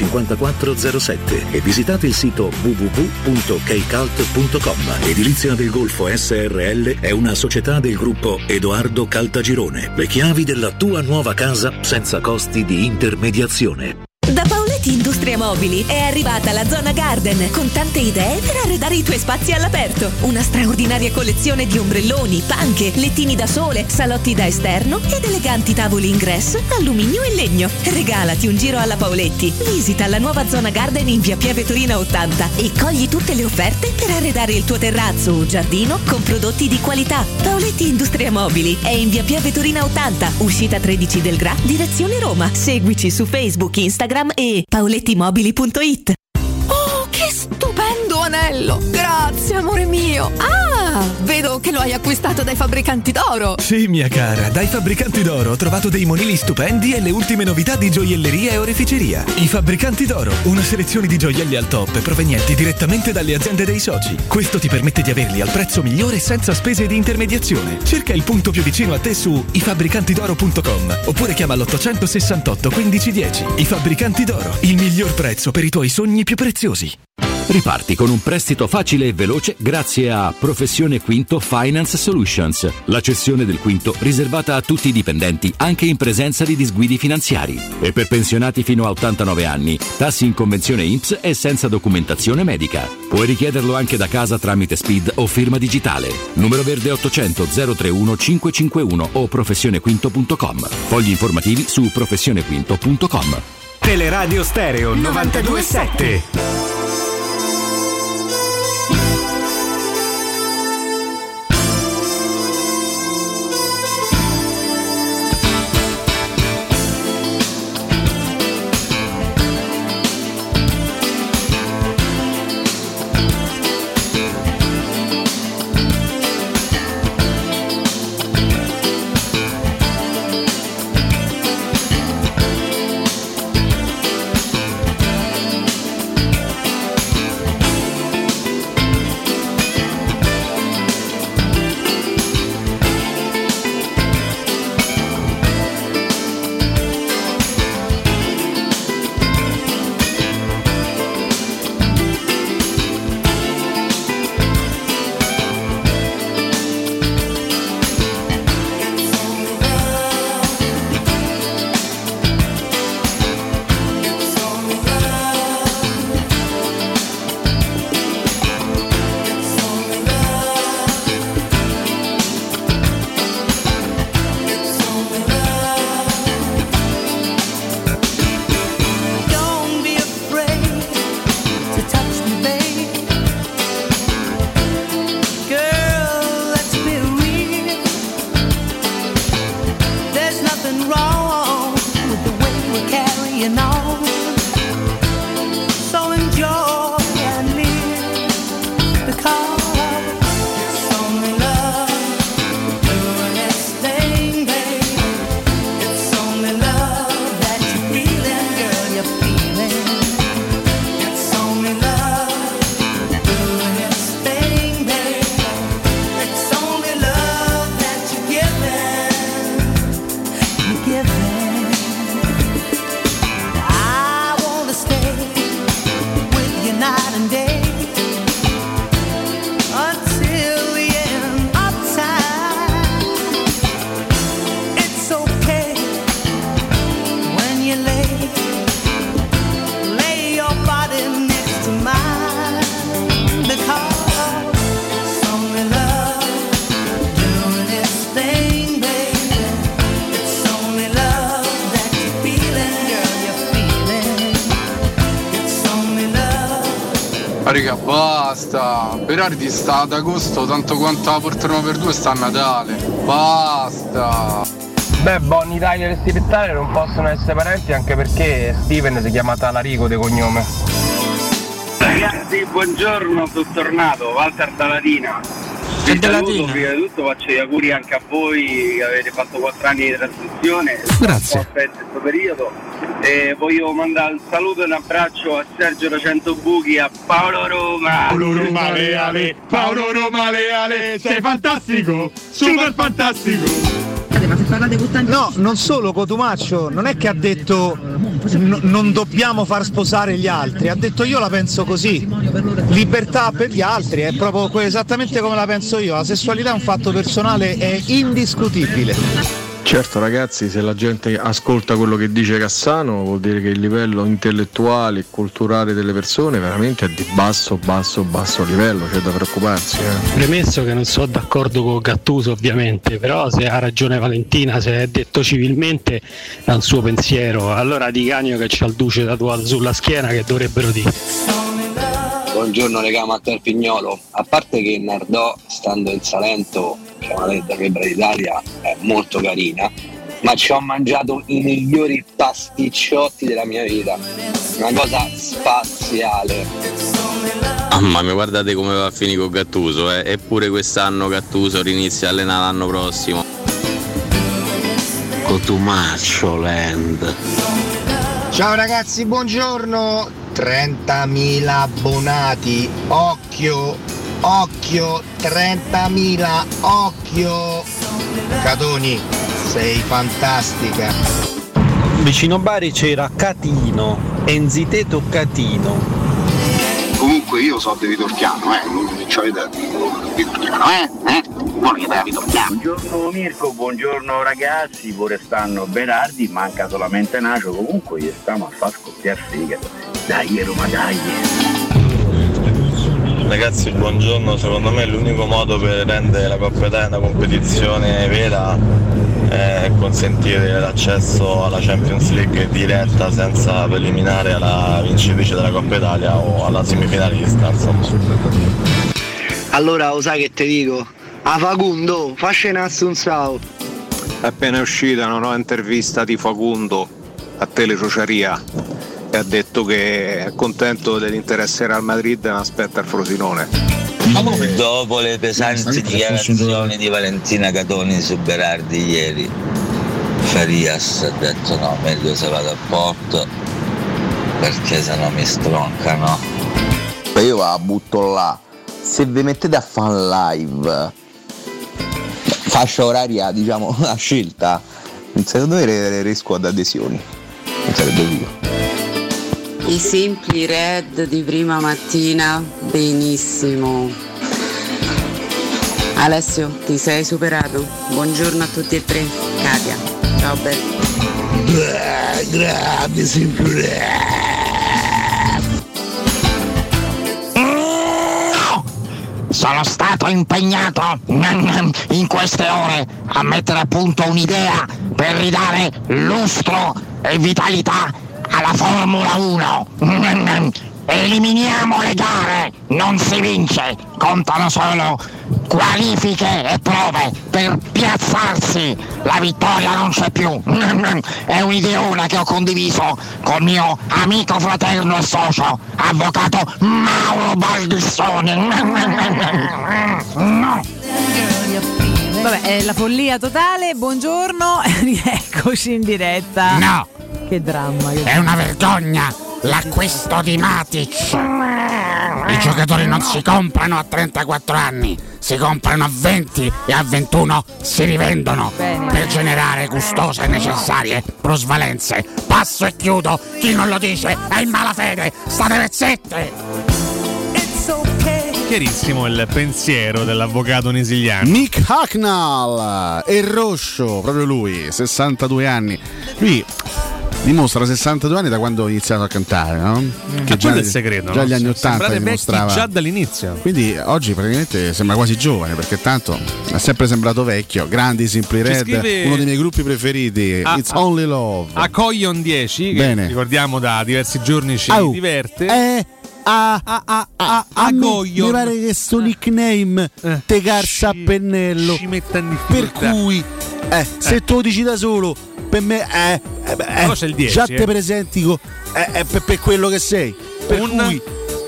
5407 e visitate il sito www.keicalt.com. Edilizia del Golfo SRL è una società del gruppo Edoardo Caltagirone. Le chiavi della tua nuova casa senza costi di intermediazione. Da Paoletti Industria Mobili è arrivata la Zona Garden con tante idee per arredare i tuoi spazi all'aperto. Una straordinaria collezione di ombrelloni, panche, lettini da sole, salotti da esterno ed eleganti tavoli ingresso, alluminio e legno. Regalati un giro alla Paoletti. Visita la nuova Zona Garden in via Pieve Torina 80 e cogli tutte le offerte per arredare il tuo terrazzo o giardino con prodotti di qualità. Paoletti Industria Mobili è in via Pieve Torina 80, uscita 13 del Gra, direzione Roma. Seguici su Facebook, Instagram e paolettimobili.it. Oh, che stupendo anello! Grazie, amore mio! Ah, vedo che lo hai acquistato dai fabbricanti d'oro! Sì, mia cara, dai fabbricanti d'oro ho trovato dei monili stupendi e le ultime novità di gioielleria e oreficeria. I fabbricanti d'oro, una selezione di gioielli al top provenienti direttamente dalle aziende dei soci. Questo ti permette di averli al prezzo migliore senza spese di intermediazione. Cerca il punto più vicino a te su ifabbricantidoro.com oppure chiama l'868 1510. I fabbricanti d'oro, il miglior prezzo per i tuoi sogni più preziosi. Riparti con un prestito facile e veloce grazie a Professione Quinto Finance Solutions, la cessione del quinto riservata a tutti i dipendenti anche in presenza di disguidi finanziari. E per pensionati fino a 89 anni, tassi in convenzione INPS e senza documentazione medica. Puoi richiederlo anche da casa tramite SPID o firma digitale. Numero verde 800 031 551 o professionequinto.com. Fogli informativi su professionequinto.com. Teleradio Stereo 92.7. being on. So enjoy and live, because it's only love doing its thing, baby. It's only love that you're feeling, girl, you're feeling. It's only love doing its thing, baby. It's only love that you're giving. I wanna stay with you night and day until the end of time. It's okay when you lay your body next to mine, because it's only love doing its thing, baby. It's only love that you're feeling, girl, you're feeling. It's only love. Ma raga, basta. Berardi sta ad agosto tanto quanto la porteremo per due sta a Natale. Basta. Beh, Bonnie Tyler e Steve Tyler non possono essere parenti, anche perché Steven si chiama Talarico di cognome. Ragazzi, buongiorno, sono tornato, Walter da Latina. Vi saluto, prima di tutto faccio gli auguri anche a voi che avete fatto 4 anni di trasmissione. Grazie. In questo periodo. E voglio mandare un saluto e un abbraccio a Sergio da 100 Buchi, a Paolo Roma. Paolo Roma Leale, Paolo Roma Leale, sei fantastico, super fantastico. Ma se parlate con tanti... No, non solo Cotumaccio, non è che ha detto non dobbiamo far sposare gli altri, ha detto io la penso così, libertà per gli altri, è proprio esattamente come la penso io, la sessualità è un fatto personale, è indiscutibile. Certo ragazzi, se la gente ascolta quello che dice Cassano vuol dire che il livello intellettuale e culturale delle persone veramente è di basso livello, c'è da preoccuparsi. Premesso che non sono d'accordo con Gattuso ovviamente, però se ha ragione Valentina, se è detto civilmente è un suo pensiero, allora Di Canio che c'ha il duce tatuato sulla schiena che dovrebbero dire. Buongiorno regà, Matteo Pignolo, a parte che Nardò stando in Salento, che è una delle Rebra d'Italia, è molto carina, ma ci ho mangiato i migliori pasticciotti della mia vita, una cosa spaziale. Mamma mia, guardate come va a finire con Gattuso, eppure quest'anno Gattuso inizia a allenare l'anno prossimo. Cotumaccio Land. Ciao ragazzi, buongiorno. 30.000 abbonati, occhio, 30.000, occhio. Catoni, sei fantastica. Vicino Bari c'era Catino, Enziteto Catino. Comunque io so di Vitorchiano, non c'avete Vitorchiano, Buongiorno Mirko, buongiorno ragazzi, pure stanno Berardi, manca solamente Nacio, comunque gli stiamo a far scoppiare figa. Dai Roma, dai! Ragazzi, buongiorno, secondo me l'unico modo per rendere la Coppa Italia una competizione vera è consentire l'accesso alla Champions League diretta senza preliminare alla vincitrice della Coppa Italia o alla semifinalista, insomma. Allora, lo sai che ti dico? A Facundo, fascinazzo un sao. Appena è uscita una nuova intervista di Facundo a Telesociaria e ha detto che è contento dell'interesse Real Madrid e aspetta il Frosinone. Dopo le pesanti dichiarazioni di Valentina Catoni su Berardi ieri, Farias ha detto no, meglio se vado a Porto perché se no mi stroncano. Io la butto là, se vi mettete a fare live fascia oraria diciamo a scelta, secondo me riesco ad adesioni, non sarebbe vero. I Simply Red di prima mattina, benissimo. Alessio, ti sei superato? Buongiorno a tutti e tre. Katia, ciao bello. Grande Simply Red. Sono stato impegnato in queste ore a mettere a punto un'idea per ridare lustro e vitalità alla Formula 1. Eliminiamo le gare, non si vince, contano solo qualifiche e prove per piazzarsi. La vittoria non c'è più. È un'ideona che ho condiviso con mio amico fraterno e socio, avvocato Mauro Baldissoni. No. Vabbè, è la follia totale. Buongiorno, eccoci in diretta. No. Che dramma. È una vergogna l'acquisto di Matic. I giocatori non si comprano a 34 anni, si comprano a 20 e a 21 si rivendono. Bene. Per generare gustose e necessarie plusvalenze. Passo e chiudo, chi non lo dice è in malafede. State pezzette. Chiarissimo il pensiero dell'avvocato Nisigliano. Nick Hacknall, il rosso, proprio lui, 62 anni. Lui dimostra 62 anni da quando ha iniziato a cantare, no? Che già è il segreto, già no? gli anni 80 dimostrava già dall'inizio. Quindi oggi praticamente sembra quasi giovane, perché tanto è sempre sembrato vecchio. Grandi Simply Red, uno dei miei gruppi preferiti. It's Only Love. A Coglion 10, che ricordiamo da diversi giorni ci diverte. A Goglio. Mi pare che sto nickname te carsa a pennello. Ci metta in difficoltà. Per cui se tu lo dici da solo, per me però c'è il 10, già te presenti per quello che sei. Per cui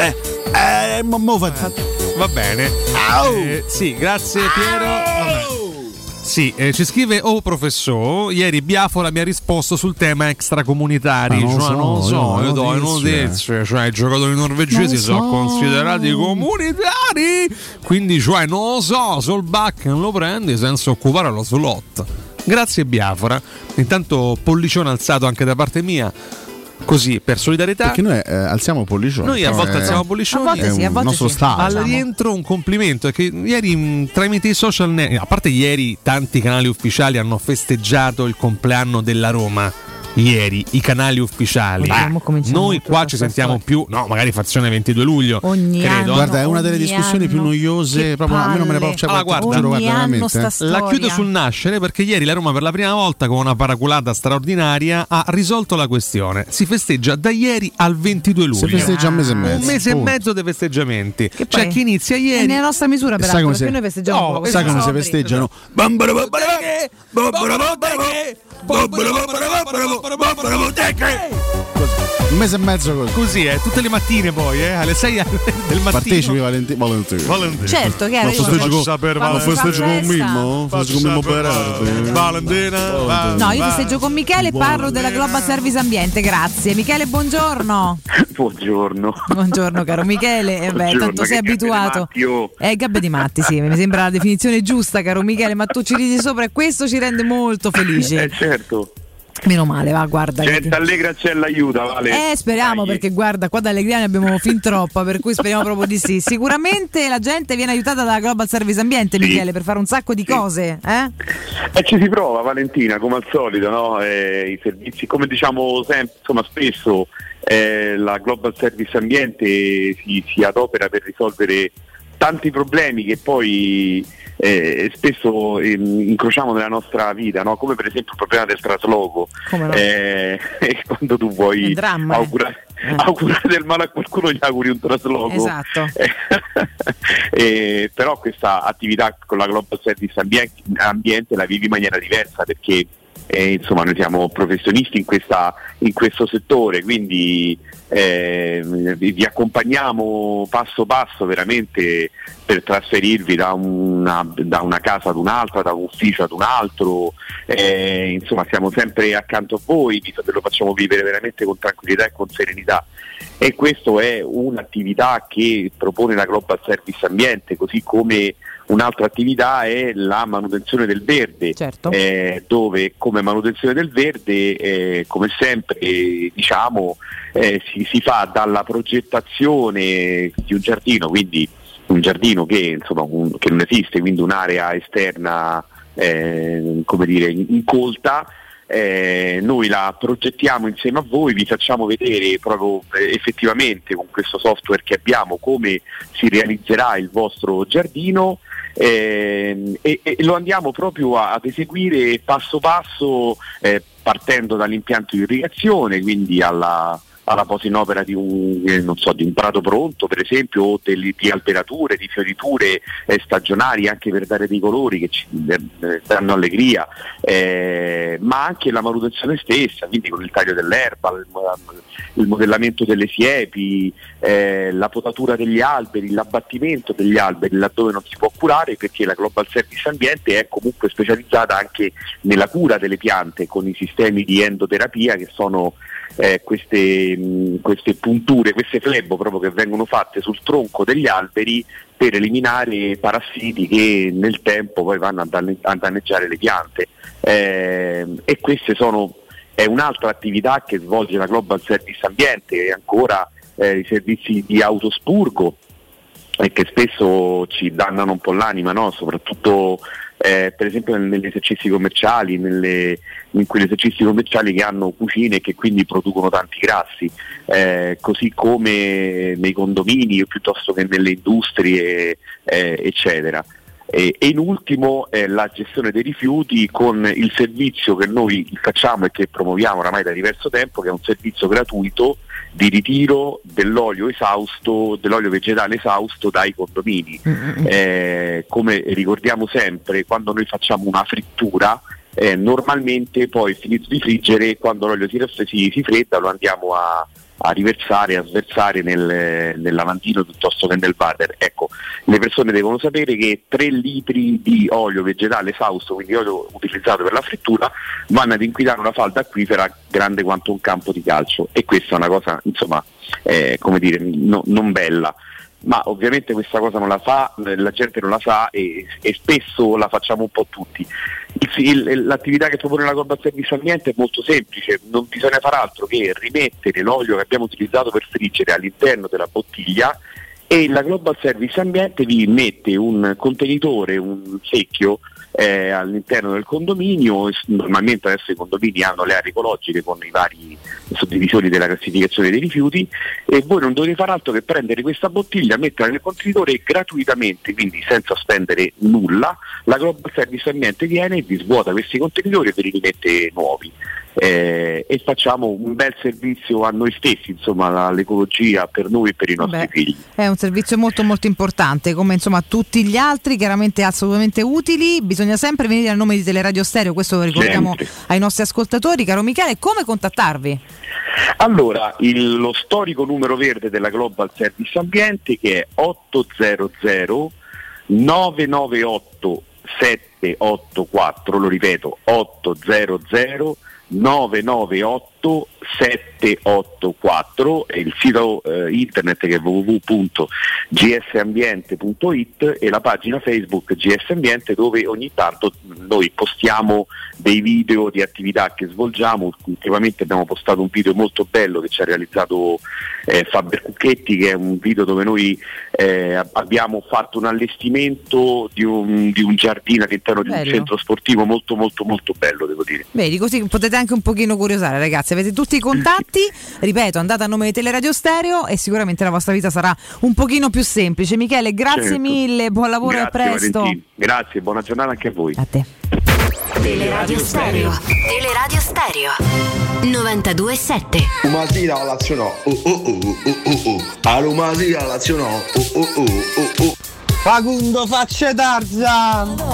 mo va bene. Sì, grazie Piero. Vabbè. Sì, ci scrive professore, ieri Biafora mi ha risposto sul tema extracomunitari. Non lo so, io do notizie, cioè i giocatori norvegesi sono considerati comunitari, quindi cioè non lo so, Solbakken lo prendi senza occupare lo slot. Grazie Biafora. Intanto pollicione alzato anche da parte mia. Così per solidarietà, perché noi alziamo pollicioni. Noi a volte alziamo pollicioni. A volte sì, a volte nostro sì. stato. Al rientro un complimento è che ieri tramite i social a parte ieri tanti canali ufficiali hanno festeggiato il compleanno della Roma. Ieri i canali ufficiali, noi qua ci sentiamo più, no, magari fazione 22 luglio credo. Guarda, è una delle discussioni più noiose, proprio a me non me ne posso. La chiudo sul nascere, perché ieri la Roma per la prima volta con una paraculata straordinaria ha risolto la questione. Si festeggia da ieri al 22 luglio. Si festeggia un mese e mezzo. Un mese e mezzo dei festeggiamenti. Cioè chi inizia ieri. È nella nostra misura, peraltro, perché noi festeggiamo. Sai come si festeggiano? Un mese e mezzo così tutte le mattine poi alle 6 del mattino partecipi Valentino. Certo, che ma festeggio con Mimmo? Festeggio con Mimmo Berardi. Valentina. No, io festeggio con Michele e parlo della Global Service Ambiente. Grazie Michele, buongiorno. Buongiorno caro Michele. Tanto sei abituato. Gabbia di matti, sì, mi sembra la definizione giusta, caro Michele, ma tu ci ridi sopra e questo ci rende molto felici. Certo. Meno male, va, guarda. Gente allegra c'è l'aiuta, Vale. Speriamo, perché guarda, qua da Allegriani abbiamo fin troppa, per cui speriamo proprio di sì. Sicuramente la gente viene aiutata dalla Global Service Ambiente, Michele, per fare un sacco di cose, ci si prova, Valentina, come al solito, no? I servizi, come diciamo sempre, insomma, spesso la Global Service Ambiente si adopera per risolvere tanti problemi che poi spesso incrociamo nella nostra vita, no? Come per esempio il problema del trasloco. No? Quando tu vuoi augurare del male a qualcuno, gli auguri un trasloco. Esatto. Però questa attività con la Global Service Ambiente la vivi in maniera diversa, perché insomma noi siamo professionisti in questo settore, quindi vi accompagniamo passo passo veramente per trasferirvi da una casa ad un'altra, da un ufficio ad un altro, insomma siamo sempre accanto a voi, ve lo facciamo vivere veramente con tranquillità e con serenità, e questo è un'attività che propone la Global Service Ambiente, così come un'altra attività è la manutenzione del verde, certo. Dove come manutenzione del verde, come sempre diciamo, si fa dalla progettazione di un giardino, quindi un giardino che insomma che non esiste, quindi un'area esterna come dire incolta. Noi la progettiamo insieme a voi, vi facciamo vedere proprio effettivamente con questo software che abbiamo come si realizzerà il vostro giardino, e lo andiamo proprio ad eseguire passo passo, partendo dall'impianto di irrigazione, quindi alla alla posa in opera di un prato pronto, per esempio, o di alberature, di fioriture stagionali, anche per dare dei colori che ci danno allegria, ma anche la manutenzione stessa, quindi con il taglio dell'erba, il modellamento delle siepi, la potatura degli alberi, l'abbattimento degli alberi laddove non si può curare, perché la Global Service Ambiente è comunque specializzata anche nella cura delle piante con i sistemi di endoterapia, che sono queste punture, queste flebo proprio che vengono fatte sul tronco degli alberi per eliminare parassiti che nel tempo poi vanno a danneggiare le piante, e queste è un'altra attività che svolge la Global Service Ambiente, e ancora i servizi di autospurgo, e che spesso ci dannano un po' l'anima, no? Soprattutto per esempio negli esercizi commerciali, in quegli esercizi commerciali che hanno cucine e che quindi producono tanti grassi, così come nei condomini piuttosto che nelle industrie, eccetera. E in ultimo la gestione dei rifiuti, con il servizio che noi facciamo e che promuoviamo oramai da diverso tempo, che è un servizio gratuito di ritiro dell'olio vegetale esausto dai condomini. Come ricordiamo sempre, quando noi facciamo una frittura, normalmente poi finito di friggere, quando l'olio si fredda, lo andiamo a riversare, a sversare nel lavandino piuttosto che nel water. Ecco, le persone devono sapere che 3 litri di olio vegetale esausto, quindi olio utilizzato per la frittura, vanno ad inquinare una falda acquifera grande quanto un campo di calcio, e questa è una cosa, insomma, non bella. Ma ovviamente questa cosa non la fa, la gente non la sa, e spesso la facciamo un po' tutti. L'attività che propone la Global Service Ambiente è molto semplice, non bisogna far altro che rimettere l'olio che abbiamo utilizzato per friggere all'interno della bottiglia, e la Global Service Ambiente vi mette un contenitore, un secchio all'interno del condominio. Normalmente adesso i condomini hanno le aree ecologiche con i vari suddivisioni della classificazione dei rifiuti, e voi non dovete far altro che prendere questa bottiglia, metterla nel contenitore e gratuitamente, quindi senza spendere nulla, la Global Service Ambiente viene e vi svuota questi contenitori e ve li rimette nuovi. E facciamo un bel servizio a noi stessi, insomma, all'ecologia, per noi e per i nostri figli. È un servizio molto molto importante, come insomma tutti gli altri, chiaramente assolutamente utili. Bisogna sempre venire al nome di Teleradio Stereo, questo lo ricordiamo ai nostri ascoltatori. Caro Michele, come contattarvi? Allora, lo storico numero verde della Global Service Ambiente, che è 800 998 784, lo ripeto, 800 998 784, e il sito internet che è www.gsambiente.it, e la pagina Facebook GS Ambiente, dove ogni tanto noi postiamo dei video di attività che svolgiamo. Ultimamente abbiamo postato un video molto bello che ci ha realizzato Faber Cucchetti, che è un video dove noi abbiamo fatto un allestimento di un giardino all'interno di un centro sportivo molto molto molto bello, devo dire. Vedi, così potete anche un pochino curiosare, ragazzi. Avete tutti i contatti, ripeto, andate a nome di Teleradio Stereo e sicuramente la vostra vita sarà un pochino più semplice. Michele, grazie mille, buon lavoro, e a presto. Valentina. Grazie, buona giornata anche a voi. A te. Teleradio Stereo 92.7. Mattina alla l'azione. Aromasia l'azione. Facundo facce Tarzan.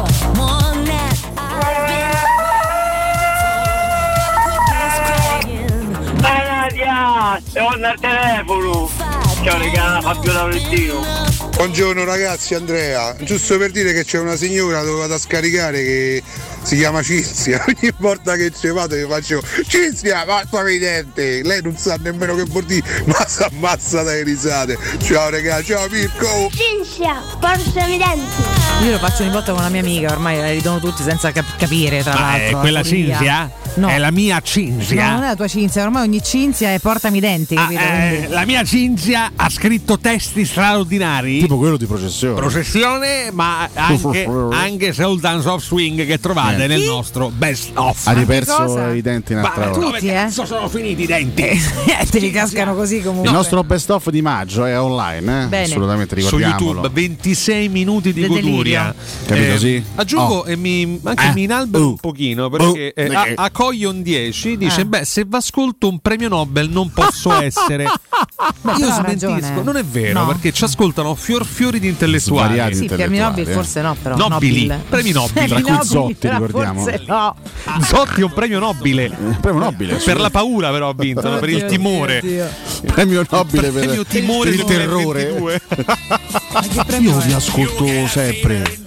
Nadia, torna al telefono. Ciao regà, Fabio Laurentino. Buongiorno ragazzi, Andrea. Giusto per dire che c'è una signora dove vado a scaricare che si chiama Cinzia. Ogni volta che ci vado gli faccio: Cinzia, portami i denti. Lei non sa nemmeno che vuol dire, ma si ammazza dalle risate. Ciao regà, ciao Mirko. Cinzia, portami i denti. Io lo faccio ogni volta con una mia amica, ormai la ridono tutti senza capire, tra l'altro. È quella Cinzia? No. È la mia Cinzia. No, non è la tua Cinzia, ormai ogni Cinzia è portami i denti, capito? La mia Cinzia ha scritto testi straordinari, tipo quello di Processione, ma anche Soul Dance of Swing, che trovate nel nostro best of. Ha riperso i denti un'altra volta. Dove cazzo sono finiti i denti? Te li cascano così comunque. Il nostro best of di maggio è online, assolutamente, ricordiamolo. Su YouTube 26 minuti di goduria. Capito, sì? Aggiungo e mi inalbero un pochino, perché a Coglion 10 dice: beh, se v'ascolto un premio Nobel non posso essere. Io smentisco, non è vero, perché ci ascoltano fiori di intellettuali. Sì, premi Nobel forse no, però nobili. Premi nobili, tra cui Zotti, ricordiamo. Forse no. Zotti è un premio nobile. Premio nobile per la paura, però ha vinto, per il timore. Premio nobile per premio timore il terrore. Io vi ascolto sempre.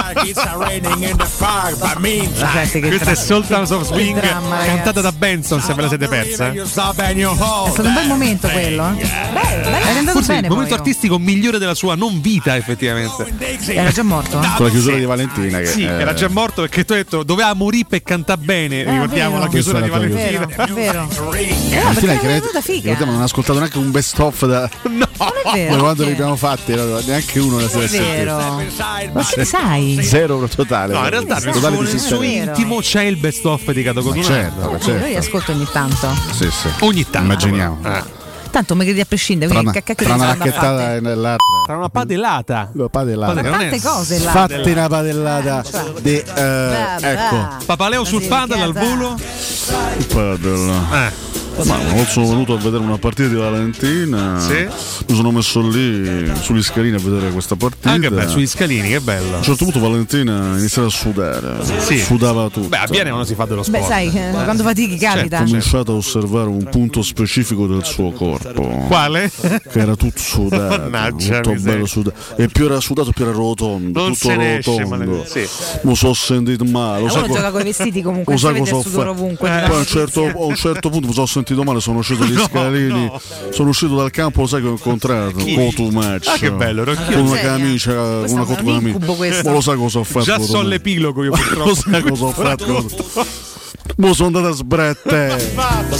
Questa è Sultans of Swing, cantata da Benson, se ve la siete persa. È stato un bel momento quello, è andato forse bene, il momento artistico migliore della sua non vita, effettivamente. Era già morto? Con la chiusura di Valentina che sì, era già morto, perché tu hai detto doveva morire per cantare bene. Ricordiamo la chiusura di Valentina. È vero. Valentina ricordiamo, non ha ascoltato neanche un best of da quando li abbiamo fatti, neanche uno da sera. È vero. Ma che ne sai? Zero totale. No, in realtà nel suo intimo c'è il best of di Cato Cotunale. Certo. Io li ascolto ogni tanto. Sì. Ogni tanto. Immaginiamo. Tanto mi credi a prescindere, quindi tra una racchettata nell'altra. Tra una padellata. Tante cose là. Fatti una padellata di ecco. Papaleo sul padel al volo. Il padel. Ma non sono venuto a vedere una partita di Valentina. Sì. Mi sono messo lì sugli scalini a vedere questa partita. Anche bello, sugli scalini, che bello. A un certo punto Valentina ha iniziato a sudare. Sì. Sudava tutto. Beh, avviene quando si fa dello sport. Beh, sai, quando fatichi capita. Ho cominciato a osservare un punto specifico del suo corpo. Quale? Che era tutto sudato. Mannaggia, tutto bello sudato. E più era sudato, più era rotondo. Non tutto se ne esce, rotondo. Sì. Mi sono sentito male. Uno gioca con i vestiti comunque. Lo sai cosa ho fatto? Poi a un certo punto mi sono sentito male, sono uscito dagli scalini, sono uscito dal campo, lo sai che ho incontrato Cotumaccio. Ah, che bello, con una camicia, una camicia. Ma lo sai cosa ho fatto? Già so l'epilogo io purtroppo. Lo sai cosa ho fatto? Mo sono andato a sbrette.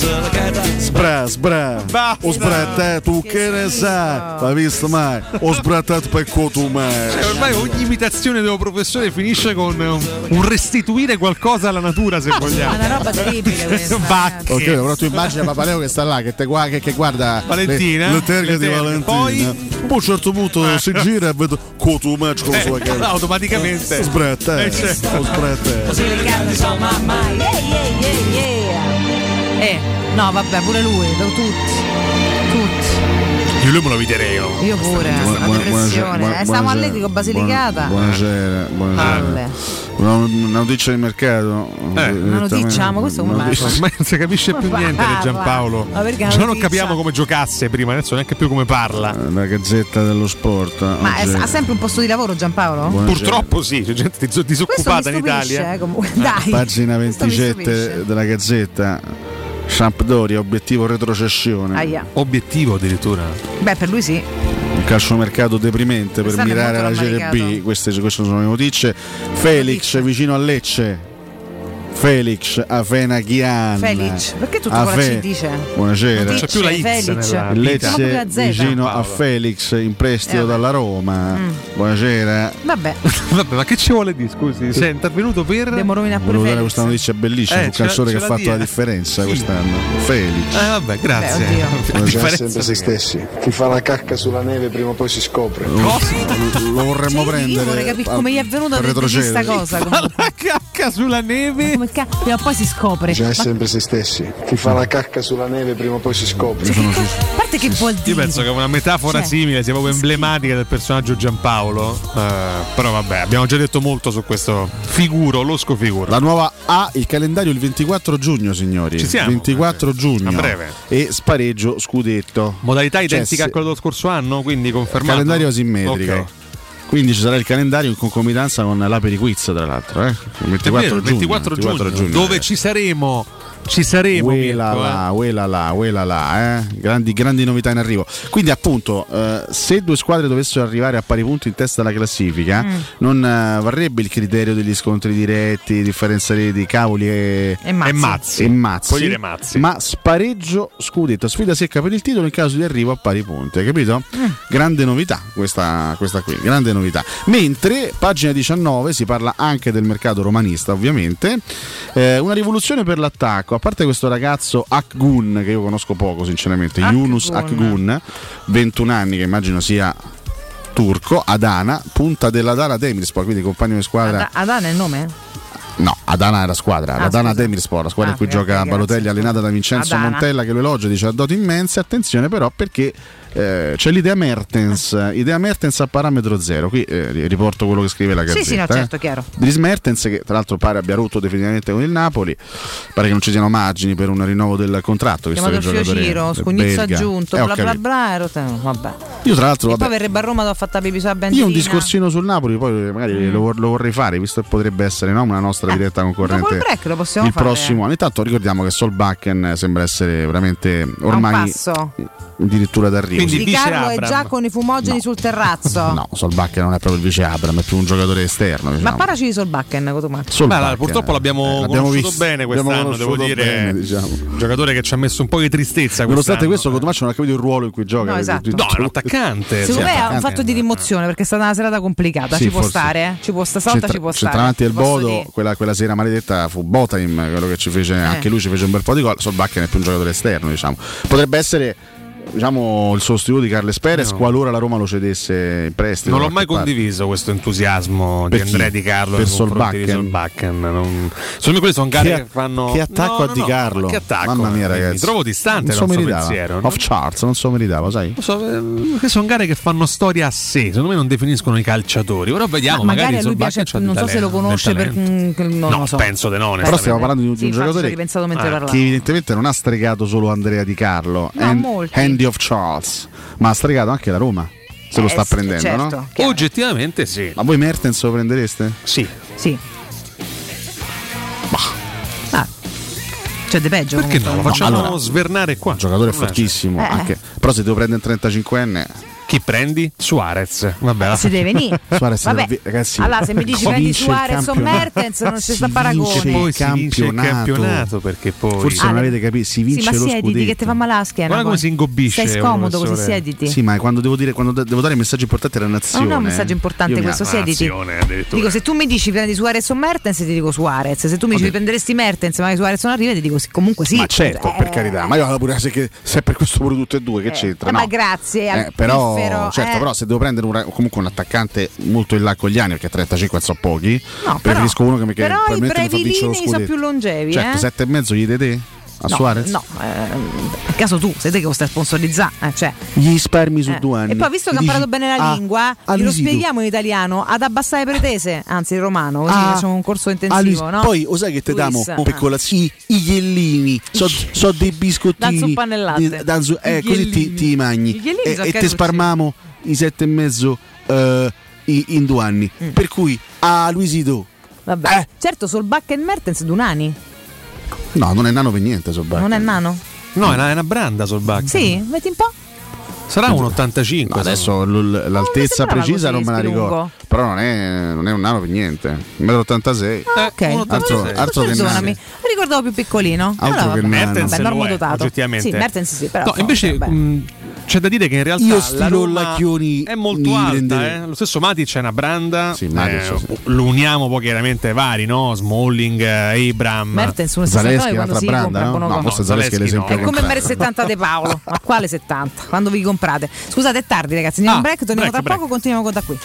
Ho sbrette, tu che ne sai? L'hai visto mai? Ho sbrattato per Cotumaccio. Ormai ogni imitazione del professore finisce con un restituire qualcosa alla natura, se vogliamo. È una roba terribile questa. Ok, però tu immagina Papaleo che sta là, che guarda Valentina, le terghe di Valentina. Poi a un certo punto si gira e vedo Cotumaccio con la sua cara. Automaticamente sbrette. Ho sbrette. Così le carne sono mai. No, vabbè, pure lui, tutti. Io lui me lo eviterei. Io pure, la depressione. Stiamo all'Atletico Basilicata. Buonasera. Una notizia di mercato. Non lo diciamo, questo come ormai non si capisce più niente di Giampaolo. Già non capiamo come giocasse prima, adesso neanche più come parla. La Gazzetta dello Sport. Ma ha sempre un posto di lavoro Giampaolo? Purtroppo sì, c'è gente disoccupata in Italia. Dai. Pagina 27 della Gazzetta. Sampdoria, obiettivo retrocessione. Obiettivo addirittura? Beh, per lui sì. Un calciomercato deprimente per mirare alla Serie B. Queste sono le notizie. Felix vicino a Lecce. Felix Afenaghian. Perché tutto con la C dice? Buonasera. Non c'è più la X. Lecce vicino a Felix in prestito dalla Roma. Buonasera. Vabbè, ma che ci vuole dire? Scusi, sei intervenuto per. Devo rovinare pure Felix. Questa notizia bellissima sul calciatore che ha fatto la differenza quest'anno. Felix. Vabbè, grazie. Siamo sempre se stessi. Chi fa la cacca sulla neve prima o poi si scopre. Lo vorremmo prendere. Io vorrei capire come gli è venuta questa cosa. La cacca sulla neve. Prima o poi si scopre. Bisogna sempre se stessi. Chi fa la cacca sulla neve prima o poi si scopre. A parte che vuol dire? Io penso che una metafora simile sia proprio emblematica del personaggio Giampaolo. Però vabbè, abbiamo già detto molto su questo losco figuro. La nuova A, il calendario il 24 giugno, signori. Ci siamo. 24 giugno. A breve. E spareggio scudetto. Modalità identica a quello dello scorso anno, quindi confermato. Calendario asimmetrico. Okay. Quindi ci sarà il calendario in concomitanza con l'Aperi Quiz, tra l'altro, il 24 giugno. Dove ci saremo. Grandi novità in arrivo. Quindi appunto se due squadre dovessero arrivare a pari punti in testa alla classifica non varrebbe il criterio degli scontri diretti, differenza di cavoli e mazzi. Puoi dire mazzi. Ma spareggio scudetto, sfida secca per il titolo in caso di arrivo a pari punti, hai capito? Grande novità questa qui, grande novità. Mentre pagina 19 si parla anche del mercato romanista, ovviamente. Una rivoluzione per l'attacco. A parte questo ragazzo Akgun, che io conosco poco sinceramente, Yunus Akgun, 21 anni, che immagino sia turco, Adana, punta dell'Adana Demirspor, quindi compagno di squadra. Adana è il nome? No, Adana è la squadra, l'Adana Demirspor, la squadra in cui gioca Balotelli, allenata da Vincenzo Montella, che lo elogia, dice ha doti immense. Attenzione però perché c'è l'idea Mertens a parametro zero. Qui riporto quello che scrive la Gazzetta. Sì, no, certo, chiaro. Dries Mertens, che tra l'altro pare abbia rotto definitivamente con il Napoli, pare che non ci siano margini per un rinnovo del contratto, visto che il giocatore Giro, Scugnizzo aggiunto, bla bla bla, vabbè. Io tra l'altro poi verrebbe a Roma, ho fatto la pipì sulla benzina. Io un discorsino sul Napoli poi magari lo vorrei fare, visto che potrebbe essere una nostra diretta concorrente. Dopo il break lo possiamo il fare. Prossimo anno. Intanto ricordiamo che Solbakken sembra essere veramente ormai addirittura d'arrivo. Quindi Di Carlo è già con i fumogeni sul terrazzo. No, Solbakken non è proprio il vice Abram, è più un giocatore esterno, diciamo. Ma parlaci di Solbakken, purtroppo l'abbiamo conosciuto bene quest'anno, devo dire, bene, diciamo. Un giocatore che ci ha messo un po' di tristezza. Nonostante questo, Cotumaccio non ha capito il ruolo in cui gioca. No, esatto. No, è un attaccante. Secondo me è un fatto di rimozione, perché è stata una serata complicata. Ci può stare, ci può stare, ci può stare. Centravanti del Bodo, quella sera maledetta fu Botheim, quello che ci fece, anche lui ci fece un bel po' di gol. Solbakken è più un giocatore esterno, diciamo. Potrebbe essere, diciamo, il sostituto di Carles Perez qualora la Roma lo cedesse in prestito. Non l'ho mai condiviso questo entusiasmo di Andrea Di Carlo per Solbakken. Secondo me quelli sono gare che fanno. Che attacco a Di Carlo! Che attacco, mamma mia, ragazzi. Mi trovo distante dal suo pensiero. Off charts, non so meritava, sai? Che sono gare che fanno storia a sé. Secondo me non definiscono i calciatori. Però vediamo, magari a lui piace, non so se lo conosce non lo so. Penso di no. Però stiamo parlando di un giocatore che evidentemente non ha stregato solo Andrea Di Carlo, Andy of Charles, ma ha stregato anche la Roma. Se lo sta prendendo, certo, no? Chiaro. Oggettivamente sì. Ma voi Mertens lo prendereste? Sì. C'è di peggio. Perché no? Lo facciamo svernare qua. Un giocatore fortissimo, anche. Però se devo prendere un 35enne. Chi prendi? Suarez. Vabbè, si deve venire. Suarez, vabbè. Ragazzi, allora, se mi dici prendi Suarez o Mertens, non ci sta paragone. Poi si vince il campionato, perché poi forse non avete capito, si vince lo scudetto. Siediti che ti fa male la schiena. Guarda come si ingobbisce. Stai scomodo così, siediti. Sì, ma quando devo dare messaggi importanti alla nazione. Non è un messaggio importante questo, siediti. Dico, se tu mi dici prendi Suarez o Mertens, ti dico Suarez. Se tu mi dici prenderesti Mertens, ma Suarez non arriva, ti dico comunque sì. Ma certo, per carità. Ma io pure se è per questo pure tutte e due, che c'entra? Ma grazie. Però certo, però se devo prendere comunque un attaccante molto in là con gli anni, perché 35 sono pochi, preferisco uno che probabilmente mi fa vincere lo scudetto. Sono più longevi, certo, 7,5 gli date a Suarez? No, per caso tu sei te che lo stai sponsorizzando, cioè. Gli spermi su 2 anni. E poi visto che ha imparato bene la lingua, glielo spieghiamo in italiano ad abbassare pretese, anzi in romano, così facciamo un corso intensivo, no? Poi sai che te diamo per colazione i ghellini, so dei biscottini. Dan su pane e latte. Così ti mangi. E te sparmiamo i 7,5 in 2 anni. Per cui a Luisito. Vabbè. Certo, Solbakken Mertens 2 anni. No, non è nano per niente Solbakken. Non è nano? No, è una branda Solbakken. Sì, metti un po'. Sarà un 85. No, adesso l'altezza precisa non me la ricordo. Però non è un nano per niente. 1,86 m. Ok. Altro che nano. Mi ricordavo più piccolino. Altro che Mertens normodotato. Oggettivamente. Sì, Mertens sì, però. No, invece c'è da dire che in realtà la Roma è molto alta. Lo stesso Matic è una branda. Sì, Matic, lo uniamo poi chiaramente ai vari, no? Smalling, Abram. Mertens un Zaleschi è un'altra branda, no? Forse Zaleschi è l'esempio. È come il 70 di Paolo. Ma quale 70? Quando vi comprate? Scusate, è tardi ragazzi, andiamo in break, torniamo tra poco, continuiamo da qui.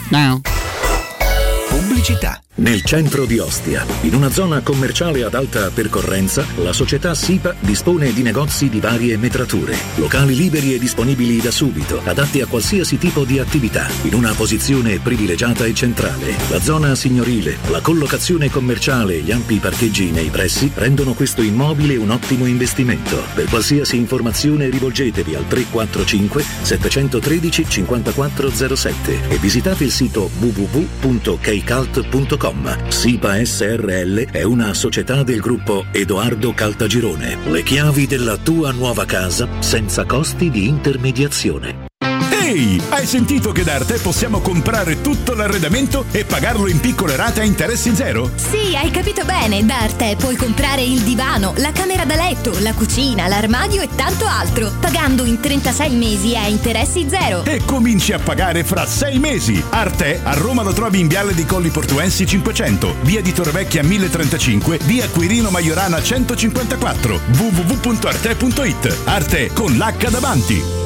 Pubblicità. Nel centro di Ostia, in una zona commerciale ad alta percorrenza, la società SIPA dispone di negozi di varie metrature, locali liberi e disponibili da subito, adatti a qualsiasi tipo di attività, in una posizione privilegiata e centrale. La zona signorile, la collocazione commerciale e gli ampi parcheggi nei pressi rendono questo immobile un ottimo investimento. Per qualsiasi informazione rivolgetevi al 345 713 5407 e visitate il sito www.kcalt.com. SIPA SRL è una società del gruppo Edoardo Caltagirone. Le chiavi della tua nuova casa senza costi di intermediazione. Ehi, hai sentito che da Arte possiamo comprare tutto l'arredamento e pagarlo in piccole rate a interessi zero? Sì, hai capito bene, da Arte puoi comprare il divano, la camera da letto, la cucina, l'armadio e tanto altro, pagando in 36 mesi a interessi zero. E cominci a pagare fra 6 mesi. Arte a Roma lo trovi in Viale di Colli Portuensi 500, via di Torrevecchia 1035, via Quirino Maiorana 154, www.arte.it. Arte con l'H davanti.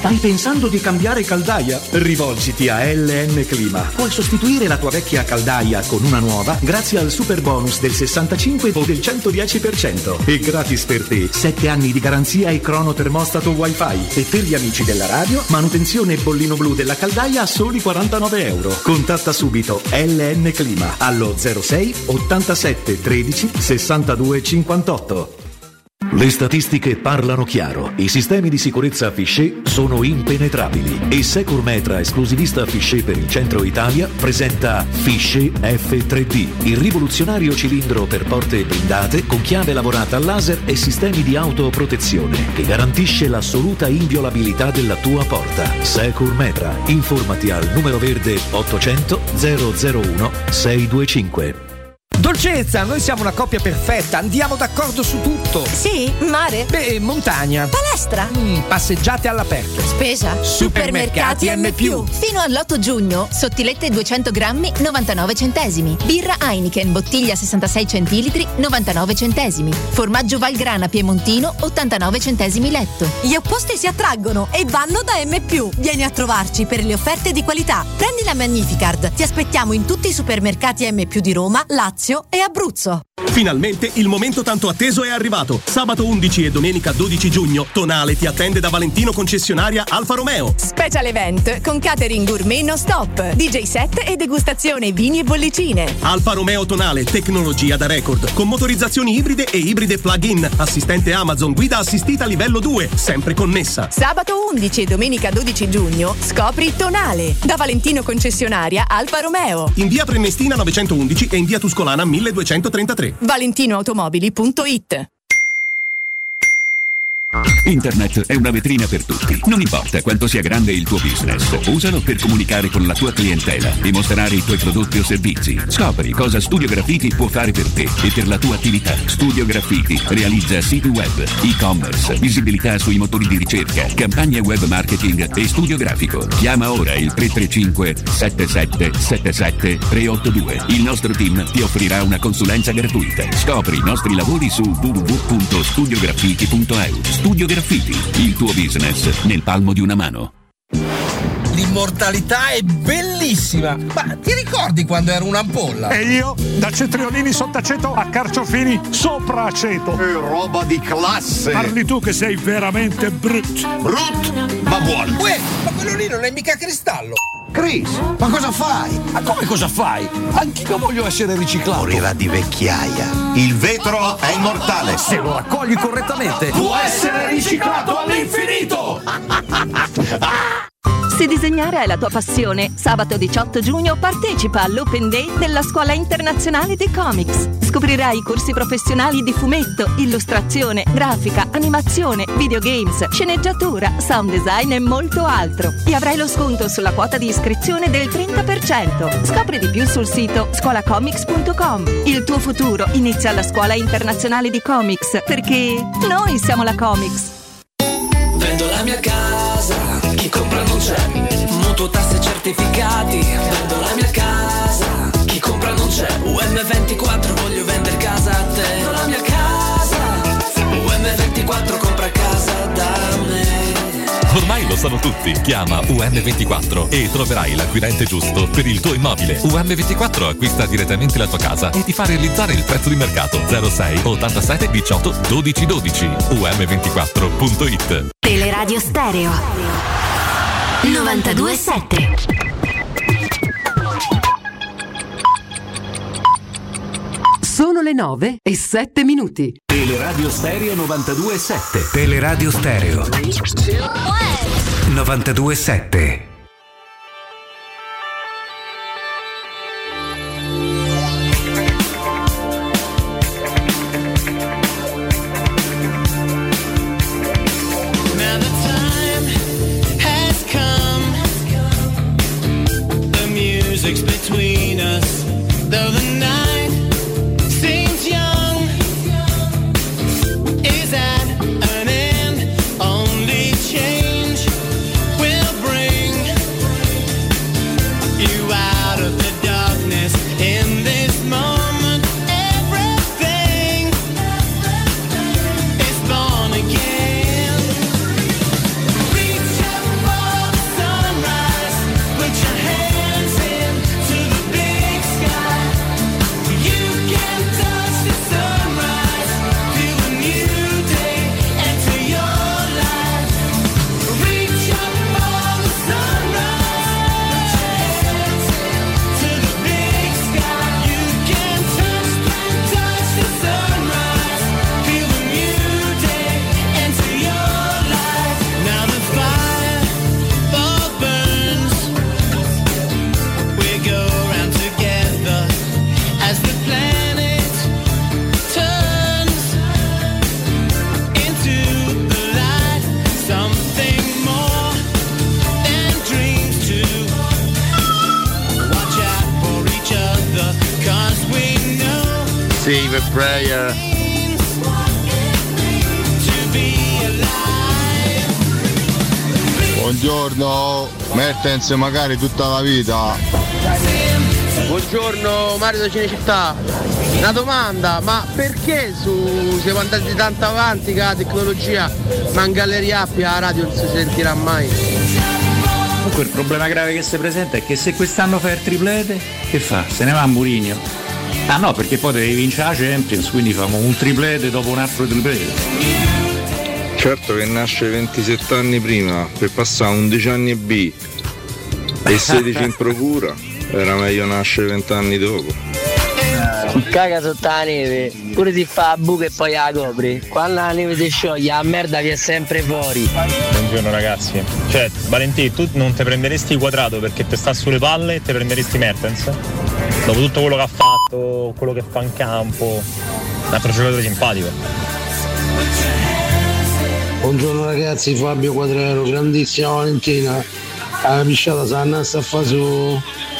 Stai pensando di cambiare caldaia? Rivolgiti a LN Clima. Puoi sostituire la tua vecchia caldaia con una nuova grazie al super bonus del 65 o del 110%. E gratis per te 7 anni di garanzia e crono termostato wifi. E per gli amici della radio, manutenzione bollino blu della caldaia a soli €49. Contatta subito LN Clima allo 06 87 13 62 58. Le statistiche parlano chiaro. I sistemi di sicurezza Fichet sono impenetrabili e Securmetra, esclusivista Fichet per il centro Italia, presenta Fichet F3D, il rivoluzionario cilindro per porte blindate con chiave lavorata a laser e sistemi di autoprotezione che garantisce l'assoluta inviolabilità della tua porta. Securmetra. Informati al numero verde 800 001 625. Dolcezza, noi siamo una coppia perfetta, andiamo d'accordo su tutto. Sì, mare? Beh, montagna. Palestra? Passeggiate all'aperto. Spesa? Supermercati M+. Fino all'8 giugno, sottilette 200 grammi, 99 centesimi. Birra Heineken, bottiglia 66 centilitri, 99 centesimi. Formaggio Valgrana Piemontino, 89 centesimi letto. Gli opposti si attraggono e vanno da M+. Vieni a trovarci per le offerte di qualità. Prendi la Magnificard. Ti aspettiamo in tutti i supermercati M+ di Roma, Lazio e Abruzzo. Finalmente il momento tanto atteso è arrivato. Sabato 11 e domenica 12 giugno Tonale ti attende da Valentino concessionaria Alfa Romeo. Special event con catering gourmet non stop, DJ set e degustazione vini e bollicine. Alfa Romeo Tonale, tecnologia da record, con motorizzazioni ibride e ibride plug-in, assistente Amazon, guida assistita livello 2, sempre connessa. Sabato 11 e domenica 12 giugno scopri Tonale da Valentino concessionaria Alfa Romeo. In via Prenestina 911 e in via Tuscolana 1233. valentinoautomobili.it. Internet è una vetrina per tutti. Non importa quanto sia grande il tuo business, usalo per comunicare con la tua clientela e mostrare i tuoi prodotti o servizi. Scopri cosa Studio Graffiti può fare per te e per la tua attività. Studio Graffiti realizza siti web, e-commerce, visibilità sui motori di ricerca, campagne web marketing e studio grafico. Chiama ora il 335 77 77 382. Il nostro team ti offrirà una consulenza gratuita. Scopri i nostri lavori su www.studiograffiti.eu. Studio Graffiti, il tuo business nel palmo di una mano. L'immortalità è bellissima, ma ti ricordi quando ero un'ampolla? E io da Cetriolini sott'aceto a Carciofini sopra aceto. Roba di classe. Parli tu che sei veramente brut. Ma buono. Uè, ma quello lì non è mica cristallo. Chris, ma cosa fai? Ma come cosa fai? Anch'io voglio essere riciclato. Morirà di vecchiaia. Il vetro è immortale. Se lo raccogli correttamente, può essere riciclato all'infinito. Se disegnare è la tua passione, sabato 18 giugno partecipa all'Open Day della Scuola Internazionale dei Comics. Scoprirai i corsi professionali di fumetto, illustrazione, grafica, animazione, videogames, sceneggiatura, sound design e molto altro. E avrai lo sconto sulla quota di iscrizione del 30%. Scopri di più sul sito scolacomics.com. Il tuo futuro inizia alla Scuola Internazionale di Comics, perché noi siamo la Comics. Vendo la mia casa, chi compra non c'è. Mutuo, tasse, certificati. Vendo la mia casa, chi compra non c'è. UM24, voglio vendere casa a te. Vendo la mia casa, UM24, compra casa da me. Ormai lo sanno tutti. Chiama UM24 e troverai l'acquirente giusto per il tuo immobile. UM24 acquista direttamente la tua casa e ti fa realizzare il prezzo di mercato. 06 87 18 12 12. UM24.it. Teleradio Stereo 92.7. Sono le 9:07. Teleradio Stereo 92.7. Teleradio Stereo 92.7. Between us, though the night seems young, is at an end. Only change will bring sprayer. Buongiorno, Mertens magari tutta la vita. Buongiorno Mario da Cinecittà. Una domanda, ma perché siamo andati tanto avanti con la tecnologia, ma in Galleria Appia la radio non si sentirà mai? Comunque il problema grave che si presenta è che se quest'anno fa il triplete, che fa? Se ne va a Mourinho. Ah no, perché poi devi vincere la Champions, quindi famo un triplete dopo un altro triplete. Certo che nasce 27 anni prima per passare 11 anni B e 16 in procura, era meglio nascere 20 anni dopo. Si caga sotto la neve, pure si fa a buco e poi la copri. Quando la neve si scioglie la merda vi è sempre fuori. Buongiorno ragazzi. Cioè, Valentì, tu non te prenderesti Quadrato perché te sta sulle palle e te prenderesti Mertens? Dopo tutto quello che ha fatto, quello che fa in campo, un altro giocatore simpatico. Buongiorno ragazzi, Fabio Quadraro, grandissima Valentina. La pisciata sa annassa a fare su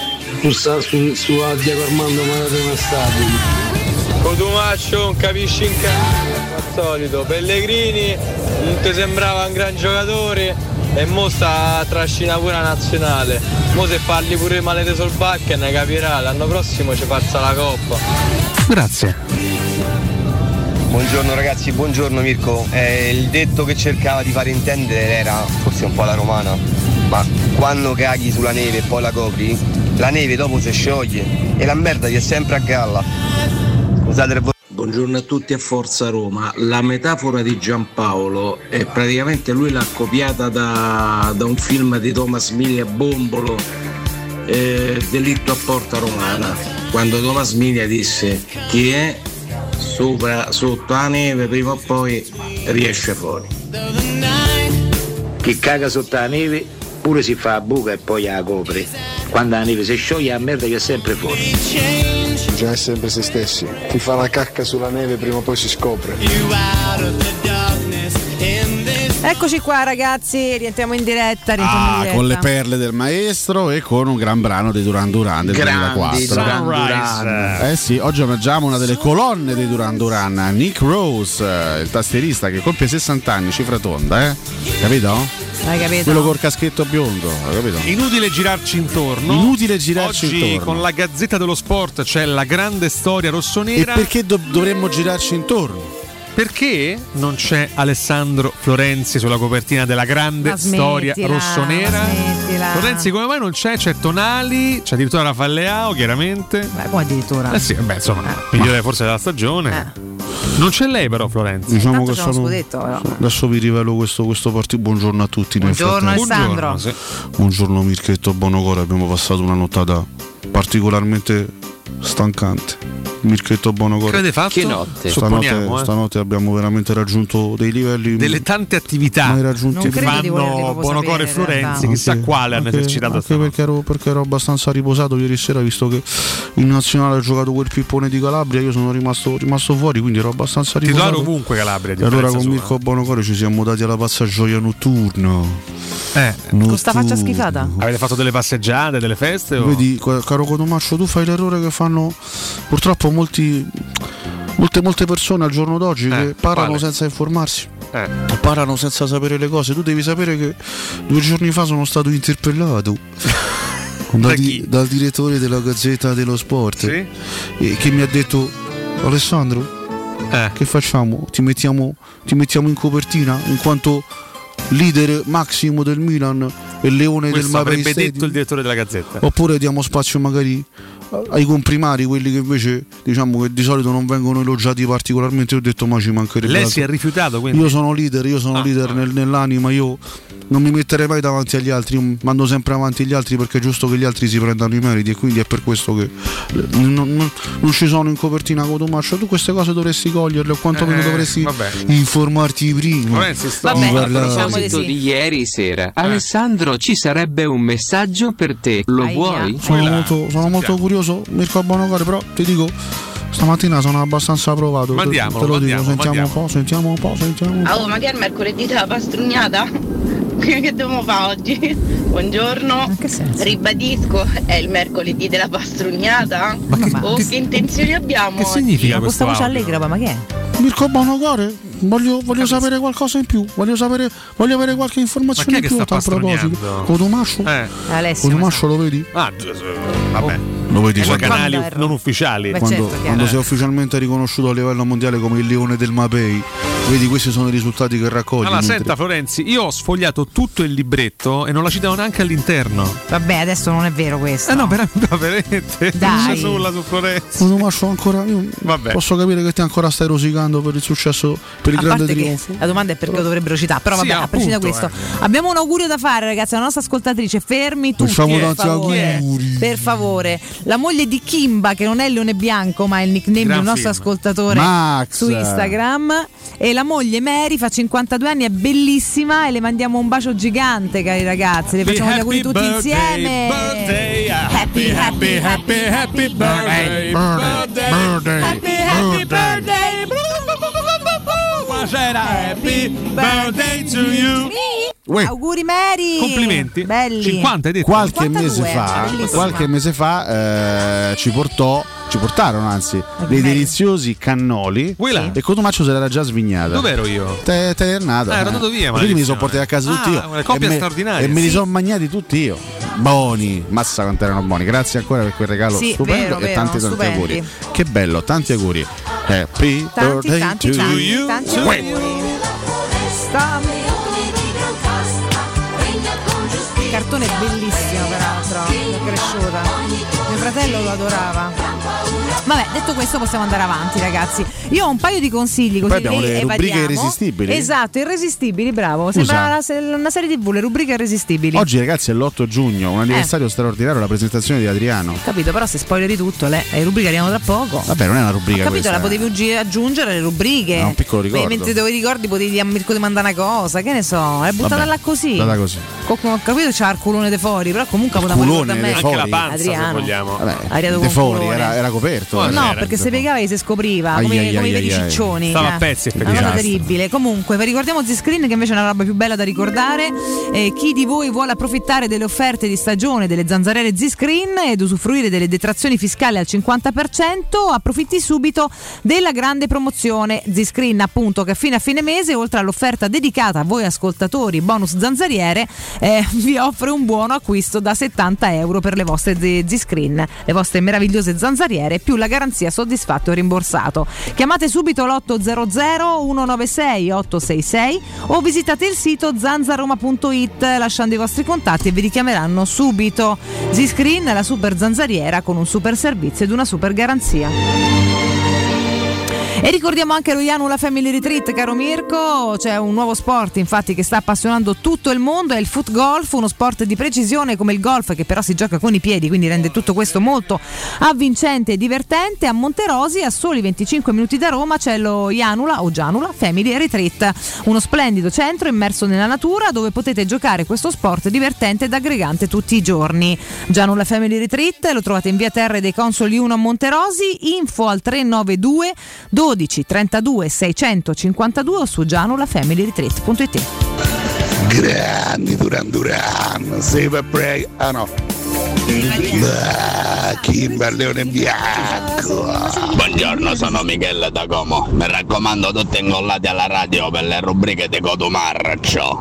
Diego Armando Maradona Stadio. Cotumaccio non capisci in campo, al solito. Pellegrini non ti sembrava un gran giocatore e mo sta a trascina pure la nazionale. Mo se parli pure male di Solbakken ne capirà, l'anno prossimo ci passa la coppa. Grazie. Buongiorno ragazzi, buongiorno Mirko. Il detto che cercava di fare intendere era forse un po' la romana, ma quando caghi sulla neve e poi la copri, la neve dopo si scioglie e la merda vi è sempre a galla. Scusate. Buongiorno a tutti a Forza Roma. La metafora di Giampaolo è praticamente lui l'ha copiata da un film di Thomas Milia Bombolo, Delitto a Porta Romana, quando Thomas Milia disse chi è sotto la neve prima o poi riesce fuori. Chi caga sotto la neve pure si fa a buca e poi la copre. Quando la neve si scioglie la merda che è sempre fuori. Bisogna essere sempre se stessi. Chi fa la cacca sulla neve prima o poi si scopre. Eccoci qua ragazzi, rientriamo in diretta. Con le perle del maestro e con un gran brano dei Duran Duran del 2004. Sì, oggi omaggiamo una delle colonne dei Duran Duran, Nick Rose, il tastierista che compie 60 anni, cifra tonda, capito? Hai capito? Quello col caschetto biondo, hai capito? Inutile girarci intorno. Oggi con la Gazzetta dello Sport c'è la grande storia rossonera. E perché dovremmo girarci intorno? Perché non c'è Alessandro Florenzi sulla copertina della grande storia rossonera? Florenzi come mai non c'è? C'è Tonali, c'è addirittura Raffaele Leao, chiaramente. Beh, poi addirittura. Sì, insomma, migliore forse della stagione. Non c'è lei però Florenzi. Diciamo che adesso vi rivelo questo partito. Buongiorno a tutti. Buongiorno Alessandro. Buongiorno Mirchetto Bonocore. Abbiamo passato una nottata particolarmente stancante. Mirchetto Bonocore. Che avete fatto? Che notte? Stanotte abbiamo veramente raggiunto dei livelli, delle tante attività che fanno Bonocore e Florenzi, chissà quale hanno esercitato. Anche perché ero abbastanza riposato ieri sera, visto che in nazionale ha giocato quel pippone di Calabria, io sono rimasto fuori, quindi ero abbastanza riposato. Titolare ovunque Calabria. E allora con Mirko Bonocore ci siamo dati alla pazza gioia notturno. Con sta faccia schifata. Avete fatto delle passeggiate, delle feste? Vedi, caro Cotomaccio, tu fai l'errore che fanno purtroppo molte persone al giorno d'oggi che parlano senza informarsi. Parlano senza sapere le cose. Tu devi sapere che 2 giorni fa sono stato interpellato dal direttore della Gazzetta dello Sport, che mi ha detto: Alessandro, che facciamo? Ti mettiamo in copertina in quanto leader massimo del Milan e leone questo del Mapei avrebbe Stadium, detto il direttore della Gazzetta. Oppure diamo spazio magari ai comprimari, quelli che invece diciamo che di solito non vengono elogiati particolarmente. Io ho detto ma ci mancherebbe. Lei si è rifiutato, quindi? Io sono leader nell'anima, io non mi metterei mai davanti agli altri, io mando sempre avanti gli altri perché è giusto che gli altri si prendano i meriti, e quindi è per questo che non ci sono in copertina Cotomaccio. Tu queste cose dovresti coglierle, o quantomeno dovresti informarti prima. Di ieri sera, Alessandro, ci sarebbe un messaggio per te, lo vuoi? Sono molto curioso, Mirko Bonocore, però ti dico, stamattina sono abbastanza provato. Te lo dico, sentiamo un po'. Oh, ma che è il mercoledì della pastrugnata? che dobbiamo fare oggi? Buongiorno. In che senso? Ribadisco, è il mercoledì della pastrugnata? Che intenzioni abbiamo? Che significa Ma questa questo voce audio? allegra, ma che è? Mirko Bonocore, voglio sapere qualcosa in più, voglio avere qualche informazione in più a tal proposito. Cotomascio? Cotomascio lo vedi? Vabbè. Lo vedi sui canali non ufficiali. Quando sei ufficialmente riconosciuto a livello mondiale come il leone del Mapei, vedi, questi sono i risultati che raccogli. Allora, senta Florenzi, io ho sfogliato tutto il libretto e non la citavo neanche all'interno. Vabbè, adesso non è vero questo. No, veramente. Dai. Non c'è sulla su Florenzi. Cotomascio ancora. Vabbè. Posso capire che ti ancora stai rosicando per il successo, per il A grande parte che trionfo. la domanda è perché lo dovrebbero citare, però vabbè, Sì, a prescindere da questo, abbiamo un augurio da fare, ragazzi. La nostra ascoltatrice, fermi tutti, Facciamo per tanti favore. auguri. Per favore, la moglie di Kimba, che non è il Leone Bianco, ma è il nickname Gran del nostro film. ascoltatore Max. su Instagram. E la moglie Mary fa 52 anni, è bellissima e le mandiamo un bacio gigante, cari ragazzi. Le facciamo gli auguri tutti insieme. Happy birthday. Happy birthday. Buonasera, happy birthday to you. Auguri Mary. Complimenti. Belli. 50 hai detto? Qualche 52, mese fa ci portarono dei deliziosi cannoli e Cotumaccio se l'era già svignata. Dov'ero io? Te l'hai annata. Ero andato via. Quindi mi sono portato a casa tutti io. Una coppia straordinaria. E me li sono mangiati tutti io. Buoni, massa quanto erano buoni. Grazie ancora per quel regalo stupendo e tanti auguri. Che bello, tanti auguri. Happy birthday to you. Il cartone è bellissimo, peraltro, è cresciuta. Mio fratello lo adorava. Vabbè, detto questo possiamo andare avanti, ragazzi. Io ho un paio di consigli così. Poi abbiamo le rubriche irresistibili. Esatto, irresistibili, bravo. Sembra una serie TV, le rubriche irresistibili. Oggi, ragazzi, è l'8 giugno, un anniversario straordinario, la presentazione di Adriano. Capito, però se spoileri tutto, le rubriche arrivano tra poco. Vabbè, non è una rubrica. Ho capito, questa, la potevi aggiungere le rubriche. È un piccolo ricordo. Mentre te lo ricordi, potevi dire a Mirko di mandare una cosa, che ne so, è buttata là così. Data così. Ho capito, c'ha il culone de fuori, però comunque poteva ricordare a me. Anche la panza, Adriano. se vogliamo. Vabbè, de fuori era coperto. No, perché se piegava e si scopriva come i veri ciccioni. Stava a pezzi, effettivamente. Una cosa terribile. Comunque, vi ricordiamo Z-Screen, che invece è una roba più bella da ricordare. Chi di voi vuole approfittare delle offerte di stagione delle zanzariere Z-Screen ed usufruire delle detrazioni fiscali al 50%, approfitti subito della grande promozione Z-Screen, appunto, che fino a fine mese, oltre all'offerta dedicata a voi ascoltatori bonus zanzariere, vi offre un buono acquisto da €70 per le vostre Z-Screen, le vostre meravigliose zanzariere, più la garanzia soddisfatto e rimborsato. Chiamate subito l'800 196 866 o visitate il sito zanzaroma.it lasciando i vostri contatti e vi richiameranno subito. Z-Screen è la super zanzariera con un super servizio ed una super garanzia. E ricordiamo anche lo Janula Family Retreat, caro Mirko. C'è un nuovo sport infatti che sta appassionando tutto il mondo, è il foot golf, uno sport di precisione come il golf, che però si gioca con i piedi, quindi rende tutto questo molto avvincente e divertente. A Monterosi, a soli 25 minuti da Roma, c'è lo Janula o Janula Family Retreat, uno splendido centro immerso nella natura dove potete giocare questo sport divertente ed aggregante tutti i giorni. Janula Family Retreat lo trovate in via Terre dei Consoli 1 a Monterosi. Info al 392 12 32 652 o su gianulafamilyretreat.it. Grandi Duran, Save a Pray. Ah no. Kimba Leone Bianco. Buongiorno, sono Michele da Como. Mi raccomando, tutti incollati alla radio per le rubriche di Cotumarcio.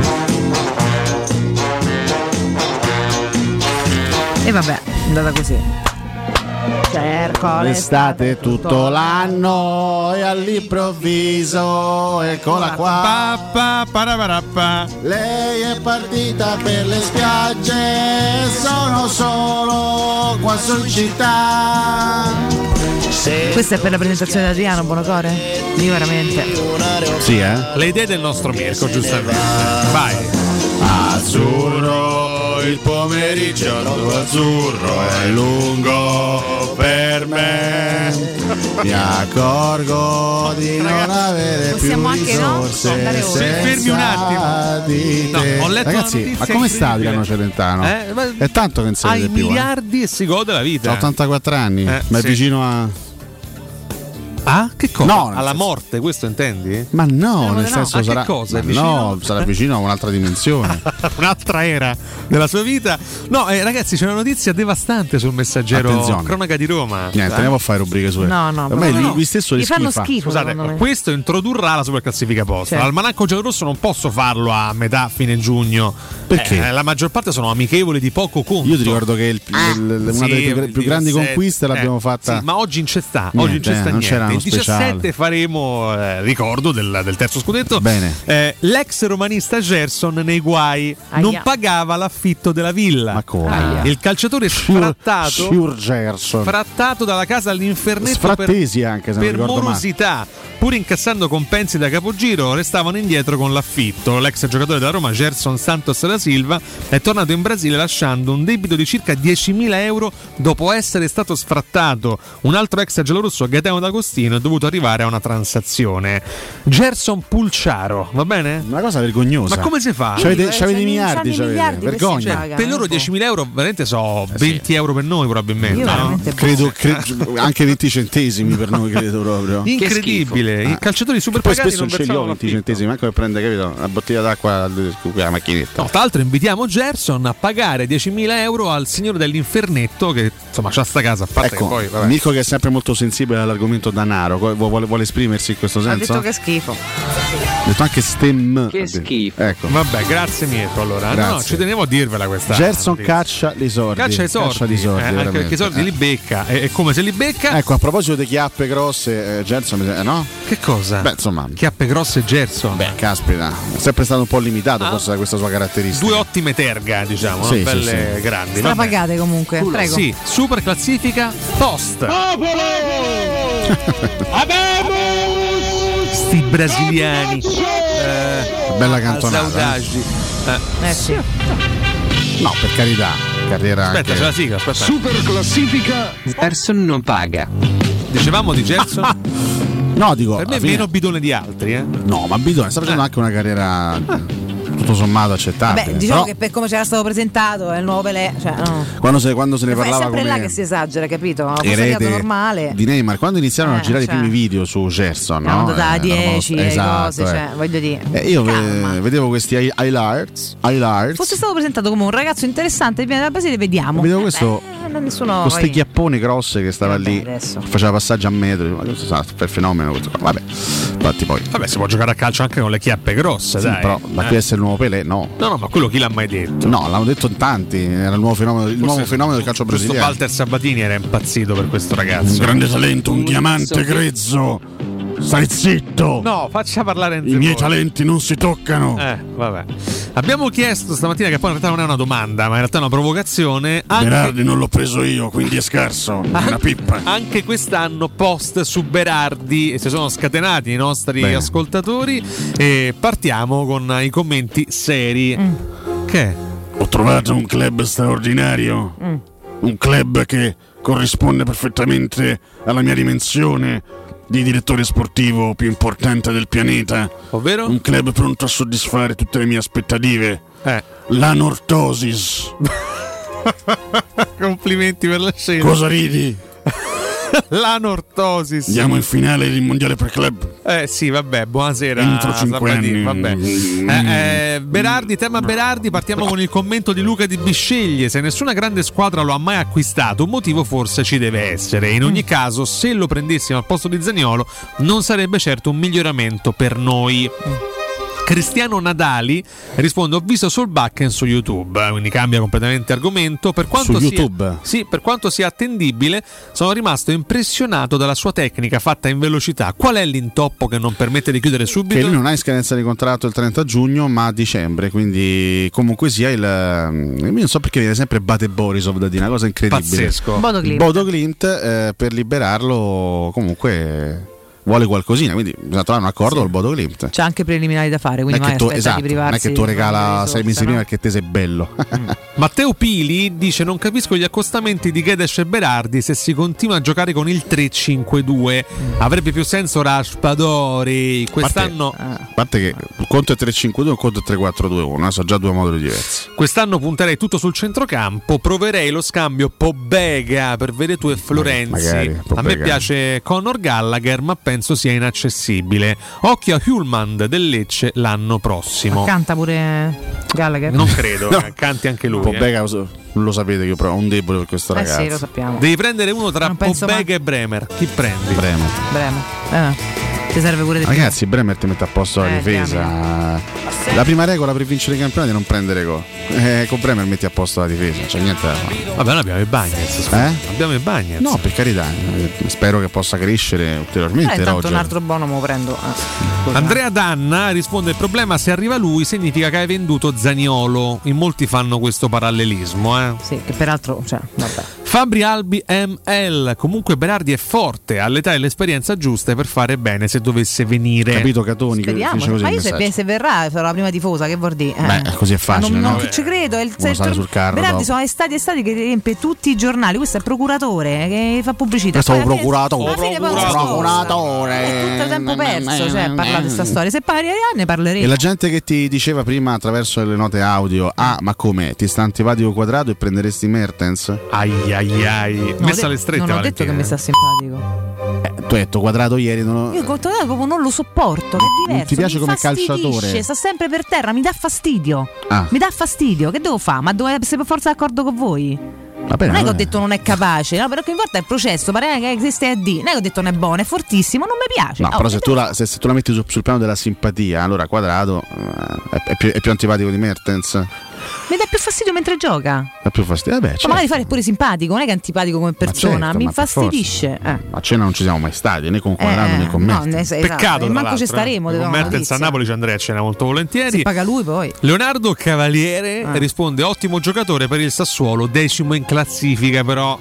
E vabbè, è andata così. Cerco l'estate tutto l'anno e all'improvviso eccola qua. Lei è partita per le spiagge, sono solo qua su città. Questa è per la presentazione di Adriano Bonocore? Io veramente. Sì, le idee del nostro Mirko, giustamente. Vai. Azzurro, il pomeriggio azzurro è lungo per me. Mi accorgo di non avere più risorse. Fermi un attimo. Ho letto ragazzi, ma come sta Adriano Celentano? È tanto che non si vede più. Ha miliardi e si gode la vita. Ha 84 anni, ma è vicino a Ah, che cosa? No, alla morte, questo intendi? Ma no, nel senso sarà. Che cosa? No, sarà vicino a un'altra dimensione. Un'altra era della sua vita. No, ragazzi, c'è una notizia devastante sul Messaggero. Attenzione. Cronaca di Roma. Niente, andiamo a fare rubriche su. No, ormai lui stesso li fanno schifo. Scusate, questo introdurrà la superclassifica posta. Certo. L'almanacco giallorosso non posso farlo a metà fine giugno. Perché? La maggior parte sono amichevoli di poco conto. Io ti ricordo che una delle più grandi conquiste l'abbiamo fatta. Sì, ma oggi in c'è Niente, sta non c'era niente. Il 17 speciale. Faremo ricordo del terzo scudetto. Bene. L'ex romanista Gerson nei guai. Aia. Non pagava l'affitto della villa. Ma come? Aia. Il calciatore sfrattato dalla casa all'Infernetto sfrattesi anche se non per ricordo morosità. Pur incassando compensi da capogiro, restavano indietro con l'affitto. L'ex giocatore della Roma, Gerson Santos da Silva, è tornato in Brasile lasciando un debito di circa 10.000 euro dopo essere stato sfrattato. Un altro ex giallorosso, Gaetano D'Agostino, è dovuto arrivare a una transazione. Gerson Pulciaro, va bene? Una cosa vergognosa. Ma come si fa? C'avete miliardi, vergogna. Per loro 10.000 euro veramente so 20 euro per noi probabilmente. No? Credo anche 20 centesimi per noi, credo proprio. Incredibile. I calciatori super poi pagati spesso non ce li ho 20 centesimi, anche per prendere, capito, una bottiglia d'acqua alla macchinetta. No, tra l'altro invitiamo Gerson a pagare 10.000 euro al signore dell'Infernetto che insomma c'ha sta casa, a parte ecco, che poi vabbè. Mirko che è sempre molto sensibile all'argomento denaro, vuole esprimersi in questo senso? Ha detto che è schifo. Ha detto anche stem. Che schifo. Ecco. Vabbè, grazie Mirko allora. No, ci tenevo a dirvela questa. Gerson caccia i soldi. Caccia i soldi, anche perché i soldi li becca. E come se li becca? Ecco, a proposito di chiappe grosse, Gerson, no? Che cosa? Beh, insomma, chiappe grosse Gerson. Beh, caspita, è sempre stato un po' limitato forse da questa sua caratteristica. Due ottime terga, diciamo, sì, belle grandi. Strapagate comunque, prego. Sì, super classifica post. Sti brasiliani. Bella cantonata. Sì. No, per carità, carriera aspetta, anche. c'è la sigla, aspetta. Super classifica. Gerson non paga. Dicevamo di Gerson? No, dico. Per me è meno bidone di altri, No, ma Bidone sta facendo anche una carriera tutto sommato accettabile. Beh, diciamo che per come c'era stato presentato è il nuovo Pelé, cioè, no. quando se ne parlava è sempre come là che si esagera, capito? Un erede normale di Neymar, quando iniziarono a girare i primi video su Gerson, no? Da 10 esatto, cose, cioè, voglio dire. Io vedevo questi highlights. Fosse stato presentato come un ragazzo interessante che viene dal Brasile, vediamo. Vedevo questo nessuno con queste chiappone grosse che stava lì, adesso faceva passaggio a metro, ma questo sa per fenomeno questo qua. Vabbè, infatti poi si può giocare a calcio anche con le chiappe grosse, sì, dai. Però da qui essere il nuovo Pelé, no, ma quello chi l'ha mai detto? No, l'hanno detto in tanti, era il nuovo fenomeno del calcio brasiliano. Walter Sabatini era impazzito per questo ragazzo. Un grande talento, un diamante grezzo. Stai zitto! No, faccia parlare I miei talenti non si toccano. Vabbè. Abbiamo chiesto stamattina, che poi in realtà non è una domanda, ma in realtà è una provocazione. Berardi non l'ho preso io, quindi è scarso. È una pippa. Anche quest'anno post su Berardi si sono scatenati i nostri ascoltatori. E partiamo con i commenti seri. Che? Ho trovato un club straordinario. Un club che corrisponde perfettamente alla mia dimensione di direttore sportivo più importante del pianeta, ovvero un club pronto a soddisfare tutte le mie aspettative. L'Anortosis. Complimenti per la scena. Cosa ridi? L'Anortosis. Andiamo in finale del mondiale per club. Sì, vabbè, buonasera. Entro 5 anni. Vabbè. Berardi, tema Berardi, partiamo con il commento di Luca Di Bisceglie. Se nessuna grande squadra lo ha mai acquistato, un motivo forse ci deve essere. In ogni caso, se lo prendessimo al posto di Zaniolo, non sarebbe certo un miglioramento per noi. Cristiano Nadali risponde: ho visto Solbakken su YouTube, quindi cambia completamente argomento. Per quanto per quanto sia attendibile, sono rimasto impressionato dalla sua tecnica fatta in velocità. Qual è l'intoppo che non permette di chiudere subito? Che lui non ha in scadenza di contratto il 30 giugno ma a dicembre, quindi comunque sia io non so perché viene sempre Bate Borisov da dire, una cosa incredibile. Pazzesco. Bodo Glimt per liberarlo comunque vuole qualcosina, quindi bisogna trovare un accordo col Bodo Glimt. C'è anche preliminari da fare, quindi mai aspetta di privarsi. Non è che tu regala 6 mesi prima perché te sei bello. Matteo Pili dice: non capisco gli accostamenti di Guedes e Berardi se si continua a giocare con il 3-5-2. Avrebbe più senso Raspadori quest'anno. A parte che un conto è 3-5-2 e un conto è 3-4-2-1, sono già due moduli diversi. Quest'anno punterei tutto sul centrocampo, proverei lo scambio Pobega per Veretù e Florenzi. Magari, a me piace Conor Gallagher, ma penso sia inaccessibile. Occhio a Hjulmand del Lecce l'anno prossimo. Ma canta pure Gallagher? Non credo, canti anche lui. Pobega lo sapete che io ho un debole per questo ragazzo. Sì, lo sappiamo. Devi prendere uno tra Pobega e Bremer. Chi prendi? Bremer. Ti serve pure di più. Ragazzi, Bremer ti mette a posto la difesa. La prima regola per vincere i campionati è non prendere gol. Con Bremer metti a posto la difesa, c'è niente da fare. Vabbè, noi abbiamo i Bagnets. Abbiamo i Bagnets. No, per carità, spero che possa crescere ulteriormente. Tanto un altro buono me lo prendo. Andrea Danna risponde: il problema, se arriva lui significa che hai venduto Zaniolo. In molti fanno questo parallelismo. Sì, che peraltro, vabbè. Fabri Albi ML. Comunque Berardi è forte, ha l'età e l'esperienza giuste per fare bene se dovesse venire. Capito Catoni? Speriamo. Così ma io se verrà sarò la prima tifosa, che vuol dire? Beh, così è facile. Non ci credo. Sul carro, Berardi sono estati che riempie tutti i giornali. Questo è il procuratore che fa pubblicità. Questo è un procuratore. È tutto il tempo perso. Parlare di questa storia. Se parli ne parleremo. E la gente che ti diceva prima attraverso le note audio: ma come? Ti sta antipatico Quadrato e prenderesti Mertens? Messa alle strette. Non ho detto che mi sta simpatico. Tu hai detto Quadrato ieri. Io Quadrato proprio non lo sopporto. Che è diverso. Ti piace come calciatore? Sta sempre per terra, mi dà fastidio. Mi dà fastidio. Che devo fare? Ma devo essere per forza d'accordo con voi? Vabbè, non è che ho detto non è capace, no, però che importa è il processo, pare che esiste a D. Non è che ho detto non è buono, è fortissimo, non mi piace. No, però se tu la metti sul piano della simpatia, allora Quadrato è più antipatico di Mertens. Mi dà più fastidio mentre gioca. Dà più fastidio, vabbè, certo. Ma magari fare pure simpatico, non è che è antipatico come persona, certo, mi infastidisce. A cena non ci siamo mai stati, né con Quadrato né con Mertens. Peccato, manco ci staremo. Con Mertens a Napoli ci andrei a cena molto volentieri. Si paga lui poi. Leonardo Cavaliere risponde: ottimo giocatore per il Sassuolo, 10° in classifica, però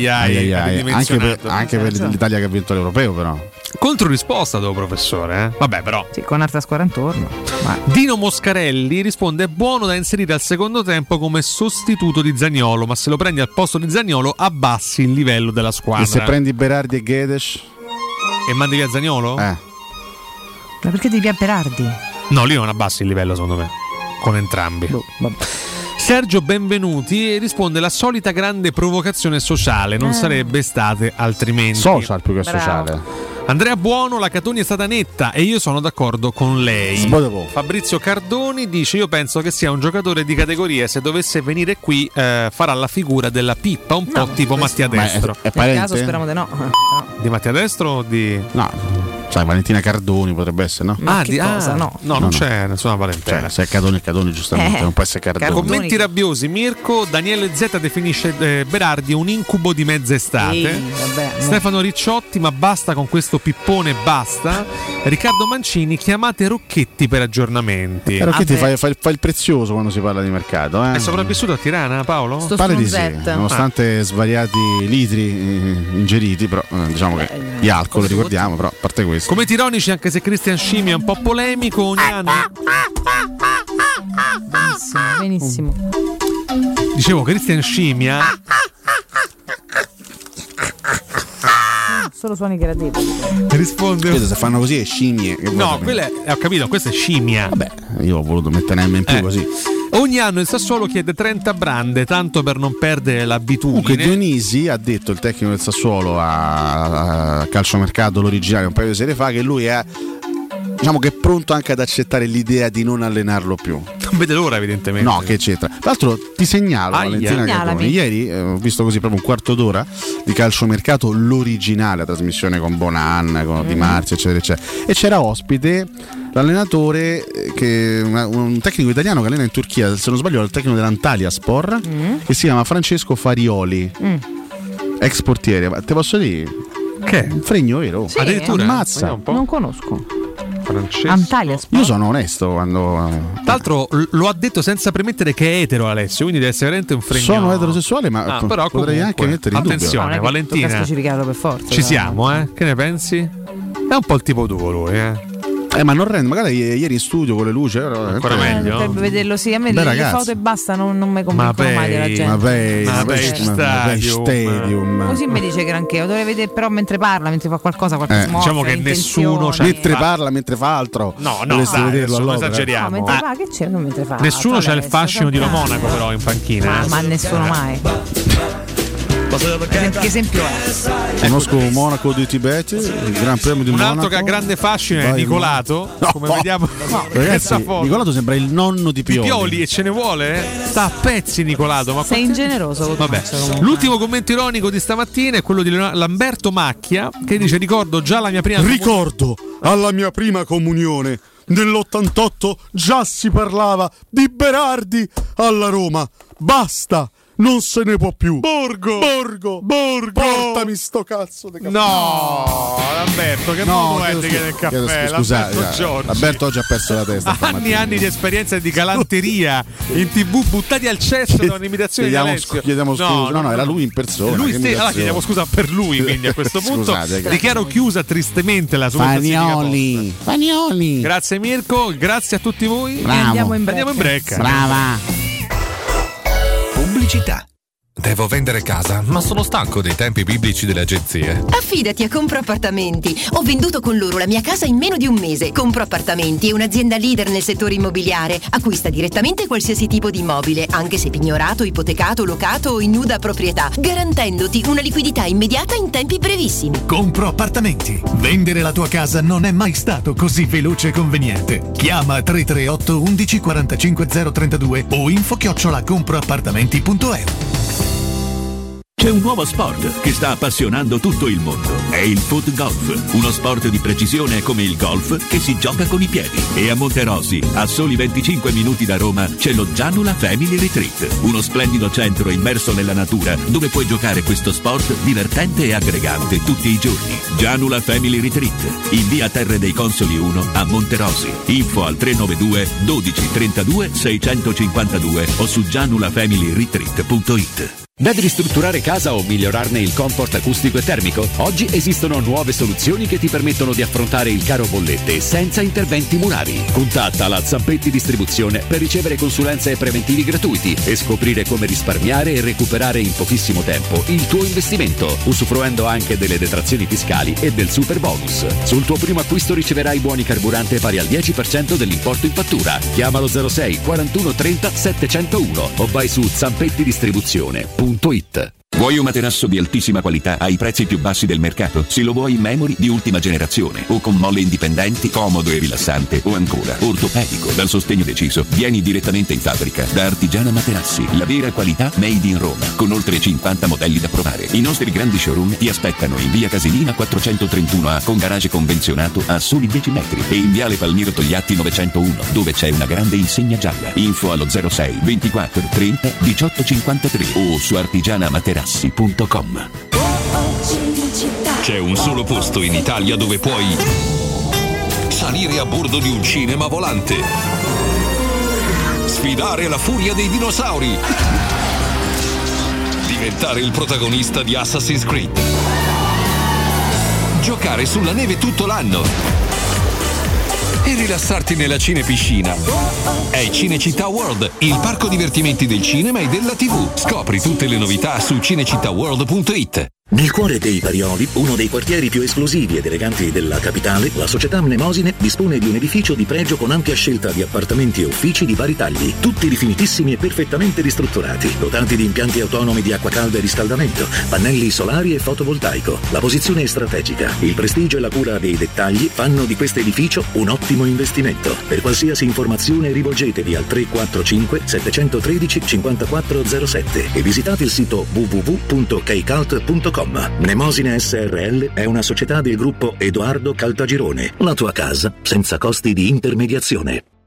anche per l'Italia che ha vinto l'Europeo, però. Controrisposta dopo, professore. Vabbè, però. Sì, con altra squadra intorno. Dino Moscarelli risponde: è buono da inserire al secondo tempo come sostituto di Zaniolo, ma se lo prendi al posto di Zaniolo abbassi il livello della squadra. E se prendi Berardi e Guedes e mandi via Zaniolo? Ma perché devi via Berardi? No, lì non abbassi il livello, secondo me, con entrambi. Vabbè. Sergio Benvenuti risponde: la solita grande provocazione sociale, non sarebbe state altrimenti. Social più che sociale. Andrea Buono: la Catoni è stata netta e io sono d'accordo con lei. Fabrizio Cardoni dice: io penso che sia un giocatore di categoria, se dovesse venire qui farà la figura della pippa, un po' tipo Mattia Destro. È parente? Nel caso speriamo di no. Di Mattia Destro o di... No. Sai, Valentina Cardoni potrebbe essere, no? No, non c'è nessuna parentela. Se è Cadoni giustamente, non può essere Cardoni. Commenti rabbiosi. Mirko Daniele Z definisce Berardi un incubo di mezz'estate. Stefano Ricciotti: ma basta con questo pippone, basta. Riccardo Mancini: chiamate Rocchetti per aggiornamenti. Rocchetti fa il prezioso quando si parla di mercato. È sopravvissuto a Tirana, Paolo? Pare di sì, nonostante svariati litri ingeriti, però diciamo che di alcol, ricordiamo, però a parte questo. Come ironici, anche se Christian Scimmia è un po' polemico, ogni anno. Benissimo. Dicevo, Christian Scimmia. Solo suoni gradevoli. Risponde. Se fanno così è scimmie. No, quella ho capito, questa è scimmia. Vabbè, io ho voluto mettere M in più così. Ogni anno il Sassuolo chiede 30 brande, tanto per non perdere l'abitudine. Comunque Dionisi ha detto, il tecnico del Sassuolo a Calciomercato, l'originale, un paio di serie fa, che lui è, diciamo, che è pronto anche ad accettare l'idea di non allenarlo più. Non vede l'ora, evidentemente. No, che c'entra. Tra l'altro ti segnalo, Valentina Cardoni, ieri ho visto così proprio un quarto d'ora di Calciomercato, l'originale, la trasmissione con Bonan, con Di Marzio, eccetera eccetera, e c'era ospite l'allenatore, un tecnico italiano che allena in Turchia, se non sbaglio è il tecnico dell'Antalyaspor, che si chiama Francesco Farioli, ex portiere. Ma te posso dire? Che? Un fregno vero? Sì, addirittura ammazza. Non conosco. Antalyaspor. Io sono onesto quando. Tra l'altro lo ha detto senza premettere che è etero, Alessio, quindi deve essere veramente un fregno. Sono eterosessuale, ma però potrei anche mettere in dubbio. Attenzione, Valentina. Per forza, ci siamo, Che ne pensi? È un po' il tipo tuo lui, ma non rende, magari ieri in studio con le luci ancora meglio. Per vederlo, sì, a me le foto e basta non mi convincono mai della gente. Ma Stadium. Così mi dice granché, lo dovrei vedere però mentre parla, mentre fa qualcosa mostra, diciamo che nessuno mentre parla, mentre fa altro. No, vederlo, allora. Esageriamo. No, mentre fa, che c'è mentre fa? Nessuno c'ha il fascino di Monaco però in panchina. Ma nessuno mai. Che esempio è? Conosco Monaco di Tibet, il Gran Premio di Monaco. Un altro che ha grande fascino è Nicolato. Come vediamo, ragazzi, Nicolato sembra il nonno di Pioli. E ce ne vuole? Sta a pezzi Nicolato. Ma sei ingeneroso. Vabbè. L'ultimo commento ironico di stamattina è quello di Lamberto Macchia, che dice: ricordo alla mia prima comunione. Nell'88 già si parlava di Berardi alla Roma. Basta! Non se ne può più. Borgo. Portami sto cazzo di caffè. No, Lamberto, che modo è del caffè? Scusate, Lamberto oggi ha perso la testa. Anni di esperienza di galanteria in TV buttati al cesso da un'imitazione di Alessio. Chiediamo scusa. No, era lui in persona. Allora chiediamo scusa per lui, quindi a questo punto dichiaro chiusa tristemente la sua Fagnoli. Grazie Mirko, grazie a tutti voi. Bravo. Andiamo in break. Brava. Pubblicità. Devo vendere casa, ma sono stanco dei tempi biblici delle agenzie. Affidati a Compro Appartamenti. Ho venduto con loro la mia casa in meno di un mese. Compro Appartamenti è un'azienda leader nel settore immobiliare. Acquista direttamente qualsiasi tipo di immobile, anche se pignorato, ipotecato, locato o in nuda proprietà, garantendoti una liquidità immediata in tempi brevissimi. Compro Appartamenti. Vendere la tua casa non è mai stato così veloce e conveniente. Chiama 338 11 45 032 o info@comproappartamenti.eu. C'è un nuovo sport che sta appassionando tutto il mondo. È il foot golf, uno sport di precisione come il golf che si gioca con i piedi. E a Monterosi, a soli 25 minuti da Roma, c'è lo Gianula Family Retreat, uno splendido centro immerso nella natura dove puoi giocare questo sport divertente e aggregante tutti i giorni. Gianula Family Retreat, in via Terre dei Consoli 1 a Monterosi. Info al 392 12 32 652 o su gianulafamilyretreat.it. Devi ristrutturare casa o migliorarne il comfort acustico e termico? Oggi esistono nuove soluzioni che ti permettono di affrontare il caro bollette senza interventi murari. Contatta la Zampetti Distribuzione per ricevere consulenze e preventivi gratuiti e scoprire come risparmiare e recuperare in pochissimo tempo il tuo investimento, usufruendo anche delle detrazioni fiscali e del super bonus. Sul tuo primo acquisto riceverai buoni carburante pari al 10% dell'importo in fattura. Chiamalo 06 41 30 701 o vai su zampettidistribuzione.it. Vuoi un materasso di altissima qualità ai prezzi più bassi del mercato? Se lo vuoi in memory di ultima generazione o con molle indipendenti, comodo e rilassante o ancora ortopedico dal sostegno deciso, vieni direttamente in fabbrica da Artigiana Materassi, la vera qualità made in Roma, con oltre 50 modelli da provare. I nostri grandi showroom ti aspettano in via Casilina 431A con garage convenzionato a soli 10 metri e in viale Palmiro Togliatti 901 dove c'è una grande insegna gialla. Info allo 06 24 30 18 53 o su artigianamaterassi.com. C'è un solo posto in Italia dove puoi salire a bordo di un cinema volante, sfidare la furia dei dinosauri, diventare il protagonista di Assassin's Creed, giocare sulla neve tutto l'anno e rilassarti nella cinepiscina. È Cinecittà World, il parco divertimenti del cinema e della TV. Scopri tutte le novità su cinecittàworld.it. Nel cuore dei Parioli, uno dei quartieri più esclusivi ed eleganti della capitale, la società Mnemosine dispone di un edificio di pregio con ampia scelta di appartamenti e uffici di vari tagli, tutti rifinitissimi e perfettamente ristrutturati, dotati di impianti autonomi di acqua calda e riscaldamento, pannelli solari e fotovoltaico. La posizione è strategica, il prestigio e la cura dei dettagli fanno di questo edificio un ottimo investimento. Per qualsiasi informazione rivolgetevi al 345 713 5407 e visitate il sito www.keicalt.com. Mnemosine SRL è una società del gruppo Edoardo Caltagirone. La tua casa senza costi di intermediazione.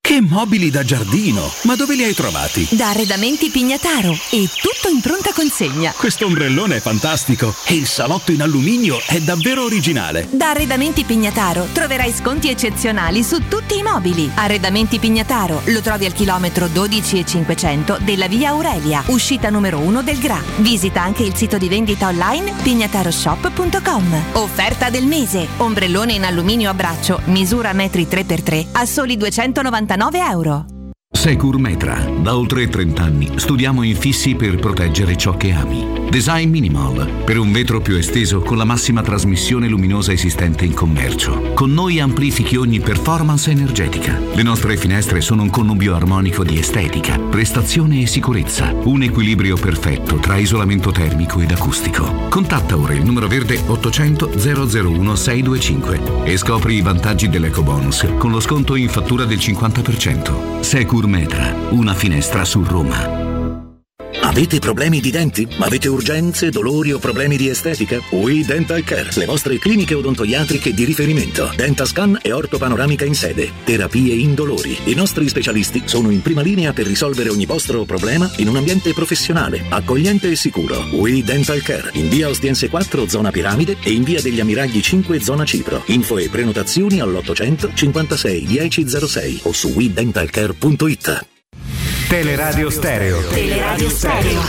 Che mobili da giardino! Ma dove li hai trovati? Da Arredamenti Pignataro e tutto in pronta consegna. Questo ombrellone è fantastico e il salotto in alluminio è davvero originale. Da Arredamenti Pignataro troverai sconti eccezionali su tutti i mobili. Arredamenti Pignataro lo trovi al chilometro 12,500 della via Aurelia, uscita numero 1 del GRA. Visita anche il sito di vendita online pignataroshop.com. Offerta del mese: ombrellone in alluminio a braccio, misura metri 3x3 a soli €299. Securmetra. Da oltre 30 anni studiamo infissi per proteggere ciò che ami. Design Minimal, per un vetro più esteso con la massima trasmissione luminosa esistente in commercio. Con noi amplifichi ogni performance energetica. Le nostre finestre sono un connubio armonico di estetica, prestazione e sicurezza. Un equilibrio perfetto tra isolamento termico ed acustico. Contatta ora il numero verde 800 001 625 e scopri i vantaggi dell'ecobonus con lo sconto in fattura del 50%. Securmetra, una finestra su Roma. Avete problemi di denti? Avete urgenze, dolori o problemi di estetica? We Dental Care, le vostre cliniche odontoiatriche di riferimento. Dentascan e ortopanoramica in sede. Terapie indolori. I nostri specialisti sono in prima linea per risolvere ogni vostro problema in un ambiente professionale, accogliente e sicuro. We Dental Care, in via Ostiense 4, zona Piramide, e in via degli Ammiragli 5, zona Cipro. Info e prenotazioni all'800 56 1006 o su wedentalcare.it. Teleradio Stereo. Teleradio Stereo.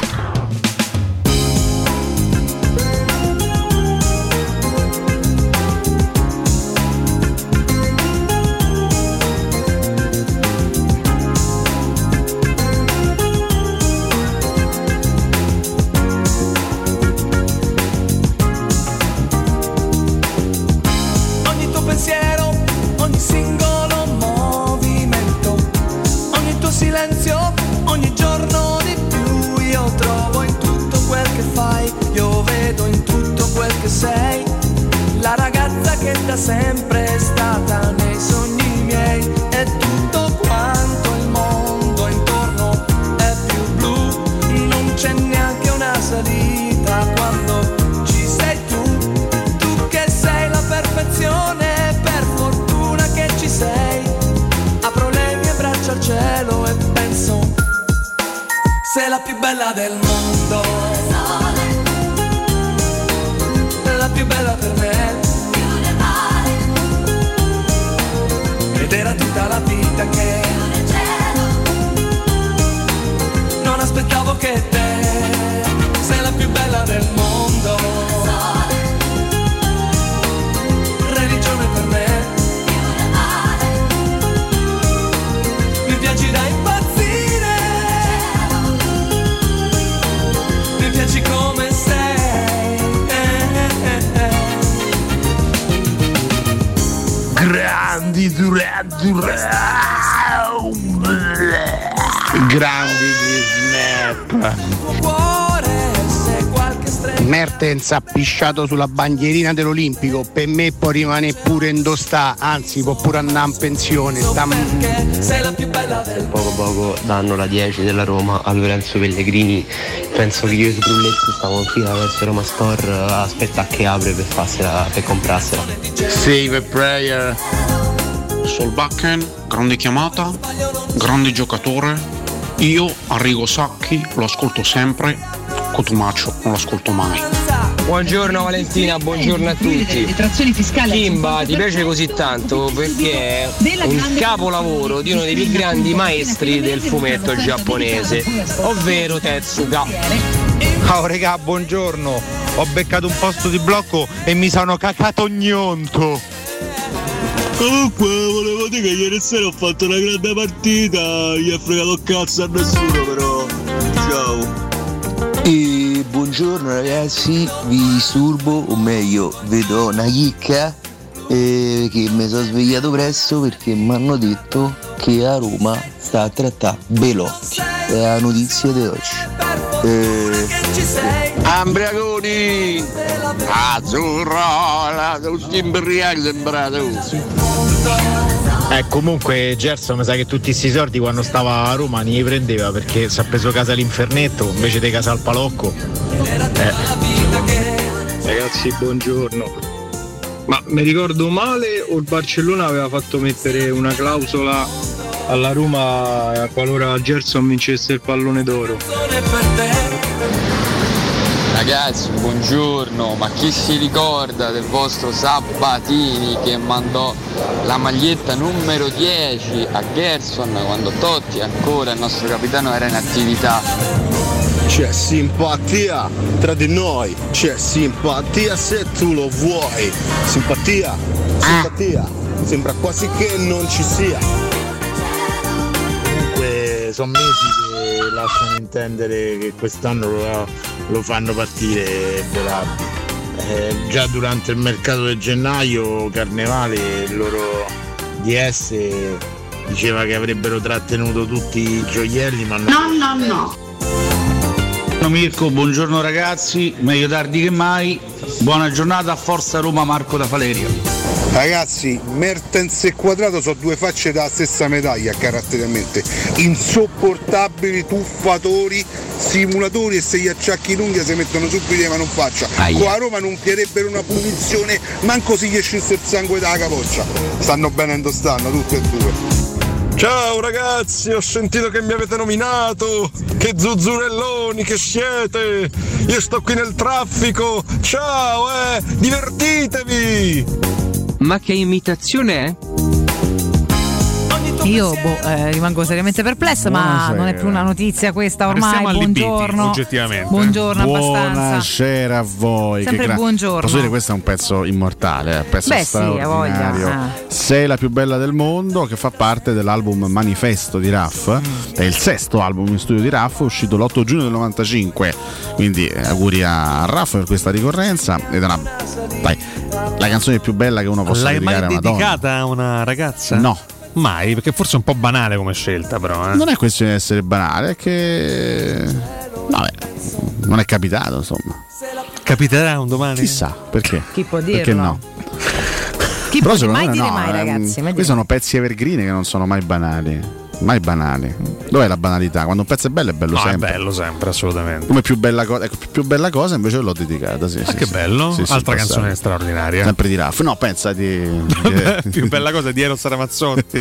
Ogni tuo pensiero, ogni singolo movimento, ogni tuo silenzio, ogni giorno di più, io trovo in tutto quel che fai, io vedo in tutto quel che sei, la ragazza che da sempre è stata nei sogni miei, e tutto quanto il mondo intorno è più blu, non c'è neanche una salita quando ci sei tu che sei la perfezione, per fortuna che ci sei, apro le mie braccia al cielo e penso sei la più bella del mondo, la più bella per me, ed era tutta la vita che non aspettavo che te sei la più bella del mondo, religione per me, mi piaci da impazzire, mi piaci come sei, Grandi grandi di Snap. Mertens ha pisciato sulla bandierina dell'Olimpico, per me può rimanere pure in dostà, anzi può pure andare in pensione. Poco danno la 10 della Roma a Lorenzo Pellegrini, penso che io e Brulletti stavo in fila verso Roma Store a aspettare che apre per farsela, per comprarsela. Save a prayer. Solbakken, grande chiamata, grande giocatore. Io Arrigo Sacchi lo ascolto sempre, Cotumaccio non lo ascolto mai. Buongiorno Valentina, buongiorno a tutti. Detrazioni fiscali. Kimba ti piace così tanto perché è un capolavoro di uno dei più grandi maestri del fumetto giapponese, ovvero Tezuka. Ciao regà, buongiorno. Ho beccato un posto di blocco e mi sono cacato gnonto. Comunque volevo dire che ieri sera ho fatto una grande partita, gli ha fregato cazzo a nessuno però. Ciao. E buongiorno ragazzi, vi disturbo, o meglio vedo una chicca che mi sono svegliato presto perché mi hanno detto che a Roma sta a trattare Belotti, è la notizia di oggi. Ambriagoni, azzurrola, tutti imbriachi sembrato. Comunque Gerson mi sa che tutti questi soldi quando stava a Roma ne prendeva perché si è preso casa all'Infernetto invece di casa al Palocco. Ragazzi, buongiorno. Ma mi ricordo male o il Barcellona aveva fatto mettere una clausola alla Roma qualora Gerson vincesse il pallone d'oro. Ragazzi, buongiorno, ma chi si ricorda del vostro Sabatini che mandò la maglietta numero 10 a Gerson quando Totti ancora il nostro capitano era in attività? C'è simpatia tra di noi, c'è simpatia se tu lo vuoi. Simpatia, sembra quasi che non ci sia. Comunque sono mesi che lasciano intendere che quest'anno lo fanno partire Berardi. Già durante il mercato di gennaio Carnevale il loro DS diceva che avrebbero trattenuto tutti i gioielli, ma No. Mirko, buongiorno ragazzi, meglio tardi che mai. Buona giornata, forza Roma, Marco da Valerio. Ragazzi, Mertens e Quadrato sono due facce della stessa medaglia caratterialmente. Insopportabili tuffatori, simulatori, e se gli acciacchi lunghi si mettono subito le mani in faccia. Qua a Roma non chiederebbero una punizione, manco se gli scisse il sangue dalla capoccia. Stanno bene dove stanno, tutte e due. Ciao ragazzi, ho sentito che mi avete nominato, che zuzzurelloni che siete, io sto qui nel traffico, ciao divertitevi! Ma che imitazione è? Io rimango seriamente perplessa, ma non è più una notizia questa ormai. Buongiorno, oggettivamente. Buongiorno abbastanza. Buonasera a voi. Sempre buongiorno. Posso dire, questo è un pezzo immortale, un pezzo straordinario. Sì, Sei la più bella del mondo, che fa parte dell'album Manifesto di Raff. È il sesto album in studio di Raff, uscito l'8 giugno del 95. Quindi auguri a Raff per questa ricorrenza. Ed è la canzone più bella che uno possa dedicare a una donna. L'hai mai dedicata a una ragazza? No. Mai, perché forse è un po' banale come scelta, però. Non è questione di essere banale, è che non è capitato, insomma. Capiterà un domani? Chissà, perché? Chi può dirlo? Perché no? Chi può dire mai dire mai, ragazzi? Questi sono pezzi evergreen che non sono mai banali. Mai banali. Dov'è la banalità? Quando un pezzo è bello sempre. È bello sempre, assolutamente. Come più bella cosa invece l'ho dedicata. Sì, che bello. Altra canzone straordinaria. Sempre di Raff. No, pensa di più bella cosa di Eros Ramazzotti.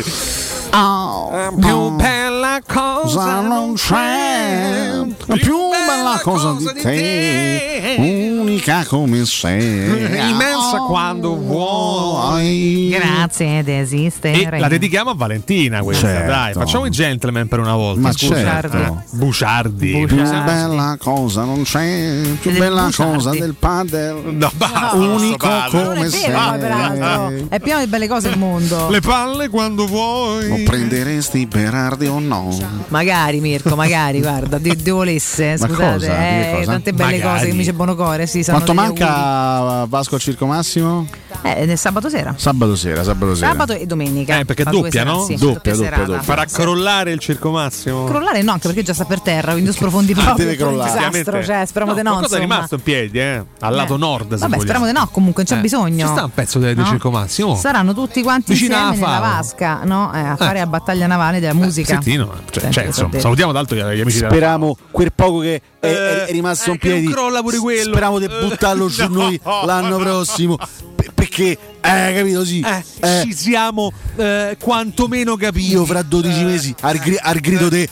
Più bella cosa non c'è, più bella cosa di te, unica come sei, immensa quando vuoi. Grazie ed esiste. E la dedichiamo a Valentina questa, certo. Dai, facciamo i gentleman per una volta. Ma scusa. certo. Buciardi. Più bella cosa non c'è, più bella cosa del padel. No, basta, unico come sei. È pieno di belle cose il mondo. Le palle quando vuoi. Lo prenderesti Berardi o no? Magari Mirko, magari, guarda, Dio volesse, scusate, cosa? Tante belle cose che mi dice Bonocore, sì. Quanto manca Vasco al Circo Massimo? Sabato sera. Sabato e domenica. Perché doppia, no? Sì, doppia. Farà crollare il Circo Massimo? Crollare no, anche perché già sta per terra, quindi sprofondi proprio. Deve crollare. Un disastro, cioè, speriamo di no. Qualcosa è rimasto in piedi, al lato nord. Vabbè, speriamo di no, comunque non c'è bisogno. Ci sta un pezzo del Circo Massimo. Saranno tutti quanti insieme nella vasca, no? A fare la battaglia navale della musica. Salutiamo tanto gli amici. Speriamo quel poco che è rimasto in piedi. Crolla pure quello. Speriamo di buttarlo giù noi l'anno prossimo. Perché, capito, sì. Ci siamo quantomeno capiti. Io fra 12 mesi al grido di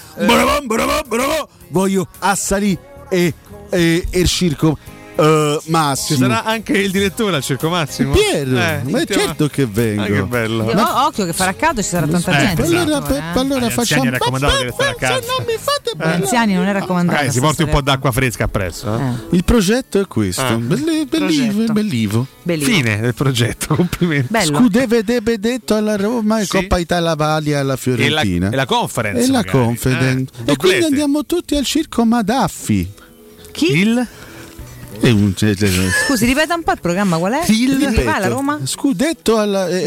voglio assalire e il circo Massimo. Ci sarà anche il direttore al Circo Massimo. Piero, ma certo che vengo. Che bello. Occhio che farà caldo, ci sarà tanta gente. Allora facciamo. È raccomandato che restare a casa. Non mi fate bene. Anziani non è raccomandato. Si porti un po' d'acqua fresca appresso. Il progetto è questo. Bellivo. Fine del progetto. Complimenti. Scudeve detto alla Roma e Coppa Italia Valia alla Fiorentina. E la Conference. E la Conference. E quindi andiamo tutti al Circo Madaffi. Chi? Scusi, ripeta un po' il programma, qual è? La Roma? Scudetto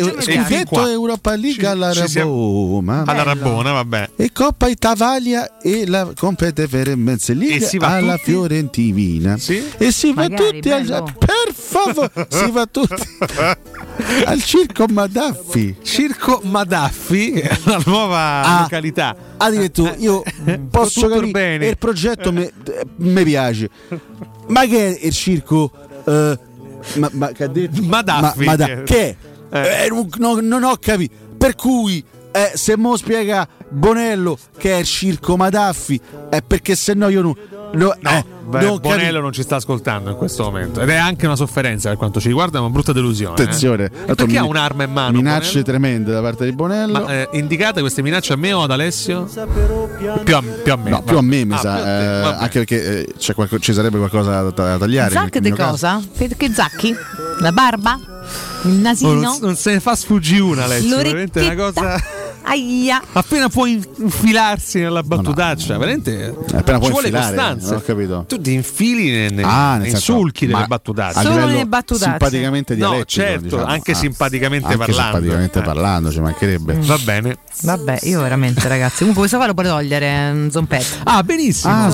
Europa League alla Rabona. Alla Rabona, vabbè. E Coppa Italia e la Conference League alla Fiorentina. Sì? E si va tutti per favore, si va tutti al Circo Madaffi. Circo Madaffi, la nuova località. Addirittura io posso capire bene. Il progetto mi piace. Ma che è il circo? Ma che ha detto? Madaffi. Che? Non ho capito. Per cui se mo spiega Bonello che è il circo Madaffi, è perché se no io Bonello non ci sta ascoltando in questo momento ed è anche una sofferenza per quanto ci riguarda, una brutta delusione. Attenzione, perché ha un'arma in mano? Minacce tremende da parte di Bonello. Ma indicate queste minacce a me o ad Alessio? Più a me. No, più a me mi sa, anche perché ci sarebbe qualcosa da tagliare. Zac di cosa? Che zacchi? La barba? Il nasino? Non se ne fa sfuggire una, Alessio. Veramente una cosa. Aia. Appena può infilarsi nella battutaccia, veramente appena ci può vuole infilare, costanza. non ho capito. Tu ti infili nei sulchi delle battutacce. Solo nelle battutacce. Simpaticamente dialettico, certo, diciamo. anche simpaticamente anche parlando. Simpaticamente parlando, ci mancherebbe. Va bene. Vabbè, io veramente, ragazzi. Comunque questo qua lo puoi togliere, Zompet. Benissimo.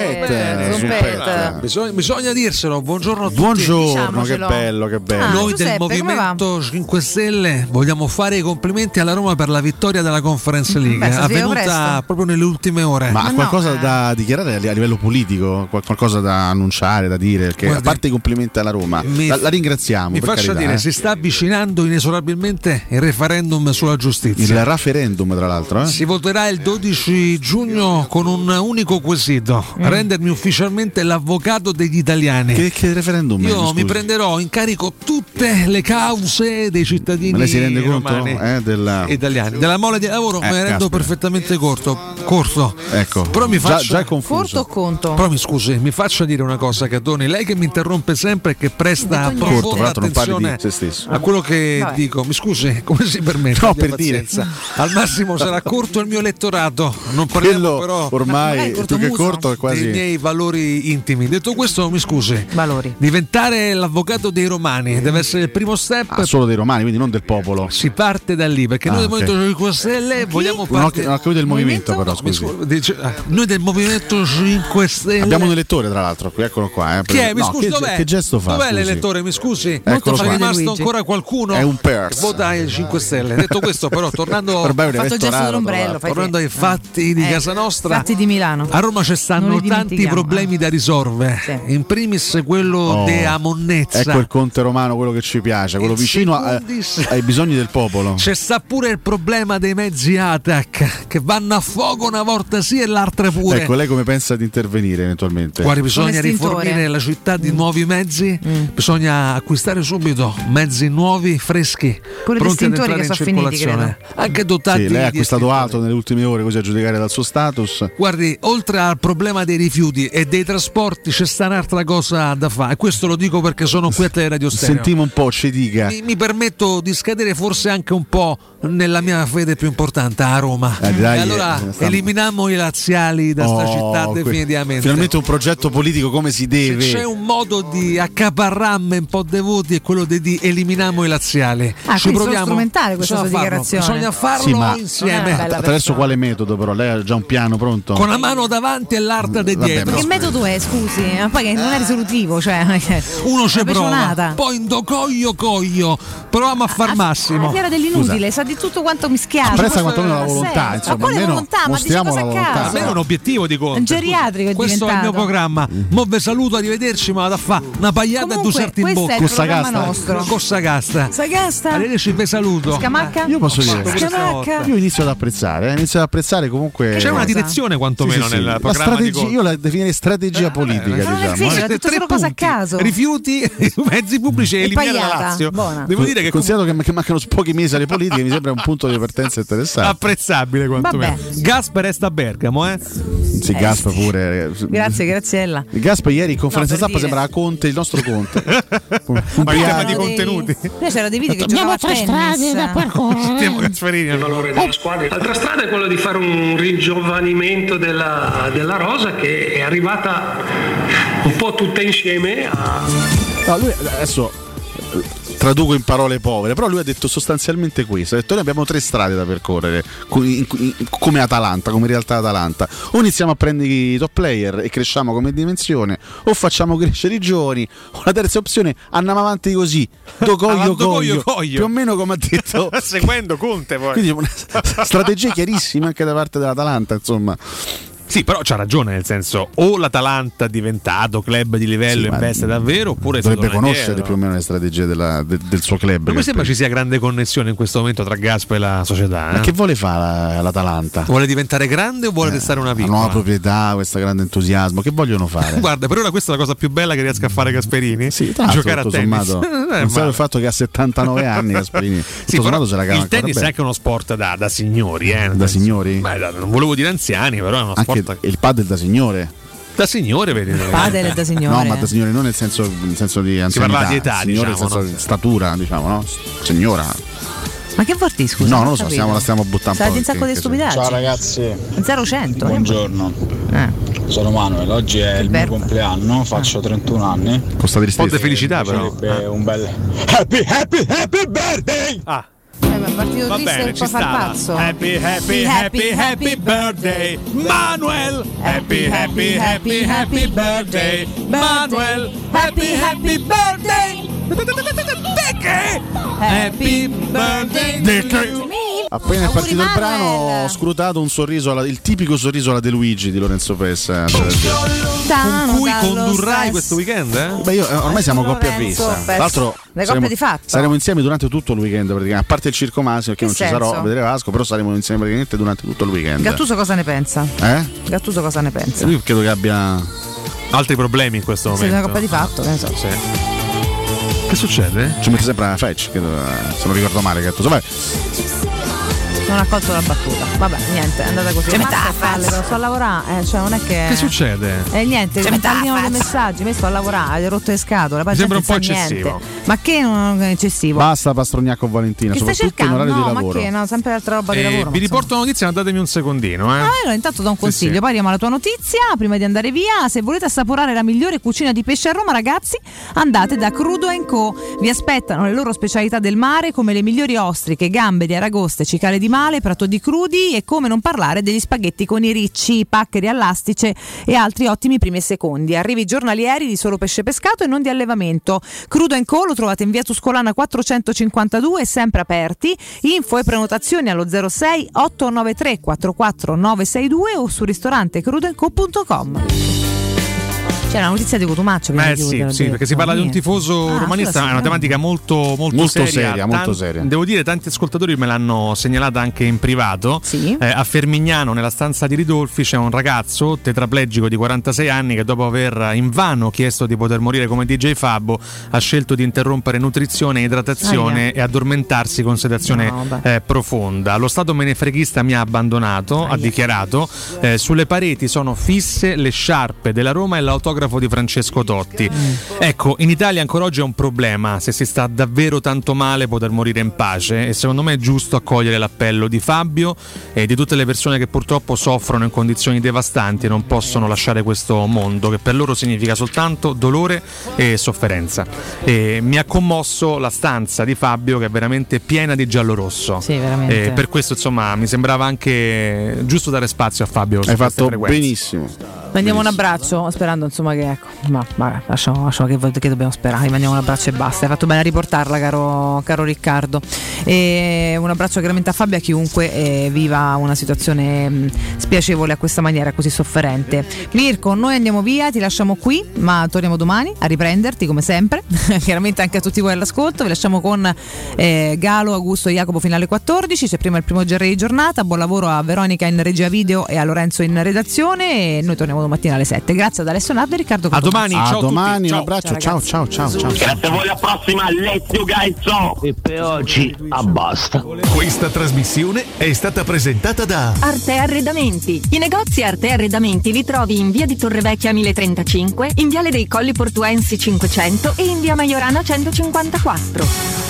Zompet. Bisogna dirselo. Buongiorno a tutti. Buongiorno, che bello, che bello. Noi del Movimento 5 Stelle vogliamo fare i complimenti alla Roma per la vittoria della Conference League, avvenuta proprio nelle ultime ore. Ma qualcosa da dichiarare a livello politico? Qualcosa da annunciare, da dire? Perché a parte i complimenti alla Roma, la ringraziamo. Mi faccia dire, si sta avvicinando inesorabilmente il referendum sulla giustizia. Il referendum, tra l'altro. Si voterà il 12 giugno con un unico quesito: rendermi ufficialmente l'avvocato degli italiani. Che referendum? Io mi prenderò in carico tutte le cause dei cittadini. Ma lei si rende conto italiani? Della mole di lavoro me ne rendo perfettamente corto. Ecco. Però mi faccio già è confuso. Corto o conto? Però mi scusi, mi faccia dire una cosa, Catoni, lei che mi interrompe sempre e che presta profonda attenzione a quello che dico. Mi scusi, come si permette? No, per dire. Al massimo sarà corto il mio elettorato. Non parliamo però ormai più che corto è quasi dei miei valori intimi. Detto questo, mi scusi. Valori. Diventare l'avvocato dei romani deve essere il primo step. Solo dei romani, quindi non del popolo. Si parte da lì, perché noi del Movimento 5 Stelle vogliamo parte. Non ho capito del movimento, però scusi. Noi del Movimento 5 Stelle abbiamo un elettore, tra l'altro, qui, eccolo qua. Chi è? Mi scusi, dov'è? Che gesto fa? Dov'è l'elettore? Mi scusi. Eccolo C'è qua. rimasto ancora qualcuno? È un pers. Vota il 5 Stelle. Detto questo, però, tornando ai fatti di casa nostra, fatti di Milano. A Roma ci stanno tanti problemi da risolvere. Sì. In primis quello della monnezza. Ecco il conte romano, quello che ci piace, quello vicino ai bisogni del popolo. C'è sta pure il problema dei mezzi ATAC che vanno a fuoco una volta sì e l'altra pure. Ecco, lei come pensa di intervenire eventualmente? Guardi, bisogna rifornire la città di nuovi mezzi, bisogna acquistare subito mezzi nuovi, freschi, pure pronti ad entrare in finiti, circolazione, anche dotati lei ha acquistato altro nelle ultime ore, così a giudicare dal suo status. Guardi, oltre al problema dei rifiuti e dei trasporti c'è sta un'altra cosa da fare, e questo lo dico perché sono qui a Teleradio Stereo. Sentimo un po', ci dica. Mi permetto di scadere forse anche un po' nella mia fede più importante, a Roma. Dai, e allora eliminiamo i laziali da sta città definitivamente. Finalmente un progetto politico come si deve. Se c'è un modo di accaparrarmi un po' dei voti è quello di eliminiamo i laziali. Ci proviamo. È strumentale questa sua dichiarazione. Bisogna farlo insieme. Attraverso quale metodo però? Lei ha già un piano pronto? Con la mano davanti e l'arta di dietro. Che metodo è, scusi? Ma poi che non è risolutivo, cioè uno ci prova, poi indocoglio proviamo a far massimo. Era dell'inutile, sa di tutto quanto mischiato. Apprezza quantomeno la volontà, insomma, ma quale volontà? Ma dice cosa a caso? Almeno è un obiettivo di conto. Un geriatrico questo è il mio programma. Mo ve saluto, arrivederci, ma vado a fare una pagliata e due salti in bocca. Con Sagasta. Con Sagasta. Arrivederci, ve saluto. Scamacca? Io posso dire, io inizio ad apprezzare comunque. C'è una direzione quantomeno nel programma di Conte. Io la definirei strategia politica, diciamo. Ha detto solo cose a caso. Rifiuti, mezzi pubblici e eliminare la Lazio. Devo dire che considerato che mancano pochi mesi alle politiche, mi sembra un punto di partenza interessante. Apprezzabile quantomeno. Gasper resta a Bergamo, Sì, Gasper pure. Grazie, Graziella. Gasper ieri in conferenza stampa sembrava Conte, il nostro Conte. Ma il tema di contenuti. C'era dei video che abbiamo 3 strade da percorrere. Il valore della squadra. L'altra strada è quella di fare un ringiovanimento della rosa, che è arrivata un po' tutta insieme a... No, lui adesso traduco in parole povere, però lui ha detto sostanzialmente questo: ha detto noi abbiamo 3 strade da percorrere come Atalanta, come realtà Atalanta: o iniziamo a prendere i top player e cresciamo come dimensione, o facciamo crescere i giovani, o la terza opzione andiamo avanti così, coglio, più o meno come ha detto seguendo Conte poi. Quindi strategie chiarissime anche da parte dell'Atalanta, insomma. Sì, però c'ha ragione, nel senso, o l'Atalanta è diventato club di livello, investe davvero, oppure dovrebbe conoscere più o meno le strategie del suo club. Non mi sembra ci sia grande connessione in questo momento tra Gaspo e la società. Ma che vuole fare l'Atalanta? Vuole diventare grande o vuole restare una piccola? La nuova proprietà, questo grande entusiasmo, che vogliono fare? Guarda, per ora questa è la cosa più bella che riesca a fare Gasperini. Sì, giocare a tennis. Non sai il fatto che ha 79 anni Gasperini. Sì, però il tennis è anche uno sport da signori, Da signori? Beh, non volevo dire anziani, però è uno anche sport. Il padel da signore. Da signore, vedi? Padel è da signore. No, ma da signore non nel senso di anzianità. Si parla di età, signore diciamo, nel senso di statura, diciamo, no? Signora. Ma che vorti, scusa? No, non lo so, la stiamo buttando. Stai un sacco di stupidaggini. Ciao ragazzi. 0-100. Buongiorno. Sono Manuel, oggi è il mio compleanno, faccio 31 anni. Con sta tristezza. Un po' di felicità però. Un bel happy birthday! Ma è partito Va triste bene, e ci poi fa il sta. pazzo. Happy birthday, Manuel. Happy birthday, Manuel. Happy birthday. Perché? Happy birthday. Appena è partito il brano ho scrutato un sorriso, il tipico sorriso alla De Luigi di Lorenzo Pessa. Con cui condurrai questo weekend? Beh, ormai siamo coppia fissa. Tra l'altro le coppie di fatto. Saremo insieme durante tutto il weekend praticamente. A parte il Circo Massimo, perché non ci sarò a vedere Vasco, però saremo insieme praticamente durante tutto il weekend. Gattuso cosa ne pensa? Gattuso cosa ne pensa? Io credo che abbia altri problemi in questo momento. Sei una coppia di fatto, che ne so. Sì. Che succede? Ci mette sempre la Fetch, se non ricordo male, Gattuso. Vai. Non ha colto la battuta. Vabbè, niente, è andata così. Sto a lavorare, cioè non è che. Che succede? Niente, mi tagliano dei messaggi, mi sto a lavorare, ho rotto le scatole. Mi sembra un po' eccessivo. Niente. Ma che non è eccessivo? Basta Pastrognac o Valentina, che soprattutto in orario di lavoro. Ma che no, sempre altra roba di lavoro. Vi riporto una notizia, ma datemi un secondino. Allora, intanto do un consiglio. Poi arriviamo alla tua notizia. Prima di andare via, se volete assaporare la migliore cucina di pesce a Roma, ragazzi, andate da Crudo & Co. Vi aspettano le loro specialità del mare, come le migliori ostriche, gamberi, aragoste, cicale di male, prato di crudi e come non parlare degli spaghetti con i ricci, paccheri all'astice e altri ottimi primi e secondi. Arrivi giornalieri di solo pesce pescato e non di allevamento. Crudo & Co. lo trovate in via Tuscolana 452 e sempre aperti. Info e prenotazioni allo 06 893 44 962 o su ristorante crudoandco.com. C'è una notizia di Cotumaccio. Sì, perché si parla di un tifoso romanista, è una tematica molto seria. Molto seria. Devo dire, tanti ascoltatori me l'hanno segnalata anche in privato. Sì. A Fermignano, nella stanza di Ridolfi, c'è un ragazzo tetraplegico di 46 anni che dopo aver invano chiesto di poter morire come DJ Fabbo ha scelto di interrompere nutrizione e idratazione e addormentarsi con sedazione profonda. Lo stato menefreghista mi ha abbandonato, ha dichiarato. Sulle pareti sono fisse le sciarpe della Roma e l'autografo di Francesco Totti. Ecco, in Italia ancora oggi è un problema, se si sta davvero tanto male, poter morire in pace, e secondo me è giusto accogliere l'appello di Fabio e di tutte le persone che purtroppo soffrono in condizioni devastanti e non possono lasciare questo mondo, che per loro significa soltanto dolore e sofferenza. E mi ha commosso la stanza di Fabio, che è veramente piena di giallo-rosso. Sì, veramente. Per questo, insomma, mi sembrava anche giusto dare spazio a Fabio. Hai fatto benissimo. Mandiamo un abbraccio, sperando insomma che lasciamo che dobbiamo sperare. Mandiamo un abbraccio e basta. Hai fatto bene a riportarla, caro Riccardo. E un abbraccio chiaramente a Fabio e a chiunque viva una situazione spiacevole a questa maniera così sofferente. Mirko, noi andiamo via, ti lasciamo qui, ma torniamo domani a riprenderti come sempre. Chiaramente anche a tutti voi all'ascolto. Vi lasciamo con Galo, Augusto e Jacopo fino alle 14. C'è prima il primo GR di giornata. Buon lavoro a Veronica in regia video e a Lorenzo in redazione, e noi torniamo domattina alle 7. Grazie ad Alessio Nardo e Riccardo Cotumaccio. A domani, ciao a domani, tutti. Un abbraccio, ciao. Grazie a voi, alla prossima, let's you guys. E per oggi basta. Questa trasmissione è stata presentata da Arte Arredamenti. I negozi Arte Arredamenti li trovi in via di Torrevecchia 1035, in viale dei Colli Portuensi 500 e in via Maiorana 154.